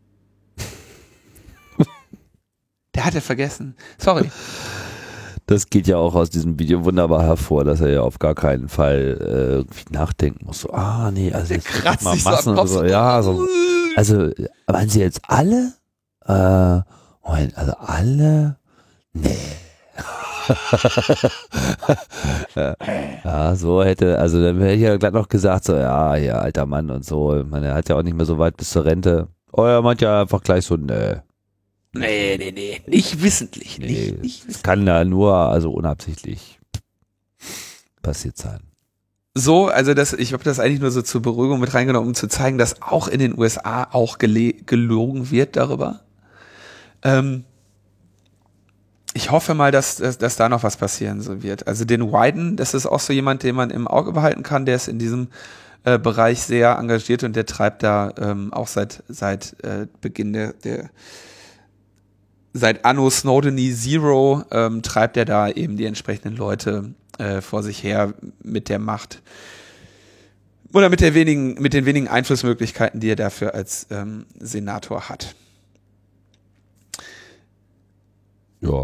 Speaker 2: Der hatte vergessen. Sorry.
Speaker 1: Das geht ja auch aus diesem Video wunderbar hervor, dass er ja auf gar keinen Fall äh, irgendwie nachdenken muss. So, ah, nee, also jetzt
Speaker 2: kratzt
Speaker 1: mal
Speaker 2: sich so
Speaker 1: Massen
Speaker 2: am
Speaker 1: oder so. Ja, so. Also, waren sie jetzt alle? Äh, Moment, also alle? Nee. Ja, so hätte, also dann hätte ich ja gleich noch gesagt, so, ja, ja, alter Mann und so. Ich meine, er hat ja auch nicht mehr so weit bis zur Rente. Oh, er meint ja einfach gleich so, nee.
Speaker 2: Nee, nee, nee, nicht wissentlich.
Speaker 1: Nee,
Speaker 2: nicht, nicht
Speaker 1: das
Speaker 2: wissentlich.
Speaker 1: kann da nur, also unabsichtlich passiert sein.
Speaker 2: So, also das, ich habe das eigentlich nur so zur Beruhigung mit reingenommen, um zu zeigen, dass auch in den U S A auch gele- gelogen wird darüber. Ähm, Ich hoffe mal, dass, dass, dass da noch was passieren so wird. Also den Wyden, das ist auch so jemand, den man im Auge behalten kann. Der ist in diesem äh, Bereich sehr engagiert und der treibt da ähm, auch seit seit äh, Beginn der, der seit Anno Snowdeny Zero ähm, treibt er da eben die entsprechenden Leute äh, vor sich her mit der Macht oder mit der wenigen mit den wenigen Einflussmöglichkeiten, die er dafür als ähm, Senator hat.
Speaker 1: Ja.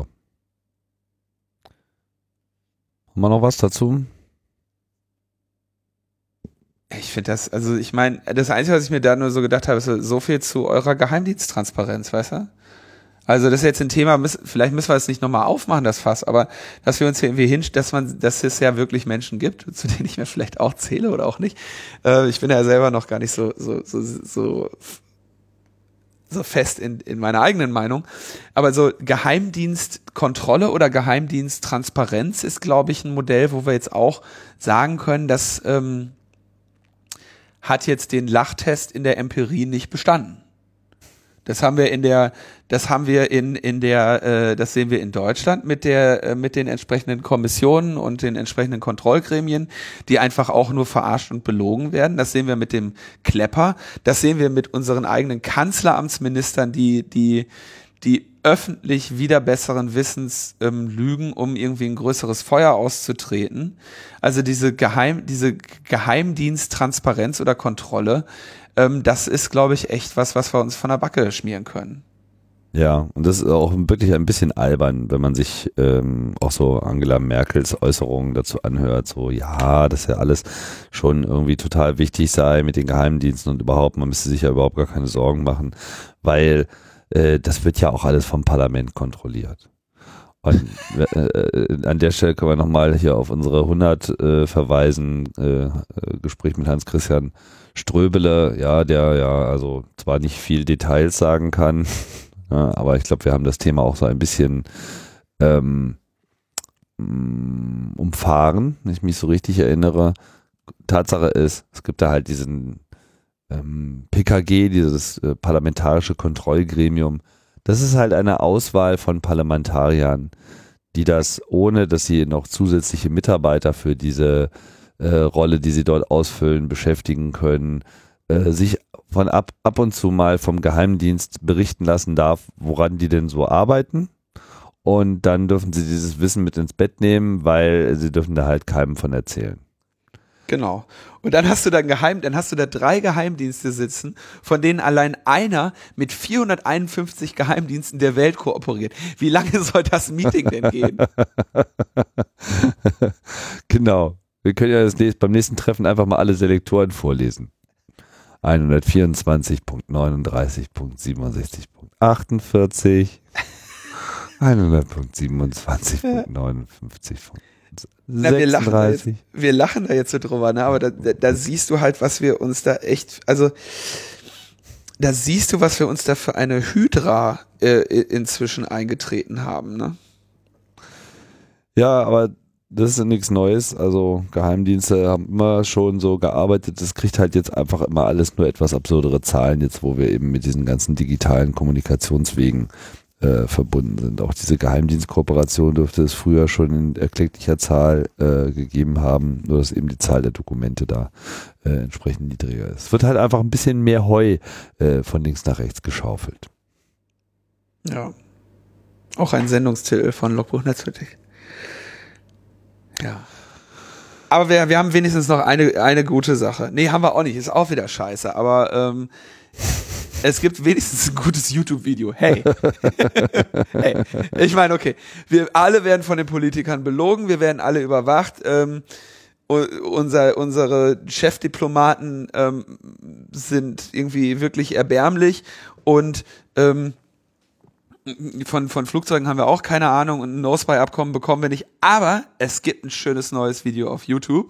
Speaker 1: Haben wir noch was dazu?
Speaker 2: Ich finde das, also ich meine, das Einzige, was ich mir da nur so gedacht habe, ist so viel zu eurer Geheimdiensttransparenz, weißt du? Also das ist jetzt ein Thema, vielleicht müssen wir es nicht nochmal aufmachen, das Fass, aber dass wir uns hier irgendwie hinstellen, dass man, dass es ja wirklich Menschen gibt, zu denen ich mir vielleicht auch zähle oder auch nicht. Äh, ich bin ja selber noch gar nicht so, so, so, so so fest in, in meiner eigenen Meinung. Aber so Geheimdienstkontrolle oder Geheimdiensttransparenz ist, glaube ich, ein Modell, wo wir jetzt auch sagen können, das ähm, hat jetzt den Lachtest in der Empirie nicht bestanden. Das haben wir in der, das haben wir in in der, äh, das sehen wir in Deutschland mit der äh, mit den entsprechenden Kommissionen und den entsprechenden Kontrollgremien, die einfach auch nur verarscht und belogen werden. Das sehen wir mit dem Klepper. Das sehen wir mit unseren eigenen Kanzleramtsministern, die die die öffentlich wieder besseren Wissens ähm, lügen, um irgendwie ein größeres Feuer auszutreten. Also diese Geheim, diese Geheimdiensttransparenz oder Kontrolle, ähm, das ist, glaube ich, echt was, was wir uns von der Backe schmieren können.
Speaker 1: Ja, und das ist auch wirklich ein bisschen albern, wenn man sich ähm, auch so Angela Merkels Äußerungen dazu anhört, so ja, dass ja alles schon irgendwie total wichtig sei mit den Geheimdiensten und überhaupt, man müsste sich ja überhaupt gar keine Sorgen machen, weil äh, das wird ja auch alles vom Parlament kontrolliert. Und äh, an der Stelle können wir nochmal hier auf unsere hundert äh, verweisen, äh, Gespräch mit Hans-Christian Ströbele, ja, der ja also zwar nicht viel Details sagen kann, ja, aber ich glaube, wir haben das Thema auch so ein bisschen ähm, umfahren, wenn ich mich so richtig erinnere. Tatsache ist, es gibt da halt diesen ähm, P K G, dieses äh, parlamentarische Kontrollgremium. Das ist halt eine Auswahl von Parlamentariern, die das, ohne dass sie noch zusätzliche Mitarbeiter für diese äh, Rolle, die sie dort ausfüllen, beschäftigen können, äh, sich von ab, ab und zu mal vom Geheimdienst berichten lassen darf, woran die denn so arbeiten. Und dann dürfen sie dieses Wissen mit ins Bett nehmen, weil sie dürfen da halt keinem von erzählen.
Speaker 2: Genau. Und dann hast du da Geheim, dann hast du da drei Geheimdienste sitzen, von denen allein einer mit vierhunderteinundfünfzig Geheimdiensten der Welt kooperiert. Wie lange soll das Meeting denn gehen?
Speaker 1: Genau. Wir können ja das, beim nächsten Treffen einfach mal alle Selektoren vorlesen. hundertvierundzwanzig Punkt neununddreißig Punkt siebenundsechzig Punkt achtundvierzig hundert Punkt siebenundzwanzig Punkt neunundfünfzig Punkt
Speaker 2: Na, wir, lachen da jetzt, wir lachen da jetzt so drüber, ne? Aber da, da, da siehst du halt, was wir uns da echt, also da siehst du, was wir uns da für eine Hydra äh, inzwischen eingetreten haben, ne?
Speaker 1: Ja, aber das ist nichts Neues, also Geheimdienste haben immer schon so gearbeitet, das kriegt halt jetzt einfach immer alles nur etwas absurdere Zahlen, jetzt wo wir eben mit diesen ganzen digitalen Kommunikationswegen Äh, verbunden sind. Auch diese Geheimdienstkooperation dürfte es früher schon in erklecklicher Zahl äh, gegeben haben, nur dass eben die Zahl der Dokumente da äh, entsprechend niedriger ist. Es wird halt einfach ein bisschen mehr Heu äh, von links nach rechts geschaufelt.
Speaker 2: Ja. Auch ein Sendungstitel von Logbuch Netzpolitik. Ja. Aber wir, wir haben wenigstens noch eine, eine gute Sache. Nee, haben wir auch nicht. Ist auch wieder scheiße. Aber ähm, es gibt wenigstens ein gutes YouTube-Video. Hey. Hey. Ich meine, okay. Wir alle werden von den Politikern belogen. Wir werden alle überwacht. Ähm, unser, unsere Chefdiplomaten ähm, sind irgendwie wirklich erbärmlich. Und ähm, von, von Flugzeugen haben wir auch keine Ahnung. Und ein No-Spy-Abkommen bekommen wir nicht. Aber es gibt ein schönes neues Video auf YouTube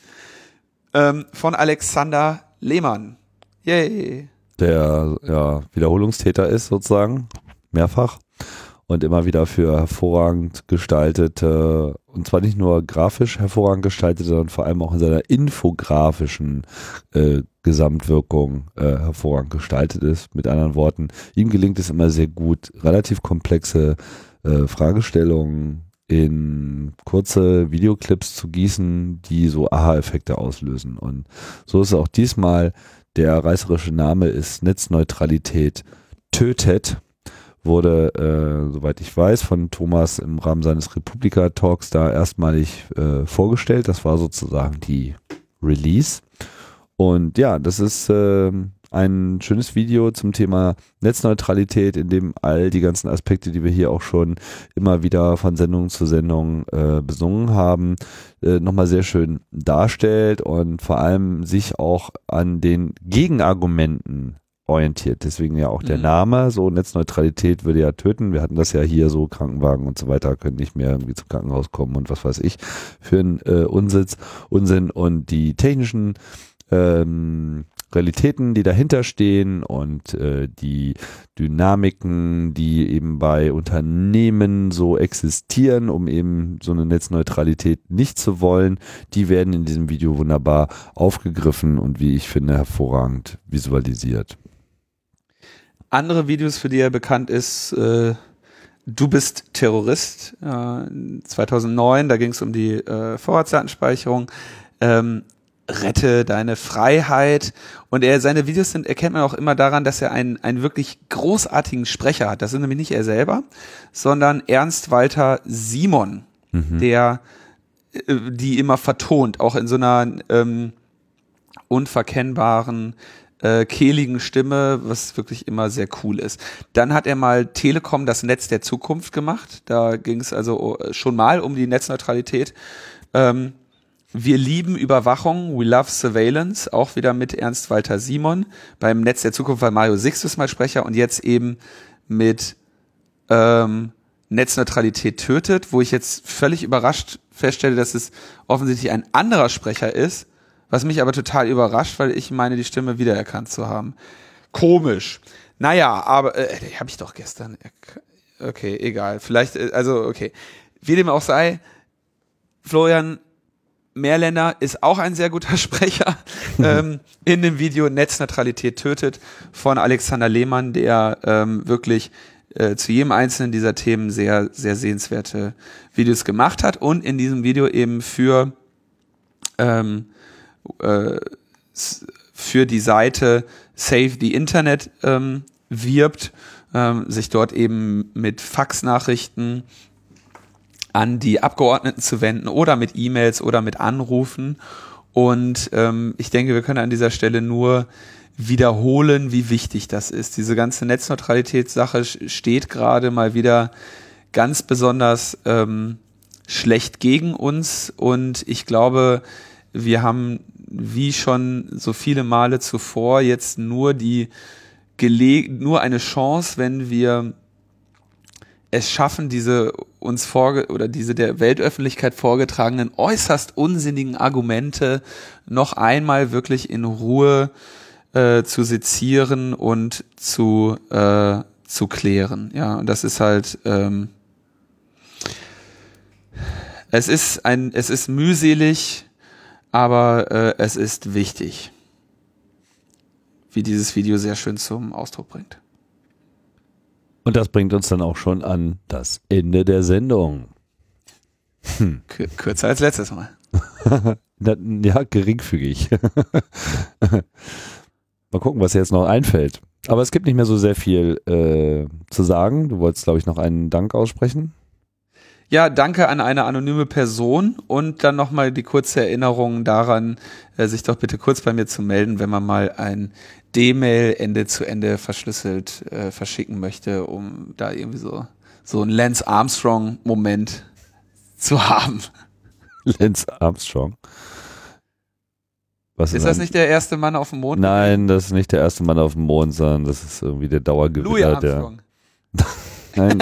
Speaker 2: ähm, von Alexander Lehmann. Yay.
Speaker 1: Der ja Wiederholungstäter ist sozusagen, mehrfach und immer wieder für hervorragend gestaltete, und zwar nicht nur grafisch hervorragend gestaltete, sondern vor allem auch in seiner infografischen äh, Gesamtwirkung äh, hervorragend gestaltet ist. Mit anderen Worten, ihm gelingt es immer sehr gut, relativ komplexe äh, Fragestellungen in kurze Videoclips zu gießen, die so Aha-Effekte auslösen. Und so ist es auch diesmal. Der reißerische Name ist Netzneutralität tötet, wurde, äh, soweit ich weiß, von Thomas im Rahmen seines Republika-Talks da erstmalig äh, vorgestellt. Das war sozusagen die Release. Und ja, das ist äh, ein schönes Video zum Thema Netzneutralität, in dem all die ganzen Aspekte, die wir hier auch schon immer wieder von Sendung zu Sendung äh, besungen haben, äh, nochmal sehr schön darstellt und vor allem sich auch an den Gegenargumenten orientiert. Deswegen ja auch der mhm. Name, so Netzneutralität würde ja töten. Wir hatten das ja hier so, Krankenwagen und so weiter können nicht mehr irgendwie zum Krankenhaus kommen und was weiß ich für einen äh, Unsitz, Unsinn und die technischen ähm, Realitäten, die dahinter stehen und äh, die Dynamiken, die eben bei Unternehmen so existieren, um eben so eine Netzneutralität nicht zu wollen, die werden in diesem Video wunderbar aufgegriffen und wie ich finde hervorragend visualisiert.
Speaker 2: Andere Videos, für die er bekannt ist, äh, Du bist Terrorist, äh, zweitausendneun, da ging es um die äh, Vorratsdatenspeicherung, ähm, Rette deine Freiheit, und er, seine Videos sind, erkennt man auch immer daran, dass er einen, einen wirklich großartigen Sprecher hat. Das sind nämlich nicht er selber, sondern Ernst Walter Simon, mhm. der äh, die immer vertont, auch in so einer ähm, unverkennbaren Äh, kehligen Stimme, was wirklich immer sehr cool ist. Dann hat er mal Telekom, das Netz der Zukunft, gemacht. Da ging es also schon mal um die Netzneutralität. Ähm, wir lieben Überwachung, we love surveillance, auch wieder mit Ernst Walter Simon. Beim Netz der Zukunft war Mario Sixtus mal Sprecher, und jetzt eben mit ähm, Netzneutralität tötet, wo ich jetzt völlig überrascht feststelle, dass es offensichtlich ein anderer Sprecher ist, was mich aber total überrascht, weil ich meine, die Stimme wiedererkannt zu haben. Komisch. Naja, aber äh, die habe ich doch gestern. Okay, egal. Vielleicht, äh, also okay. Wie dem auch sei, Florian Mehrländer ist auch ein sehr guter Sprecher. ähm, in dem Video Netzneutralität tötet von Alexander Lehmann, der ähm, wirklich äh, zu jedem einzelnen dieser Themen sehr, sehr sehenswerte Videos gemacht hat und in diesem Video eben für ähm, für die Seite Save the Internet ähm, wirbt, ähm, sich dort eben mit Faxnachrichten an die Abgeordneten zu wenden oder mit E-Mails oder mit Anrufen. Und ähm, ich denke, wir können an dieser Stelle nur wiederholen, wie wichtig das ist. Diese ganze Netzneutralitätssache steht gerade mal wieder ganz besonders ähm, schlecht gegen uns, und ich glaube, wir haben wie schon so viele Male zuvor jetzt nur die Gele- nur eine Chance, wenn wir es schaffen, diese uns vorge- oder diese der Weltöffentlichkeit vorgetragenen äußerst unsinnigen Argumente noch einmal wirklich in Ruhe äh, zu sezieren und zu äh, zu klären. Ja, und das ist halt ähm, es ist ein es ist mühselig, aber äh, es ist wichtig, wie dieses Video sehr schön zum Ausdruck bringt.
Speaker 1: Und das bringt uns dann auch schon an das Ende der Sendung. Hm.
Speaker 2: Kür- kürzer als letztes Mal.
Speaker 1: Ja, geringfügig. Mal gucken, was dir jetzt noch einfällt. Aber es gibt nicht mehr so sehr viel äh, zu sagen. Du wolltest, glaube ich, noch einen Dank aussprechen.
Speaker 2: Ja, danke an eine anonyme Person, und dann nochmal die kurze Erinnerung daran, äh, sich doch bitte kurz bei mir zu melden, wenn man mal ein D-Mail Ende zu Ende verschlüsselt äh, verschicken möchte, um da irgendwie so, so einen Lance Armstrong-Moment zu haben.
Speaker 1: Lance Armstrong? Was
Speaker 2: ist das nicht der erste Mann auf dem Mond?
Speaker 1: Nein, das ist nicht der erste Mann auf dem Mond, sondern das ist irgendwie der Dauergewinner.
Speaker 2: Louis Armstrong.
Speaker 1: Der Nein.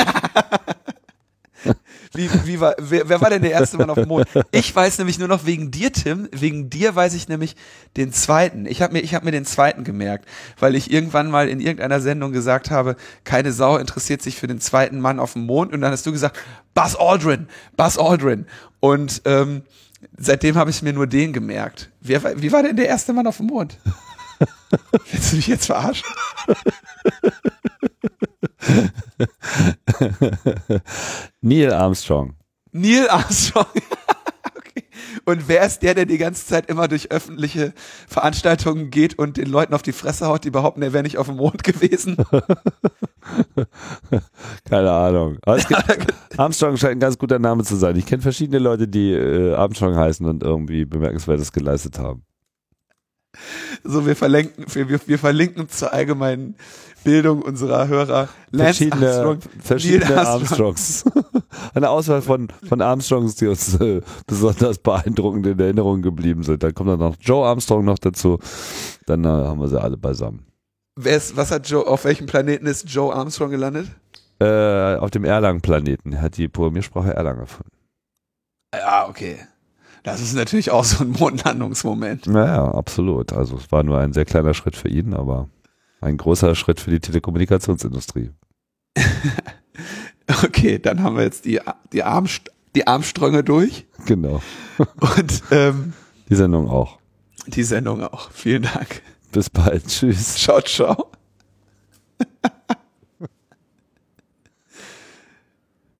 Speaker 2: Wie, wie war, wer, wer war denn der erste Mann auf dem Mond? Ich weiß nämlich nur noch wegen dir, Tim. Wegen dir weiß ich nämlich den zweiten. Ich habe mir, ich habe mir den zweiten gemerkt, weil ich irgendwann mal in irgendeiner Sendung gesagt habe, keine Sau interessiert sich für den zweiten Mann auf dem Mond. Und dann hast du gesagt, Buzz Aldrin, Buzz Aldrin. Und ähm, seitdem habe ich mir nur den gemerkt. Wer, wie war denn der erste Mann auf dem Mond? Willst du mich jetzt verarschen?
Speaker 1: Neil Armstrong.
Speaker 2: Neil Armstrong. Okay. Und wer ist der, der die ganze Zeit immer durch öffentliche Veranstaltungen geht und den Leuten auf die Fresse haut, die behaupten, er wäre nicht auf dem Mond gewesen?
Speaker 1: Keine Ahnung. Aber es gibt, Armstrong scheint ein ganz guter Name zu sein. Ich kenne verschiedene Leute, die äh, Armstrong heißen und irgendwie Bemerkenswertes geleistet haben.
Speaker 2: So, wir verlinken, wir, wir verlinken zur allgemeinen Bildung unserer Hörer Lance
Speaker 1: verschiedene,
Speaker 2: Armstrong,
Speaker 1: verschiedene
Speaker 2: Neil Armstrong.
Speaker 1: Armstrongs. Eine Auswahl von, von Armstrongs, die uns äh, besonders beeindruckend in Erinnerung geblieben sind. Dann kommt dann noch Joe Armstrong noch dazu. Dann äh, haben wir sie alle beisammen.
Speaker 2: Wer ist, was hat Joe, auf welchem Planeten ist Joe Armstrong gelandet?
Speaker 1: Äh, auf dem Erlang-Planeten. Er hat die Programmiersprache Erlang erfunden.
Speaker 2: Ja, okay. Das ist natürlich auch so ein Mondlandungsmoment.
Speaker 1: Naja, absolut. Also es war nur ein sehr kleiner Schritt für ihn, aber ein großer Schritt für die Telekommunikationsindustrie.
Speaker 2: Okay, dann haben wir jetzt die, die, Armst- die Armstränge durch.
Speaker 1: Genau.
Speaker 2: Und ähm,
Speaker 1: die Sendung auch.
Speaker 2: Die Sendung auch. Vielen Dank.
Speaker 1: Bis bald. Tschüss.
Speaker 2: Ciao, ciao.